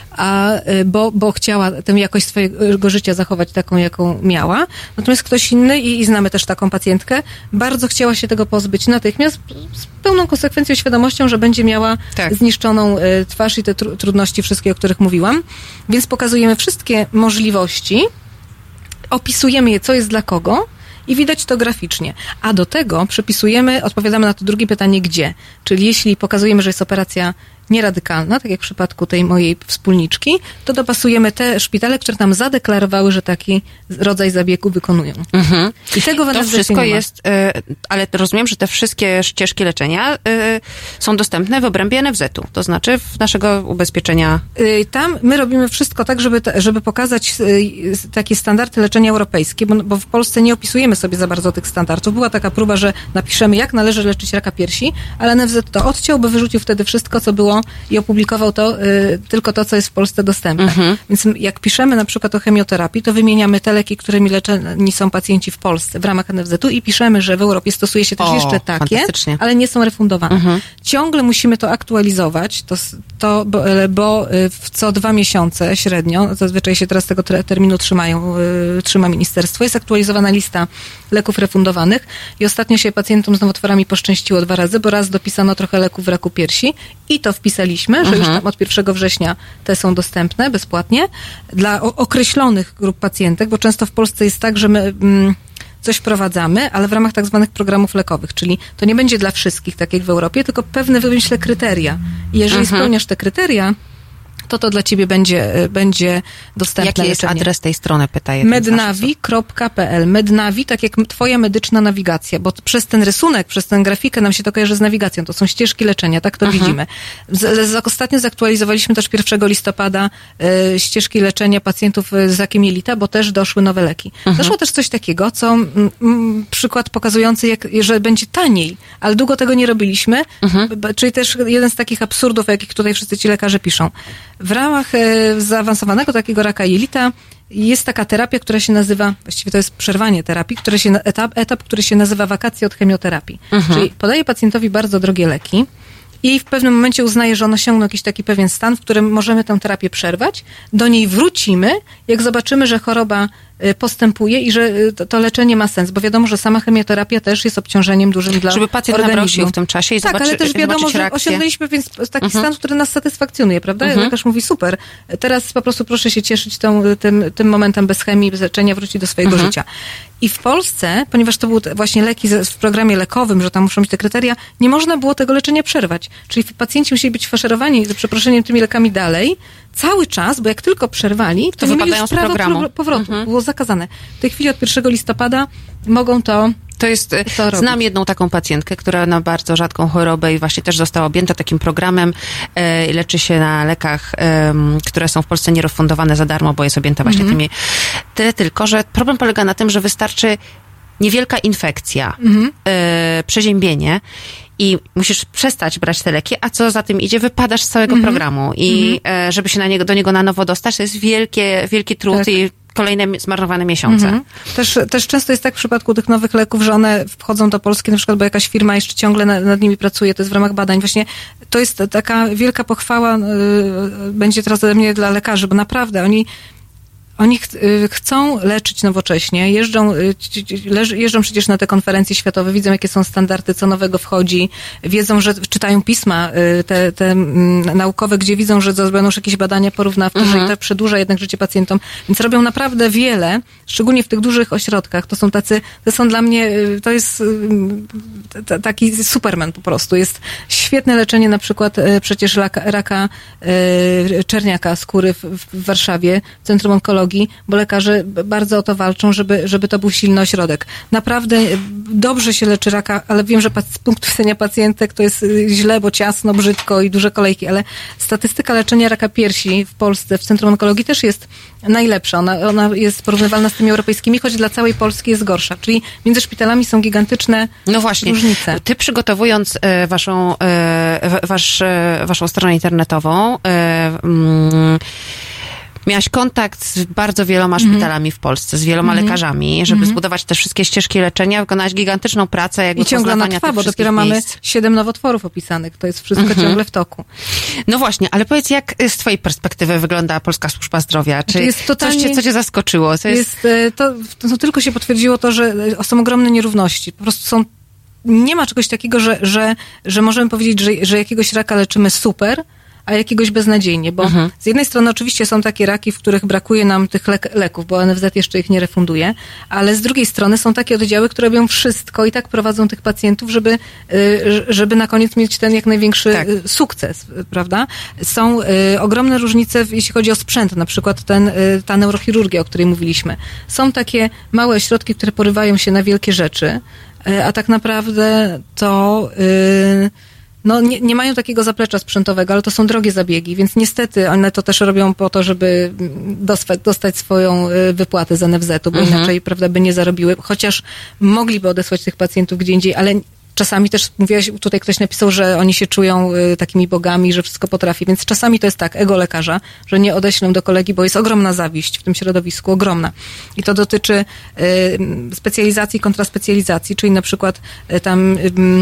bo chciała tę jakość swojego życia zachować taką, jaką miała. Natomiast ktoś inny, i znamy też taką pacjentkę, bardzo chciała się tego pozbyć natychmiast, z pełną konsekwencją, świadomością, że będzie miała zniszczoną twarz i te trudności wszystkie, o których mówiłam. Więc pokazujemy wszystkie możliwości, opisujemy je, co jest dla kogo i widać to graficznie. A do tego odpowiadamy na to drugie pytanie, gdzie. Czyli jeśli pokazujemy, że jest operacja nieradykalna, tak jak w przypadku tej mojej wspólniczki, to dopasujemy te szpitale, które nam zadeklarowały, że taki rodzaj zabiegu wykonują. I tego to wszystko jest, ale rozumiem, że te wszystkie ścieżki leczenia są dostępne w obrębie NFZ-u, to znaczy w naszego ubezpieczenia. Tam my robimy wszystko tak, żeby pokazać takie standardy leczenia europejskie, bo w Polsce nie opisujemy sobie za bardzo tych standardów. Była taka próba, że napiszemy, jak należy leczyć raka piersi, ale NFZ to odciął, bo wyrzucił wtedy wszystko, co było i opublikował tylko to, co jest w Polsce dostępne. Więc jak piszemy na przykład o chemioterapii, to wymieniamy te leki, którymi leczeni są pacjenci w Polsce w ramach NFZ-u i piszemy, że w Europie stosuje się też jeszcze takie, ale nie są refundowane. Ciągle musimy to aktualizować, bo w co 2 miesiące średnio, zazwyczaj się teraz tego terminu trzyma ministerstwo, jest aktualizowana lista leków refundowanych i ostatnio się pacjentom z nowotworami poszczęściło 2 razy, bo raz dopisano trochę leków w raku piersi i to wpisaliśmy, że już tam od 1 września te są dostępne bezpłatnie dla określonych grup pacjentek, bo często w Polsce jest tak, że my coś wprowadzamy, ale w ramach tak zwanych programów lekowych, czyli to nie będzie dla wszystkich, tak jak w Europie, tylko pewne wymyślę kryteria. I jeżeli spełniasz te kryteria, to dla ciebie będzie dostępne Jaki jest leczenie. adres tej strony, pytaje mednavi.pl. Mednavi, tak jak twoja medyczna nawigacja, bo przez ten rysunek, przez tę grafikę nam się to kojarzy z nawigacją. To są ścieżki leczenia, tak to widzimy. Ostatnio zaktualizowaliśmy też 1 listopada ścieżki leczenia pacjentów z rakiem jelita, bo też doszły nowe leki. Doszło też coś takiego, co przykład pokazujący, że będzie taniej, ale długo tego nie robiliśmy, czyli też jeden z takich absurdów, o jakich tutaj wszyscy ci lekarze piszą. W ramach zaawansowanego takiego raka jelita jest taka terapia, która się nazywa, właściwie to jest przerwanie terapii, etap, który się nazywa wakacje od chemioterapii. Czyli podaje pacjentowi bardzo drogie leki i w pewnym momencie uznaje, że on osiągnął jakiś taki pewien stan, w którym możemy tę terapię przerwać, do niej wrócimy, jak zobaczymy, że choroba postępuje i że to leczenie ma sens, bo wiadomo, że sama chemioterapia też jest obciążeniem dużym dla Żeby pacjent nabrał sił w tym czasie i tak, ale też wiadomo, że osiągnęliśmy więc taki stan, który nas satysfakcjonuje, prawda? Lekarz mówi, super, teraz po prostu proszę się cieszyć tym momentem bez chemii, bez leczenia, wrócić do swojego życia. I w Polsce, ponieważ to były właśnie leki w programie lekowym, że tam muszą być te kryteria, nie można było tego leczenia przerwać. Czyli pacjenci musieli być faszerowani, za przeproszeniem, tymi lekami dalej, cały czas, bo jak tylko przerwali, to nie mieli już prawa powrotu. Było zakazane. W tej chwili od 1 listopada mogą to znam jedną taką pacjentkę, która ma bardzo rzadką chorobę i właśnie też została objęta takim programem. Leczy się na lekach, które są w Polsce nierefundowane za darmo, bo jest objęta właśnie tymi. Tyle tylko, że problem polega na tym, że wystarczy niewielka infekcja, przeziębienie i musisz przestać brać te leki, a co za tym idzie, wypadasz z całego programu i żeby się do niego na nowo dostać, to jest wielki trud i kolejne zmarnowane miesiące. Też często jest tak w przypadku tych nowych leków, że one wchodzą do Polski, na przykład, bo jakaś firma jeszcze ciągle nad nimi pracuje, to jest w ramach badań. Właśnie to jest taka wielka pochwała, będzie teraz ode mnie dla lekarzy, bo naprawdę oni chcą leczyć nowocześnie, jeżdżą przecież na te konferencje światowe, widzą, jakie są standardy, co nowego wchodzi, wiedzą, że czytają pisma te naukowe, gdzie widzą, że zrobiono już jakieś badania porównawcze, że i to przedłuża jednak życie pacjentom. Więc robią naprawdę wiele, szczególnie w tych dużych ośrodkach. To są dla mnie, to jest taki superman po prostu. Jest świetne leczenie, na przykład przecież raka czerniaka skóry w Warszawie, w Centrum Onkologii, bo lekarze bardzo o to walczą, żeby to był silny ośrodek. Naprawdę dobrze się leczy raka, ale wiem, że z punktu widzenia pacjentek to jest źle, bo ciasno, brzydko i duże kolejki, ale statystyka leczenia raka piersi w Polsce, w Centrum Onkologii też jest najlepsza. Ona jest porównywalna z tymi europejskimi, choć dla całej Polski jest gorsza. Czyli między szpitalami są gigantyczne różnice. Ty przygotowując waszą stronę internetową, miałaś kontakt z bardzo wieloma szpitalami w Polsce, z wieloma lekarzami, żeby zbudować te wszystkie ścieżki leczenia. Wykonałaś gigantyczną pracę i ciągle ona trwa, bo dopiero mamy 7 nowotworów opisanych. To jest wszystko ciągle w toku. No właśnie, ale powiedz, jak z twojej perspektywy wygląda Polska Służba Zdrowia? Czy co cię zaskoczyło? To tylko się potwierdziło to, że są ogromne nierówności. Po prostu nie ma czegoś takiego, że możemy powiedzieć, że jakiegoś raka leczymy super, a jakiegoś beznadziejnie, bo z jednej strony oczywiście są takie raki, w których brakuje nam tych leków, bo NFZ jeszcze ich nie refunduje, ale z drugiej strony są takie oddziały, które robią wszystko i tak prowadzą tych pacjentów, żeby na koniec mieć ten jak największy sukces, prawda? Są ogromne różnice, jeśli chodzi o sprzęt, na przykład ta neurochirurgia, o której mówiliśmy. Są takie małe ośrodki, które porywają się na wielkie rzeczy, a tak naprawdę to nie mają takiego zaplecza sprzętowego, ale to są drogie zabiegi, więc niestety one to też robią po to, żeby dostać swoją wypłatę z NFZ-u, bo inaczej, prawda, by nie zarobiły, chociaż mogliby odesłać tych pacjentów gdzie indziej, ale Czasami też, mówiłaś, tutaj ktoś napisał, że oni się czują takimi bogami, że wszystko potrafi, więc czasami to jest tak, ego lekarza, że nie odeślę do kolegi, bo jest ogromna zawiść w tym środowisku, ogromna. I to dotyczy specjalizacji kontra specjalizacji, czyli na przykład tam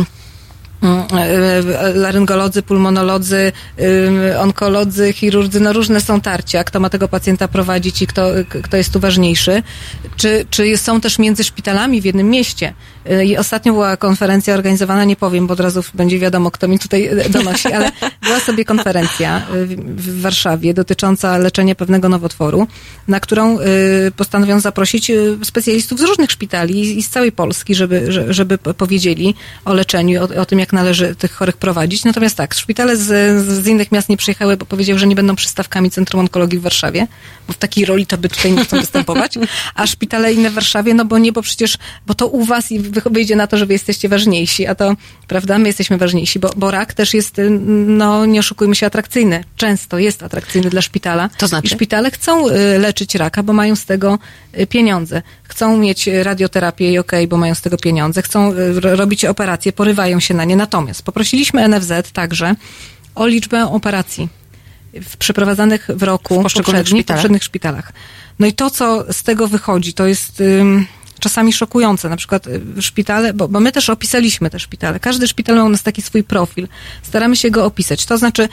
laryngolodzy, pulmonolodzy, onkolodzy, chirurdzy, no różne są tarcia, kto ma tego pacjenta prowadzić i kto jest tu ważniejszy. Czy są też między szpitalami w jednym mieście? I ostatnio była konferencja organizowana, nie powiem, bo od razu będzie wiadomo, kto mi tutaj donosi, ale była sobie konferencja w Warszawie dotycząca leczenia pewnego nowotworu, na którą postanowiono zaprosić specjalistów z różnych szpitali i z całej Polski, żeby powiedzieli o leczeniu, o tym, jak należy tych chorych prowadzić. Natomiast tak, szpitale z innych miast nie przyjechały, bo powiedział, że nie będą przystawkami Centrum Onkologii w Warszawie, bo w takiej roli to by tutaj nie chcą występować, a szpitale inne w Warszawie, no bo nie, bo to u was wyjdzie na to, że wy jesteście ważniejsi, a to, prawda, my jesteśmy ważniejsi, bo rak też jest, no nie oszukujmy się, atrakcyjny. Często jest atrakcyjny dla szpitala. To znaczy? I szpitale chcą leczyć raka, bo mają z tego pieniądze. Chcą mieć radioterapię i bo mają z tego pieniądze. Chcą robić operacje, porywają się na nie. Natomiast poprosiliśmy NFZ także o liczbę operacji przeprowadzanych w roku w poprzednich szpitalach. No i to, co z tego wychodzi, to jest czasami szokujące. Na przykład szpitale, bo my też opisaliśmy te szpitale. Każdy szpital ma u nas taki swój profil. Staramy się go opisać. To znaczy,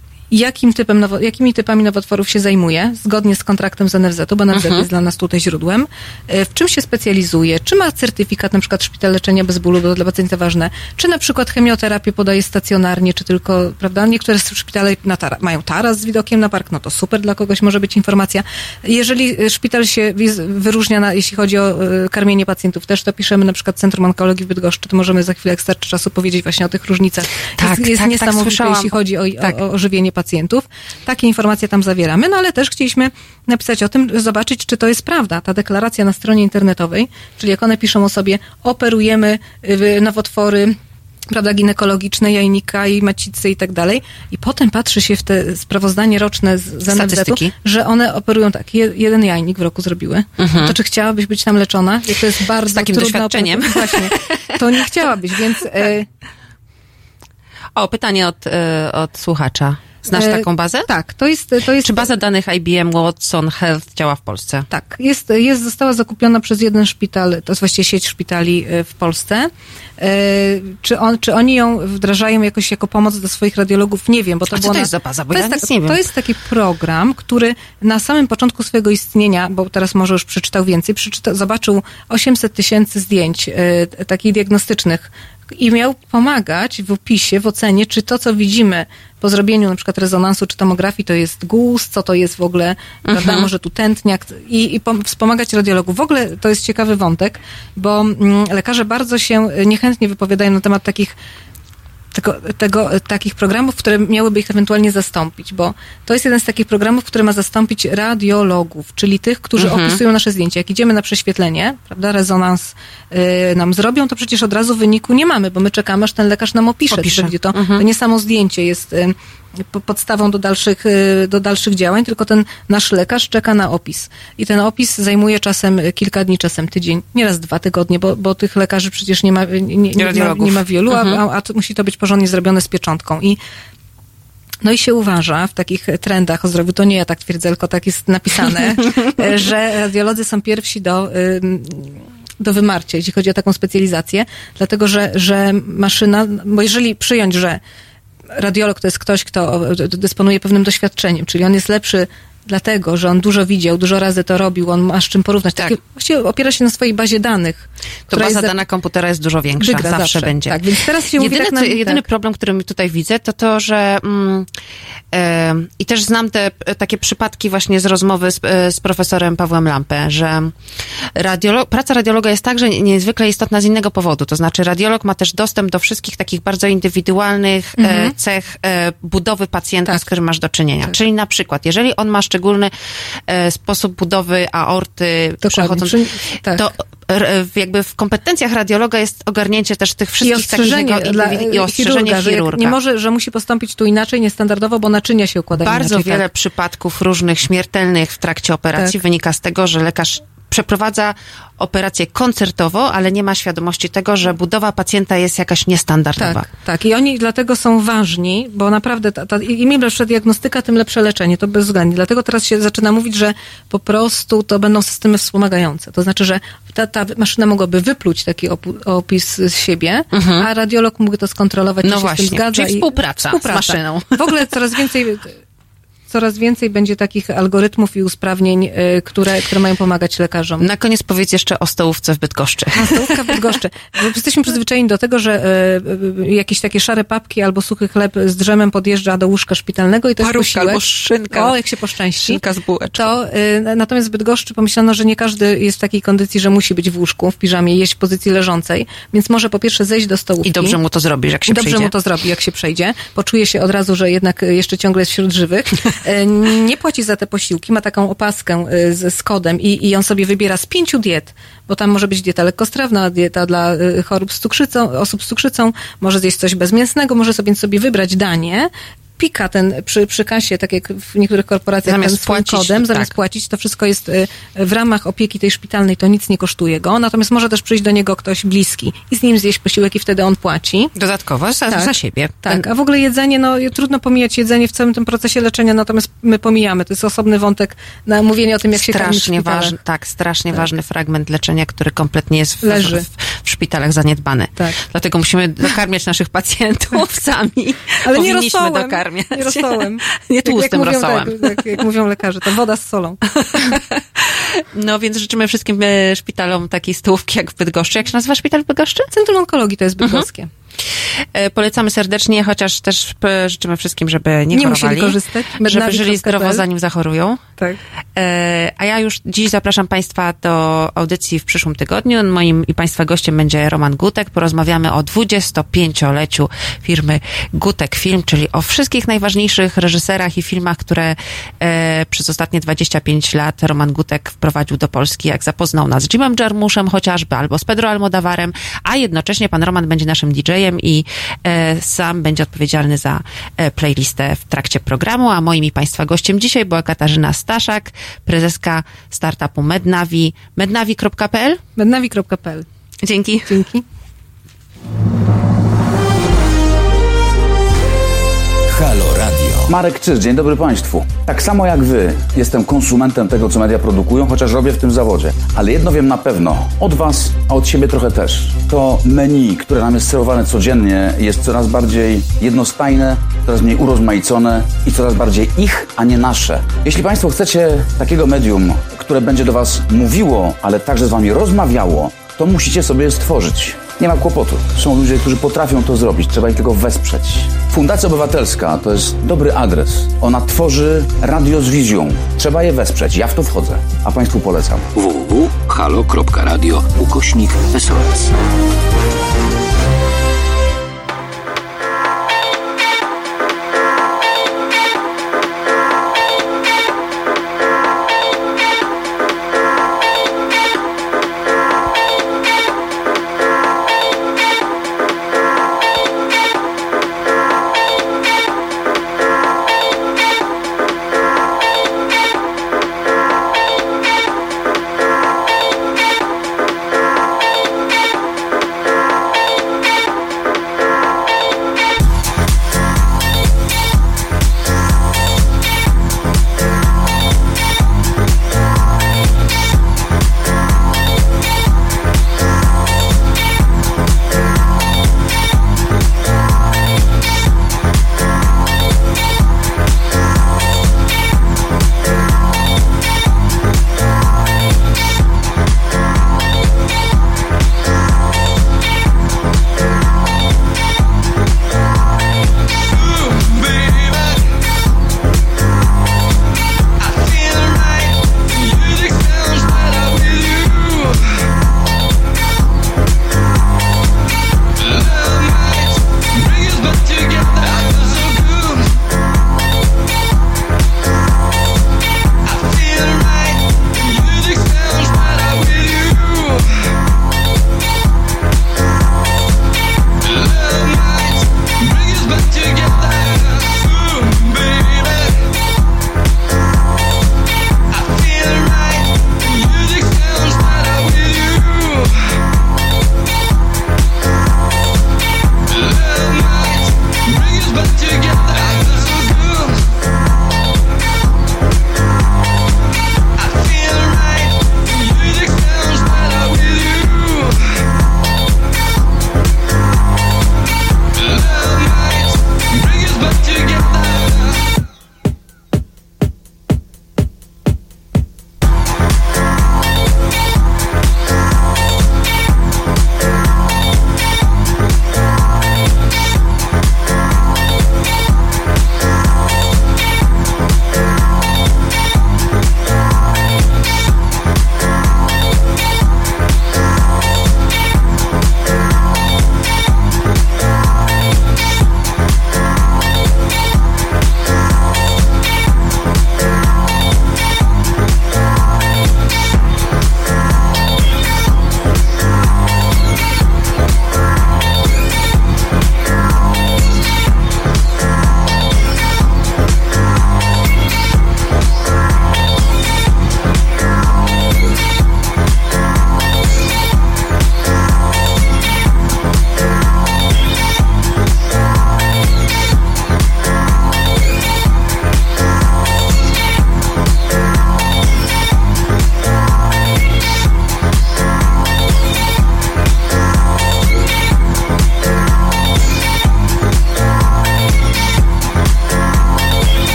jakimi typami nowotworów się zajmuje, zgodnie z kontraktem z NFZ-u, bo NFZ jest dla nas tutaj źródłem, w czym się specjalizuje, czy ma certyfikat, na przykład szpital leczenia bez bólu, bo to dla pacjenta ważne, czy na przykład chemioterapię podaje stacjonarnie, czy tylko, prawda, niektóre szpitale mają taras z widokiem na park, no to super, dla kogoś może być informacja. Jeżeli szpital się wyróżnia, jeśli chodzi o karmienie pacjentów, też to piszemy, na przykład Centrum Onkologii w Bydgoszczy, to możemy za chwilę, jak starczy czasu, powiedzieć właśnie o tych różnicach. Jest niesamowite, jeśli chodzi o żywienie pacjentów. Takie informacje tam zawieramy, no ale też chcieliśmy napisać o tym, zobaczyć, czy to jest prawda. Ta deklaracja na stronie internetowej, czyli jak one piszą o sobie, operujemy nowotwory, prawda, ginekologiczne, jajnika i macicy i tak dalej. I potem patrzy się w te sprawozdanie roczne z NFZ-u, że one operują tak, jeden jajnik w roku zrobiły. To czy chciałabyś być tam leczona? To jest bardzo z takim doświadczeniem. Właśnie. To nie chciałabyś, więc... O, pytanie od słuchacza. Znasz taką bazę? Tak, to jest... Czy baza danych IBM Watson Health działa w Polsce? Tak, została zakupiona przez jeden szpital, to jest właściwie sieć szpitali w Polsce. Czy oni ją wdrażają jakoś jako pomoc do swoich radiologów? Nie wiem, bo to było... co to jest za baza? Bo ja nic nie wiem. To jest taki program, który na samym początku swojego istnienia, bo teraz może już przeczytał więcej, zobaczył 800 000 zdjęć takich diagnostycznych i miał pomagać w opisie, w ocenie, czy to, co widzimy po zrobieniu na przykład rezonansu czy tomografii, to jest guz, co to jest w ogóle, prawda, może tu tętniak i wspomagać radiologów. W ogóle to jest ciekawy wątek, bo lekarze bardzo się niechętnie wypowiadają na temat takich programów, które miałyby ich ewentualnie zastąpić, bo to jest jeden z takich programów, który ma zastąpić radiologów, czyli tych, którzy opisują nasze zdjęcia. Jak idziemy na prześwietlenie, prawda, rezonans nam zrobią, to przecież od razu wyniku nie mamy, bo my czekamy, aż ten lekarz nam opisze. To nie samo zdjęcie jest podstawą do dalszych działań, tylko ten nasz lekarz czeka na opis. I ten opis zajmuje czasem kilka dni, czasem tydzień, nieraz 2 tygodnie, bo tych lekarzy przecież nie ma wielu, a musi to być porządnie zrobione z pieczątką. No i się uważa w takich trendach o zdrowiu, to nie ja tak twierdzę, tylko tak jest napisane, że radiolodzy są pierwsi do wymarcia, jeśli chodzi o taką specjalizację, dlatego, że maszyna, bo jeżeli przyjąć, że radiolog to jest ktoś, kto dysponuje pewnym doświadczeniem, czyli on jest lepszy dlatego, że on dużo widział, dużo razy to robił, on ma z czym porównać. Tak. Właściwie opiera się na swojej bazie danych. To baza dana komputera jest dużo większa, zawsze będzie. Tak, więc teraz się jedyny problem, który tutaj widzę, to że i też znam takie przypadki właśnie z rozmowy z profesorem Pawłem Lampę, że praca radiologa jest także niezwykle istotna z innego powodu. To znaczy radiolog ma też dostęp do wszystkich takich bardzo indywidualnych cech budowy pacjenta, z którym masz do czynienia. Tak. Czyli na przykład, jeżeli on ma szczególny sposób budowy aorty przechodząc, to jakby w kompetencjach radiologa jest ogarnięcie też tych wszystkich takich i ostrzeżenie chirurga. Nie może, że musi postąpić tu inaczej, niestandardowo, bo naczynia się układają Bardzo inaczej. Wiele przypadków różnych śmiertelnych w trakcie operacji wynika z tego, że lekarz przeprowadza operację koncertowo, ale nie ma świadomości tego, że budowa pacjenta jest jakaś niestandardowa. Tak. I oni dlatego są ważni, bo naprawdę im lepsza diagnostyka, tym lepsze leczenie, to bezwzględnie. Dlatego teraz się zaczyna mówić, że po prostu to będą systemy wspomagające. To znaczy, że ta maszyna mogłaby wypluć taki opis z siebie, a radiolog mógłby to skontrolować, czy się z tym zgadza. Czyli współpraca z maszyną. W ogóle coraz więcej będzie takich algorytmów i usprawnień, które mają pomagać lekarzom. Na koniec powiedz jeszcze o stołówce w Bydgoszczy. Stołówka w Bydgoszczy. Jesteśmy przyzwyczajeni do tego, że jakieś takie szare papki albo suchy chleb z drzemem podjeżdża do łóżka szpitalnego i to jest posiłek. Albo szynka. O, jak się poszczęści. Szynka z bułeczką. Natomiast w Bydgoszczy pomyślano, że nie każdy jest w takiej kondycji, że musi być w łóżku, w piżamie, jeść w pozycji leżącej, więc może po pierwsze zejść do stołówki. I dobrze mu to zrobisz, jak się przyjdzie. Dobrze mu to zrobi, jak się przejdzie. Poczuje się od razu, że jednak jeszcze ciągle jest wśród żywych. Nie płaci za te posiłki, ma taką opaskę z kodem i on sobie wybiera z 5 diet, bo tam może być dieta lekkostrawna, dieta dla chorób z cukrzycą, osób z cukrzycą, może zjeść coś bezmięsnego, może sobie wybrać danie, pika przy kasie, tak jak w niektórych korporacjach, zamiast swoim kodem, zamiast płacić, to wszystko jest w ramach opieki tej szpitalnej, to nic nie kosztuje go, natomiast może też przyjść do niego ktoś bliski i z nim zjeść posiłek i wtedy on płaci. Dodatkowo za siebie. Tak, a w ogóle jedzenie, trudno pomijać jedzenie w całym tym procesie leczenia, natomiast my pomijamy. To jest osobny wątek na mówienie o tym, jak się karmi w szpitalach. Strasznie ważny fragment leczenia, który kompletnie jest w szpitalach zaniedbany. Tak. Dlatego musimy dokarmiać naszych pacjentów sami. Ale nie powinniśmy dokarmiać. Nie rosołem. Nie tłustym rosołem. Tak, jak mówią lekarze, to woda z solą. No więc życzymy wszystkim szpitalom takiej stołówki jak w Bydgoszczy. Jak się nazywa szpital w Bydgoszczy? Centrum Onkologii to jest bydgoskie. Polecamy serdecznie, chociaż też życzymy wszystkim, żeby nie chorowali. Musieli korzystać. Żeby żyli zdrowo, zanim zachorują. Tak. A ja już dziś zapraszam Państwa do audycji w przyszłym tygodniu. Moim i Państwa gościem będzie Roman Gutek. Porozmawiamy o 25-leciu firmy Gutek Film, czyli o wszystkich najważniejszych reżyserach i filmach, które przez ostatnie 25 lat Roman Gutek wprowadził do Polski, jak zapoznał nas z Jimem Jarmuszem chociażby, albo z Pedro Almodovarem, a jednocześnie pan Roman będzie naszym DJ-em i sam będzie odpowiedzialny za playlistę w trakcie programu, a moim i Państwa gościem dzisiaj była Katarzyna Staszak, prezeska startupu Mednavi. Mednavi.pl? Mednavi.pl. Dzięki. Halo Radio. Marek Czyż, dzień dobry Państwu. Tak samo jak Wy, jestem konsumentem tego, co media produkują, chociaż robię w tym zawodzie. Ale jedno wiem na pewno, od Was, a od siebie trochę też. To menu, które nam jest serwowane codziennie, jest coraz bardziej jednostajne, coraz mniej urozmaicone i coraz bardziej ich, a nie nasze. Jeśli Państwo chcecie takiego medium, które będzie do Was mówiło, ale także z Wami rozmawiało, to musicie sobie je stworzyć. Nie ma kłopotu. Są ludzie, którzy potrafią to zrobić. Trzeba ich tylko wesprzeć. Fundacja Obywatelska to jest dobry adres. Ona tworzy radio z wizją. Trzeba je wesprzeć. Ja w to wchodzę. A Państwu polecam. www.halo.radio/SOS